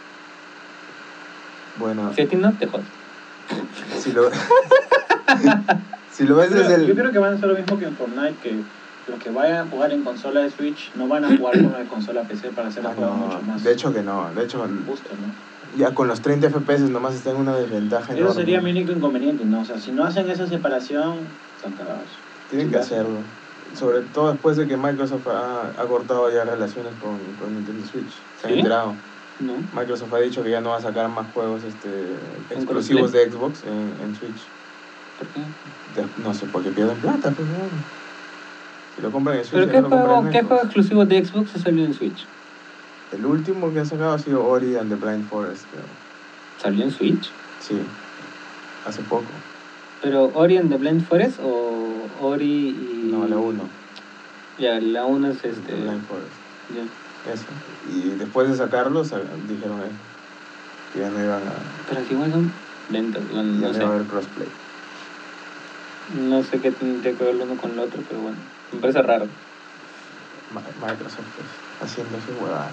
Bueno, Si a ti no, te jodas. si lo, si lo ves desde el... Yo creo que van a hacer lo mismo que en Fortnite, que los que vayan a jugar en consola de Switch no van a jugar con la consola PC para hacer el juego mucho más de hecho que no. De hecho, justo, ¿no? ya con los 30 FPS nomás está en una desventaja Eso enorme. sería mi único inconveniente, ¿no? O sea, si no hacen esa separación, están cagados. Tienen que hacerlo. Sobre todo después de que Microsoft ha cortado ya relaciones con Nintendo Switch. ¿Se han ¿Sí? enterado? No. Microsoft ha dicho que ya no va a sacar más juegos exclusivos de Xbox en Switch. ¿Por qué? No sé, porque pierden plata, pues no. Si lo compran en Switch, ¿Pero ya qué no lo compran juego, en qué Xbox. juego exclusivo de Xbox ha salido en Switch? El último que ha sacado ha sido Ori and the Blind Forest, creo. ¿Salió en Switch? Sí, hace poco. ¿Pero Ori and the Blind Forest o Ori y...? No, la 1. Ya, la 1 es The Blind Forest. Ya. Eso. Y después de sacarlo, dijeron que ya no iban a... Pero si igual son ventas, bueno, Y ya no no sé. va a haber crossplay. No sé qué tendría que ver lo uno con lo otro, pero bueno, me parece raro. Microsoft, pues, haciendo sus huevadas.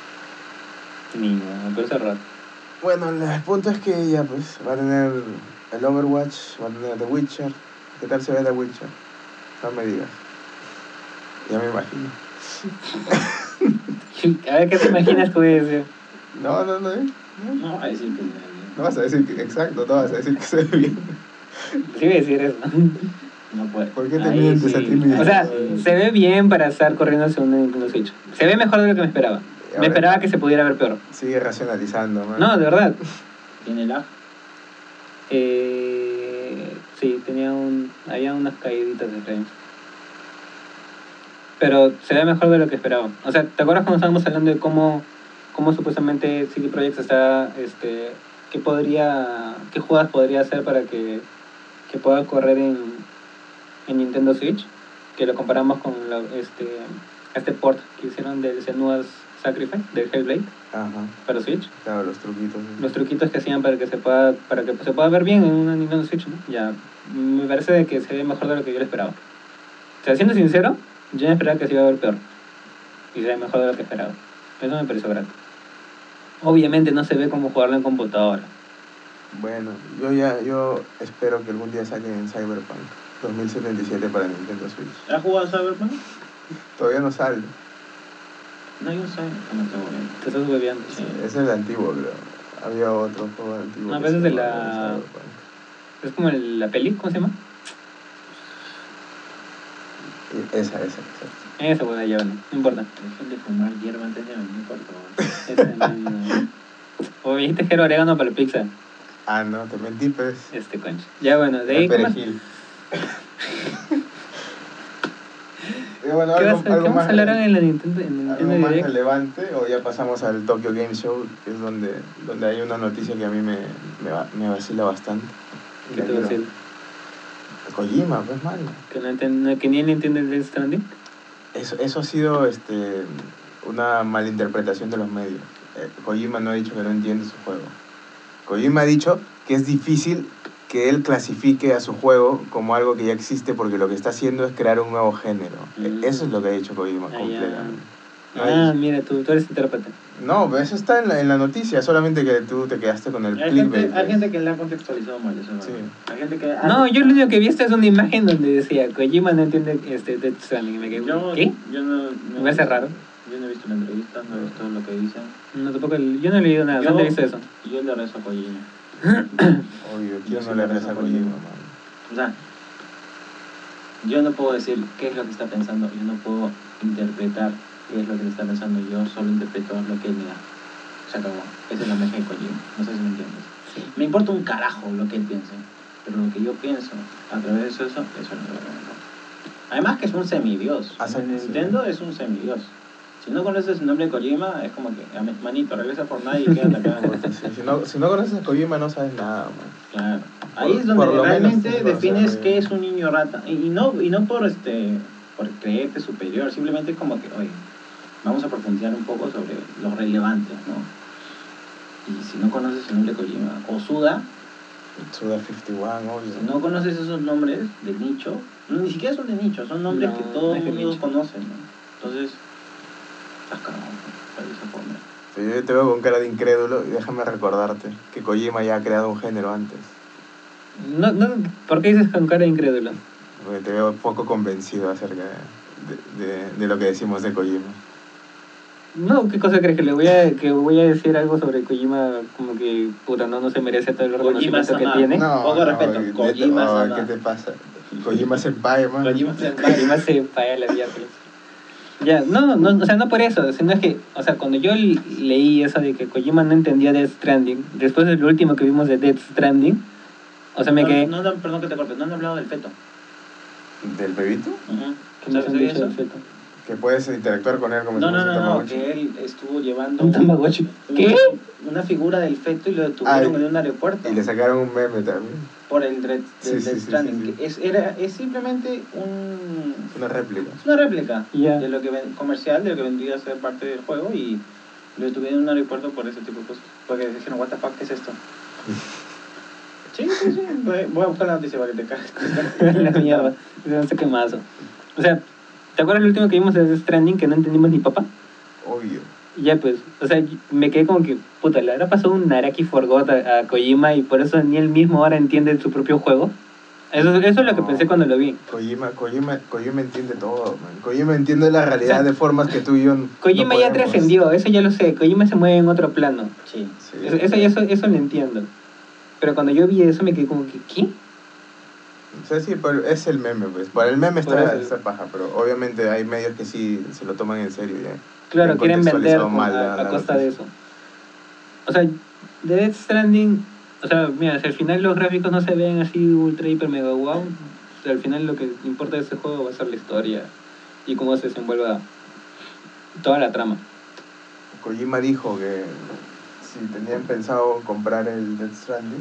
Me parece raro. Bueno, el punto es que ya, pues, va a tener el Overwatch, va a tener The Witcher. ¿Qué tal se ve The Witcher? No me digas. Ya me imagino. A ver, ¿qué te imaginas que voy a decir? No. No No, a decir que vas a decir que, exacto, no vas a decir que se ve bien. Sí voy a decir eso. no puede. ¿Por qué te Ahí mientes sí, a ti mismo? O sea, sí. se ve bien para estar corriendo hacia un Nintendo Switch. Se ve mejor de lo que me esperaba. A Me ver. esperaba que se pudiera ver peor. Sigue racionalizando, man. No, de verdad. Tiene lag. Sí, había unas caíditas de frames. Pero se ve mejor de lo que esperaba. O sea, ¿te acuerdas cuando estábamos hablando de cómo supuestamente CD Projekt está, qué jugadas podría hacer para que pueda correr en Nintendo Switch? Que lo comparamos con este port que hicieron del Senua's Sacrifice, del Hellblade, Ajá, para Switch. claro, los truquitos. Los truquitos que hacían para que se pueda ver bien en una Nintendo Switch, ¿no? Ya, me parece de que se ve mejor de lo que yo lo esperaba. O sea, siendo sincero, yo me esperaba que se iba a ver peor. Y se ve mejor de lo que esperaba. Eso me pareció grato. Obviamente no se ve como jugarlo en computadora. Bueno, yo espero que algún día saquen Cyberpunk 2077 para Nintendo Switch. ¿Has jugado Cyberpunk? Todavía no sale. No, yo no sé. No tengo bien. Te estás bebeando. Sí. Es el antiguo, creo. Había otro juego antiguo. No, que pero es se de llamaba la- Cyberpunk. Es como la peli, ¿cómo se llama? Esa. Esa hueá ya, no importa. Dejen de fumar hierba antes de venir, por favor. O dijiste que era orégano para la pizza. Ah, no, te mentí, pues. Concha. Ya bueno, de ahí. El ¿Qué más, perejil. Bueno, ¿Qué algo vamos a más, hablar en la Nintendo algo más Direct? relevante, o ya pasamos al Tokyo Game Show, que es donde hay una noticia que a mí me vacila bastante. ¿Qué te voy a decir? Kojima, pues, mano. Que ni él entiende el Death Stranding. Eso ha sido una malinterpretación de los medios. Kojima no ha dicho que no entiende su juego. Kojima ha dicho que es difícil que él clasifique a su juego como algo que ya existe, porque lo que está haciendo es crear un nuevo género. Eso es lo que ha dicho Kojima completamente. Mira, tú eres intérprete. No, pero eso está en la noticia, solamente que tú te quedaste con el clickbait. Hay gente que le ha contextualizado mal, eso es Sí. verdad. Hay gente que... No, yo lo único que vi es una imagen donde decía Kojima no entiende Death Stranding. Me quedé, ¿qué? Yo no Me parece raro. Yo no he visto la entrevista, no he visto lo que dicen. No, tampoco, yo no he leído nada, ¿dónde he visto eso? Yo le rezo a Kojima. Obvio, ¿quién no le reza a Kojima, man? O sea, yo no puedo decir qué es lo que está pensando, yo no puedo interpretar qué es lo que está pensando, yo solo interpreto lo que él me da. Se acabó. Esa es la magia de Kojima, no sé si me entiendes. Sí. Me importa un carajo lo que él piense, pero lo que yo pienso a través de eso no lo veo. Además que es un semidios. Nintendo es un semidios. Si no conoces el nombre de Kojima, es como que, manito, regresa a Fortnite y quédate acá. Sí, si no conoces a Kojima no sabes nada, man. Claro. Ahí es Por donde lo realmente menos, defines o sea, qué es un niño rata. Y no por creerte superior, simplemente es como que, oye, vamos a profundizar un poco sobre lo relevante, ¿no? Y si no conoces el nombre de Kojima, o Suda, Suda 51, obvio. si no conoces esos nombres de nicho, ni siquiera son de nicho, son nombres No, que todo no el es de mundo nicho. conoce, ¿no? Entonces, estás cagado, ¿no? De esa forma. Yo te veo con cara de incrédulo y déjame recordarte que Kojima ya ha creado un género antes. No, ¿por qué dices con cara de incrédulo? Porque te veo poco convencido acerca de lo que decimos de Kojima. No, ¿qué cosa crees? Que voy a decir algo sobre Kojima como que, puta, no se merece todo el reconocimiento que Kojima-sama. tiene? Poco respeto, Kojima-sama. ¿qué te pasa? Kojima Senpai, man. Kojima se falla la vida. Ya, no, o sea, no por eso, sino es que, o sea, cuando yo leí eso de que Kojima no entendía Death Stranding, después del último que vimos de Death Stranding, o sea, me quedé... Perdón que te corte, no han hablado del feto. ¿Del bebito? ¿Qué me han ¿Sabes dicho eso? del feto? Que puedes interactuar con él como si fuese un No, Tamagotchi. que él estuvo llevando Un Tamagotchi. ¿Qué? una figura del feto y lo detuvieron en un aeropuerto. Y le sacaron un meme también. Por el Death Sí, Stranding. sí. Es simplemente Una réplica. es una réplica Ya. de lo que comercial, de lo que vendría a ser parte del juego, y lo detuvieron en un aeropuerto por ese tipo de cosas. Porque dijeron, what the fuck, ¿qué es esto? Voy a buscar la noticia para que te caes. La mierda. No sé qué más. O sea, ¿te acuerdas el último que vimos de Death Stranding que no entendimos ni papá? Obvio. Y ya pues, o sea, me quedé como que, puta, le habrá pasado un Naraki Forgot a Kojima y por eso ni él mismo ahora entiende su propio juego. Eso es lo que No. pensé cuando lo vi. Kojima entiende todo, man. Kojima entiende la realidad O sea, de formas que tú y yo Kojima no ya podemos. trascendió, eso ya lo sé. Kojima se mueve en otro plano. Sí. Sí. Eso lo entiendo. Pero cuando yo vi eso me quedé como que, ¿qué? O sea, sí, pero es el meme, pues. Para el meme Por está, eso. está paja, pero obviamente hay medios que sí se lo toman en serio ya. Claro, Han quieren vender contextualizado mal a la costa de noticia. eso. O sea, de Death Stranding, o sea, mira, si al final los gráficos no se ven así ultra, hiper, mega wow, o sea, al final lo que importa de ese juego va a ser la historia y cómo se desenvuelva toda la trama. Kojima dijo que si tenían pensado comprar el Death Stranding,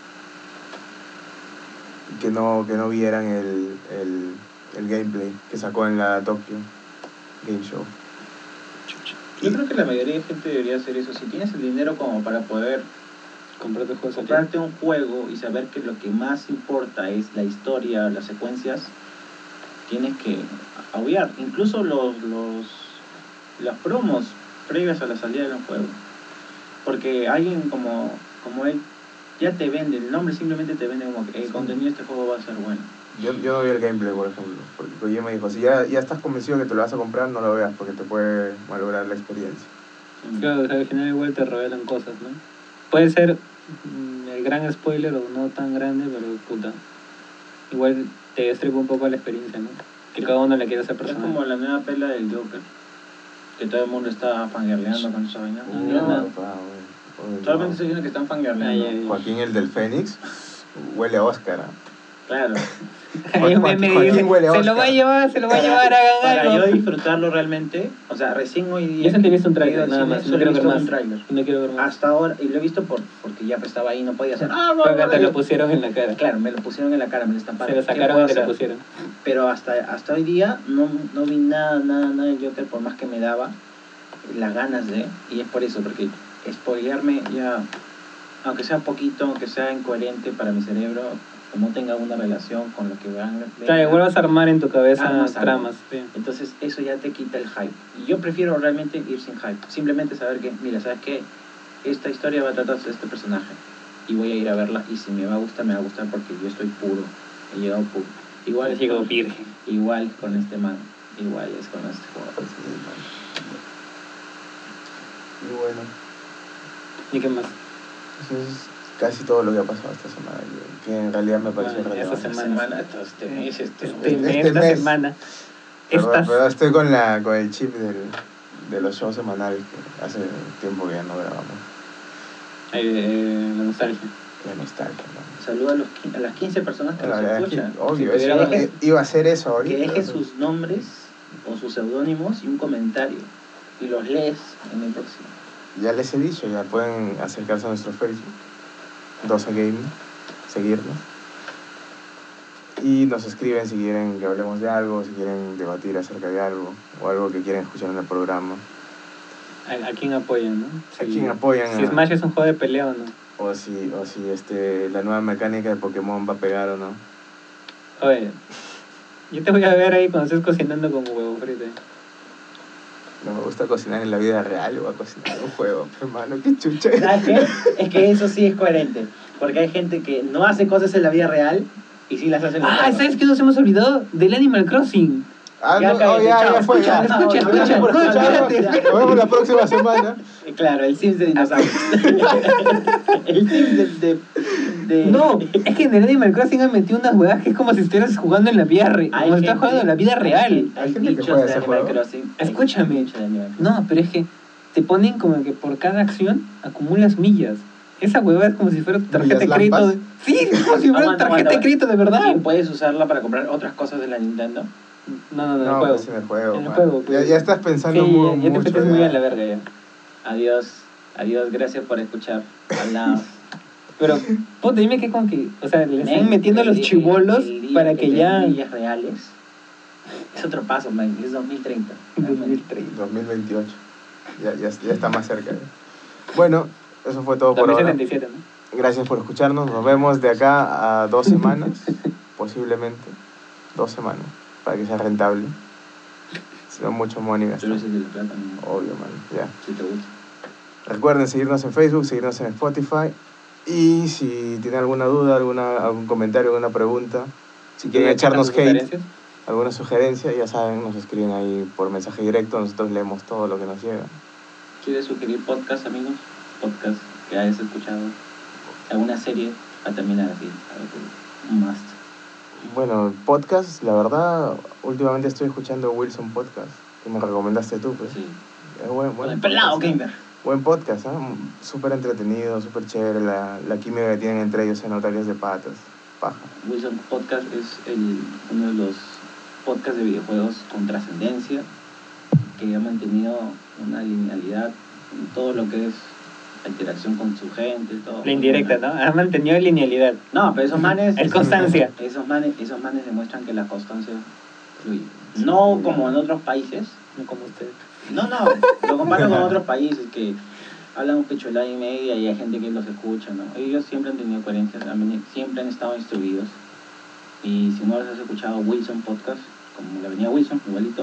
que no vieran el gameplay que sacó en la Tokyo Game Show. Yo creo que la mayoría de gente debería hacer eso. Si tienes el dinero como para poder Comprarte juegos allá. comprarte un juego y saber que lo que más importa es la historia, las secuencias, tienes que apoyar. Incluso las promos previas a la salida del juego. Porque alguien como él ya te vende, el nombre simplemente te vende como que el contenido de este juego va a ser bueno. Yo no vi el gameplay, por ejemplo, porque Kojima dijo, si ya estás convencido que te lo vas a comprar, no lo veas porque te puede malograr la experiencia. Claro, o sea, al final igual te revelan cosas, ¿no? Puede ser el gran spoiler o no tan grande, pero puta. Igual te destripa un poco la experiencia, ¿no? Que cada uno le quiere hacer Es personal. como la nueva pela del Joker, que todo el mundo está fangirleando con esa vaina. No digas nada. Solamente estoy diciendo que están fangirleando. Ay, ay, ay. Joaquín, el del Fénix, huele a Oscar. Claro. Hay un meme que Joaquín dice, huele a se lo va a Oscar". llevar, hagan Para algo. yo disfrutarlo realmente, o sea, recién hoy día. Yo solo he visto un que he ido trailer, al nada cine, más. No solo he quiero ver visto más. un tráiler. No quiero ver más. Hasta ahora, y lo he visto porque ya pues, estaba ahí, no podía hacer. Porque te lo pusieron en la cara. Claro, me lo pusieron en la cara, me lo estamparon. Se lo ¿Qué sacaron puedo y te lo hacer? pusieron. Pero hasta hoy día no vi nada del Joker, por más que me daba las ganas de, y es por eso, porque spoilearme ya, aunque sea poquito, aunque sea incoherente para mi cerebro, como tenga una relación con lo que van a Claro, igual vas a armar en tu cabeza Armas algo. tramas. Sí. entonces eso ya te quita el hype. Y yo prefiero realmente ir sin hype, simplemente saber que, mira, ¿sabes qué? Esta historia va a tratar de este personaje y voy a ir a verla, y si me va a gustar porque yo estoy puro, he llegado puro. Igual Llegó virgen. igual con este man, igual es con este juego. Y bueno, ¿Y qué más? eso es casi todo lo que ha pasado esta semana, que en realidad me pareció Bueno, relevante. esta Esta semana, este mes, Esta mes. semana. Perdón, Estas. pero estoy con el chip de los shows semanales que hace tiempo que ya no grabamos. La nostalgia. Qué nostalgia, ¿no? Saluda a las 15 personas que nos escuchan. Obvio, Si tuviera- iba a hacer eso ahorita. Que dejen sus nombres o sus seudónimos y un comentario. Y los lees en el próximo. Ya les he dicho, ya pueden acercarse a nuestro Facebook, 12 Gaming, seguirnos. Y nos escriben si quieren que hablemos de algo, si quieren debatir acerca de algo, o algo que quieren escuchar en el programa. ¿A quién apoyan, no? ¿A quién apoyan? Si Smash es un juego de pelea o no. O si la nueva mecánica de Pokémon va a pegar o no. Oye, yo te voy a ver ahí cuando estés cocinando como huevo frito. No me gusta cocinar en la vida real, yo voy a cocinar en un juego, hermano, qué chucha. ¿Sabes qué? Es que eso sí es coherente. Porque hay gente que no hace cosas en la vida real y sí las hace en el juego. ¿Sabes qué nos hemos olvidado? Del Animal Crossing. Ya cállate, chao. ya fue. Escucha, ya. escucha, espérate. Nos vemos la próxima semana. Claro, el Sims de dinosaurios. El Sims de... No, es que en el Animal Crossing han metido unas huevas que es como si estuvieras jugando en la vida real. Como si estuvieras jugando en la vida real. Hay gente que dichos juega de ese Animal juego. Crossing. Escúchame. Hay dichos de Animal Crossing. No, pero es que te ponen como que por cada acción acumulas millas. Esa hueva es como si fuera tu tarjeta de ¿Millas crédito. lampas? Sí, es como si fuera tu Aguanta, tarjeta de crédito de verdad. Y puedes usarla para comprar otras cosas de la Nintendo. No, en el No, juego. pues en el juego. En el man. juego, pues. Ya estás pensando Sí, muy, ya te mucho. metes muy a la verga ya. Adiós, gracias por escuchar. Hablamos. Pero, ponte, dime que con que, o sea, le están Men, metiendo a los el- chibolos el día para que den ya... millas reales. Es otro paso, man. Es 2030. 2030. 2028. Ya está más cerca. Bueno, eso fue todo por ahora. 2077, ¿no? Gracias por escucharnos. Nos vemos de acá a 2 semanas, posiblemente. 2 semanas, para que sea rentable. Si no, mucho money gastar. Pero si de la plata, ¿no? Obvio, man. Ya. Si te gusta. Recuerden seguirnos en Facebook, seguirnos en Spotify. Y si tienen alguna duda, algún comentario, alguna pregunta, si quieren echarnos ¿Tus hate, sugerencias? alguna sugerencia, ya saben, nos escriben ahí por mensaje directo. Nosotros leemos todo lo que nos llega. ¿Quieres sugerir podcast, amigos? Podcast que hayas escuchado. ¿Alguna serie? Para terminar así. Un must. Bueno, podcast, la verdad, últimamente estoy escuchando Wilson Podcast, que me recomendaste tú, pues. Sí. Es buen Con el podcast, pelado ¿no? gamer. Buen podcast, ¿eh? Súper entretenido, súper chévere, la química que tienen entre ellos se nota que es de patas. Paja. Wilson Podcast es uno de los podcasts de videojuegos con trascendencia que ha mantenido una linealidad en todo lo que es la interacción con su gente, todo. La indirecta, ¿no? Ha mantenido linealidad. No, pero esos manes... Es constancia. Esos manes demuestran que la constancia fluye. No como en otros países. No como ustedes. No, lo comparo con otros países que hablan un picholada y media y hay gente que los escucha, ¿no? Ellos siempre han tenido coherencia, siempre han estado instruidos. Y si no los has escuchado, Wilson Podcast, como la avenida Wilson, igualito.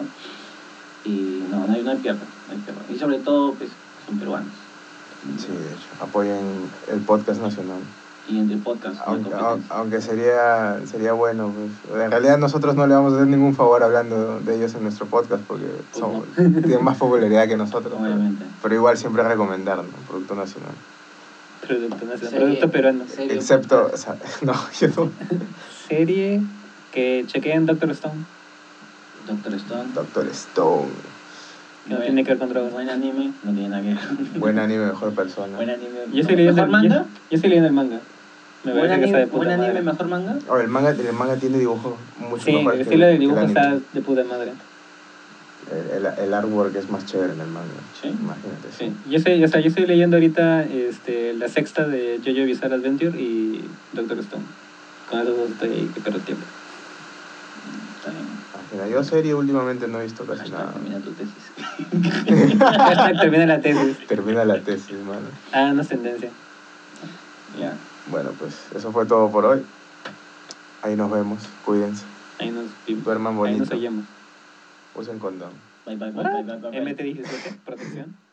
Y no hay pierde, no hay pierde. Y sobre todo, pues, son peruanos. Sí, de hecho, apoyen el podcast nacional. Y entre podcast, no hay competencia. Aunque sería bueno, pues. En realidad nosotros no le vamos a hacer ningún favor hablando de ellos en nuestro podcast porque tienen más popularidad que nosotros. Obviamente. Pero igual siempre recomendar, ¿no? Producto nacional. Producto nacional. Serie. Producto peruano. Serie. Excepto, o sea, no, yo no. Serie que chequeen Doctor Stone. Doctor Stone. Doctor Stone. Que no tiene que ver con drogas. Buen anime, no tiene nada que ver. Buen anime, mejor persona. Buen anime. Yo estoy leyendo ¿Mejor manga? Yo estoy leyendo el manga. Me Buen parece que está de puta buen anime, madre. mejor manga. Ahora, el manga tiene dibujos mucho Sí, mejores el que estilo del que dibujo el está anime. de puta madre. El artwork es más chévere en el manga. Sí. Imagínate. Sí. Yo estoy leyendo ahorita la sexta de JoJo Bizarre Adventure y Doctor Stone. Con esos dos estoy ahí que pierdo tiempo. Está bien. Imagina, yo serie últimamente no he visto casi nada. Termina tu tesis. Termina la tesis. Termina la tesis, mano. Ah, no es tendencia. Ya. Bueno, pues eso fue todo por hoy. Ahí nos vemos. Cuídense. Ahí nos Duerman Ahí nos bonito. oyemos. Usen condón. Bye, bye, bye, bye, bye, bye. MT17, protección.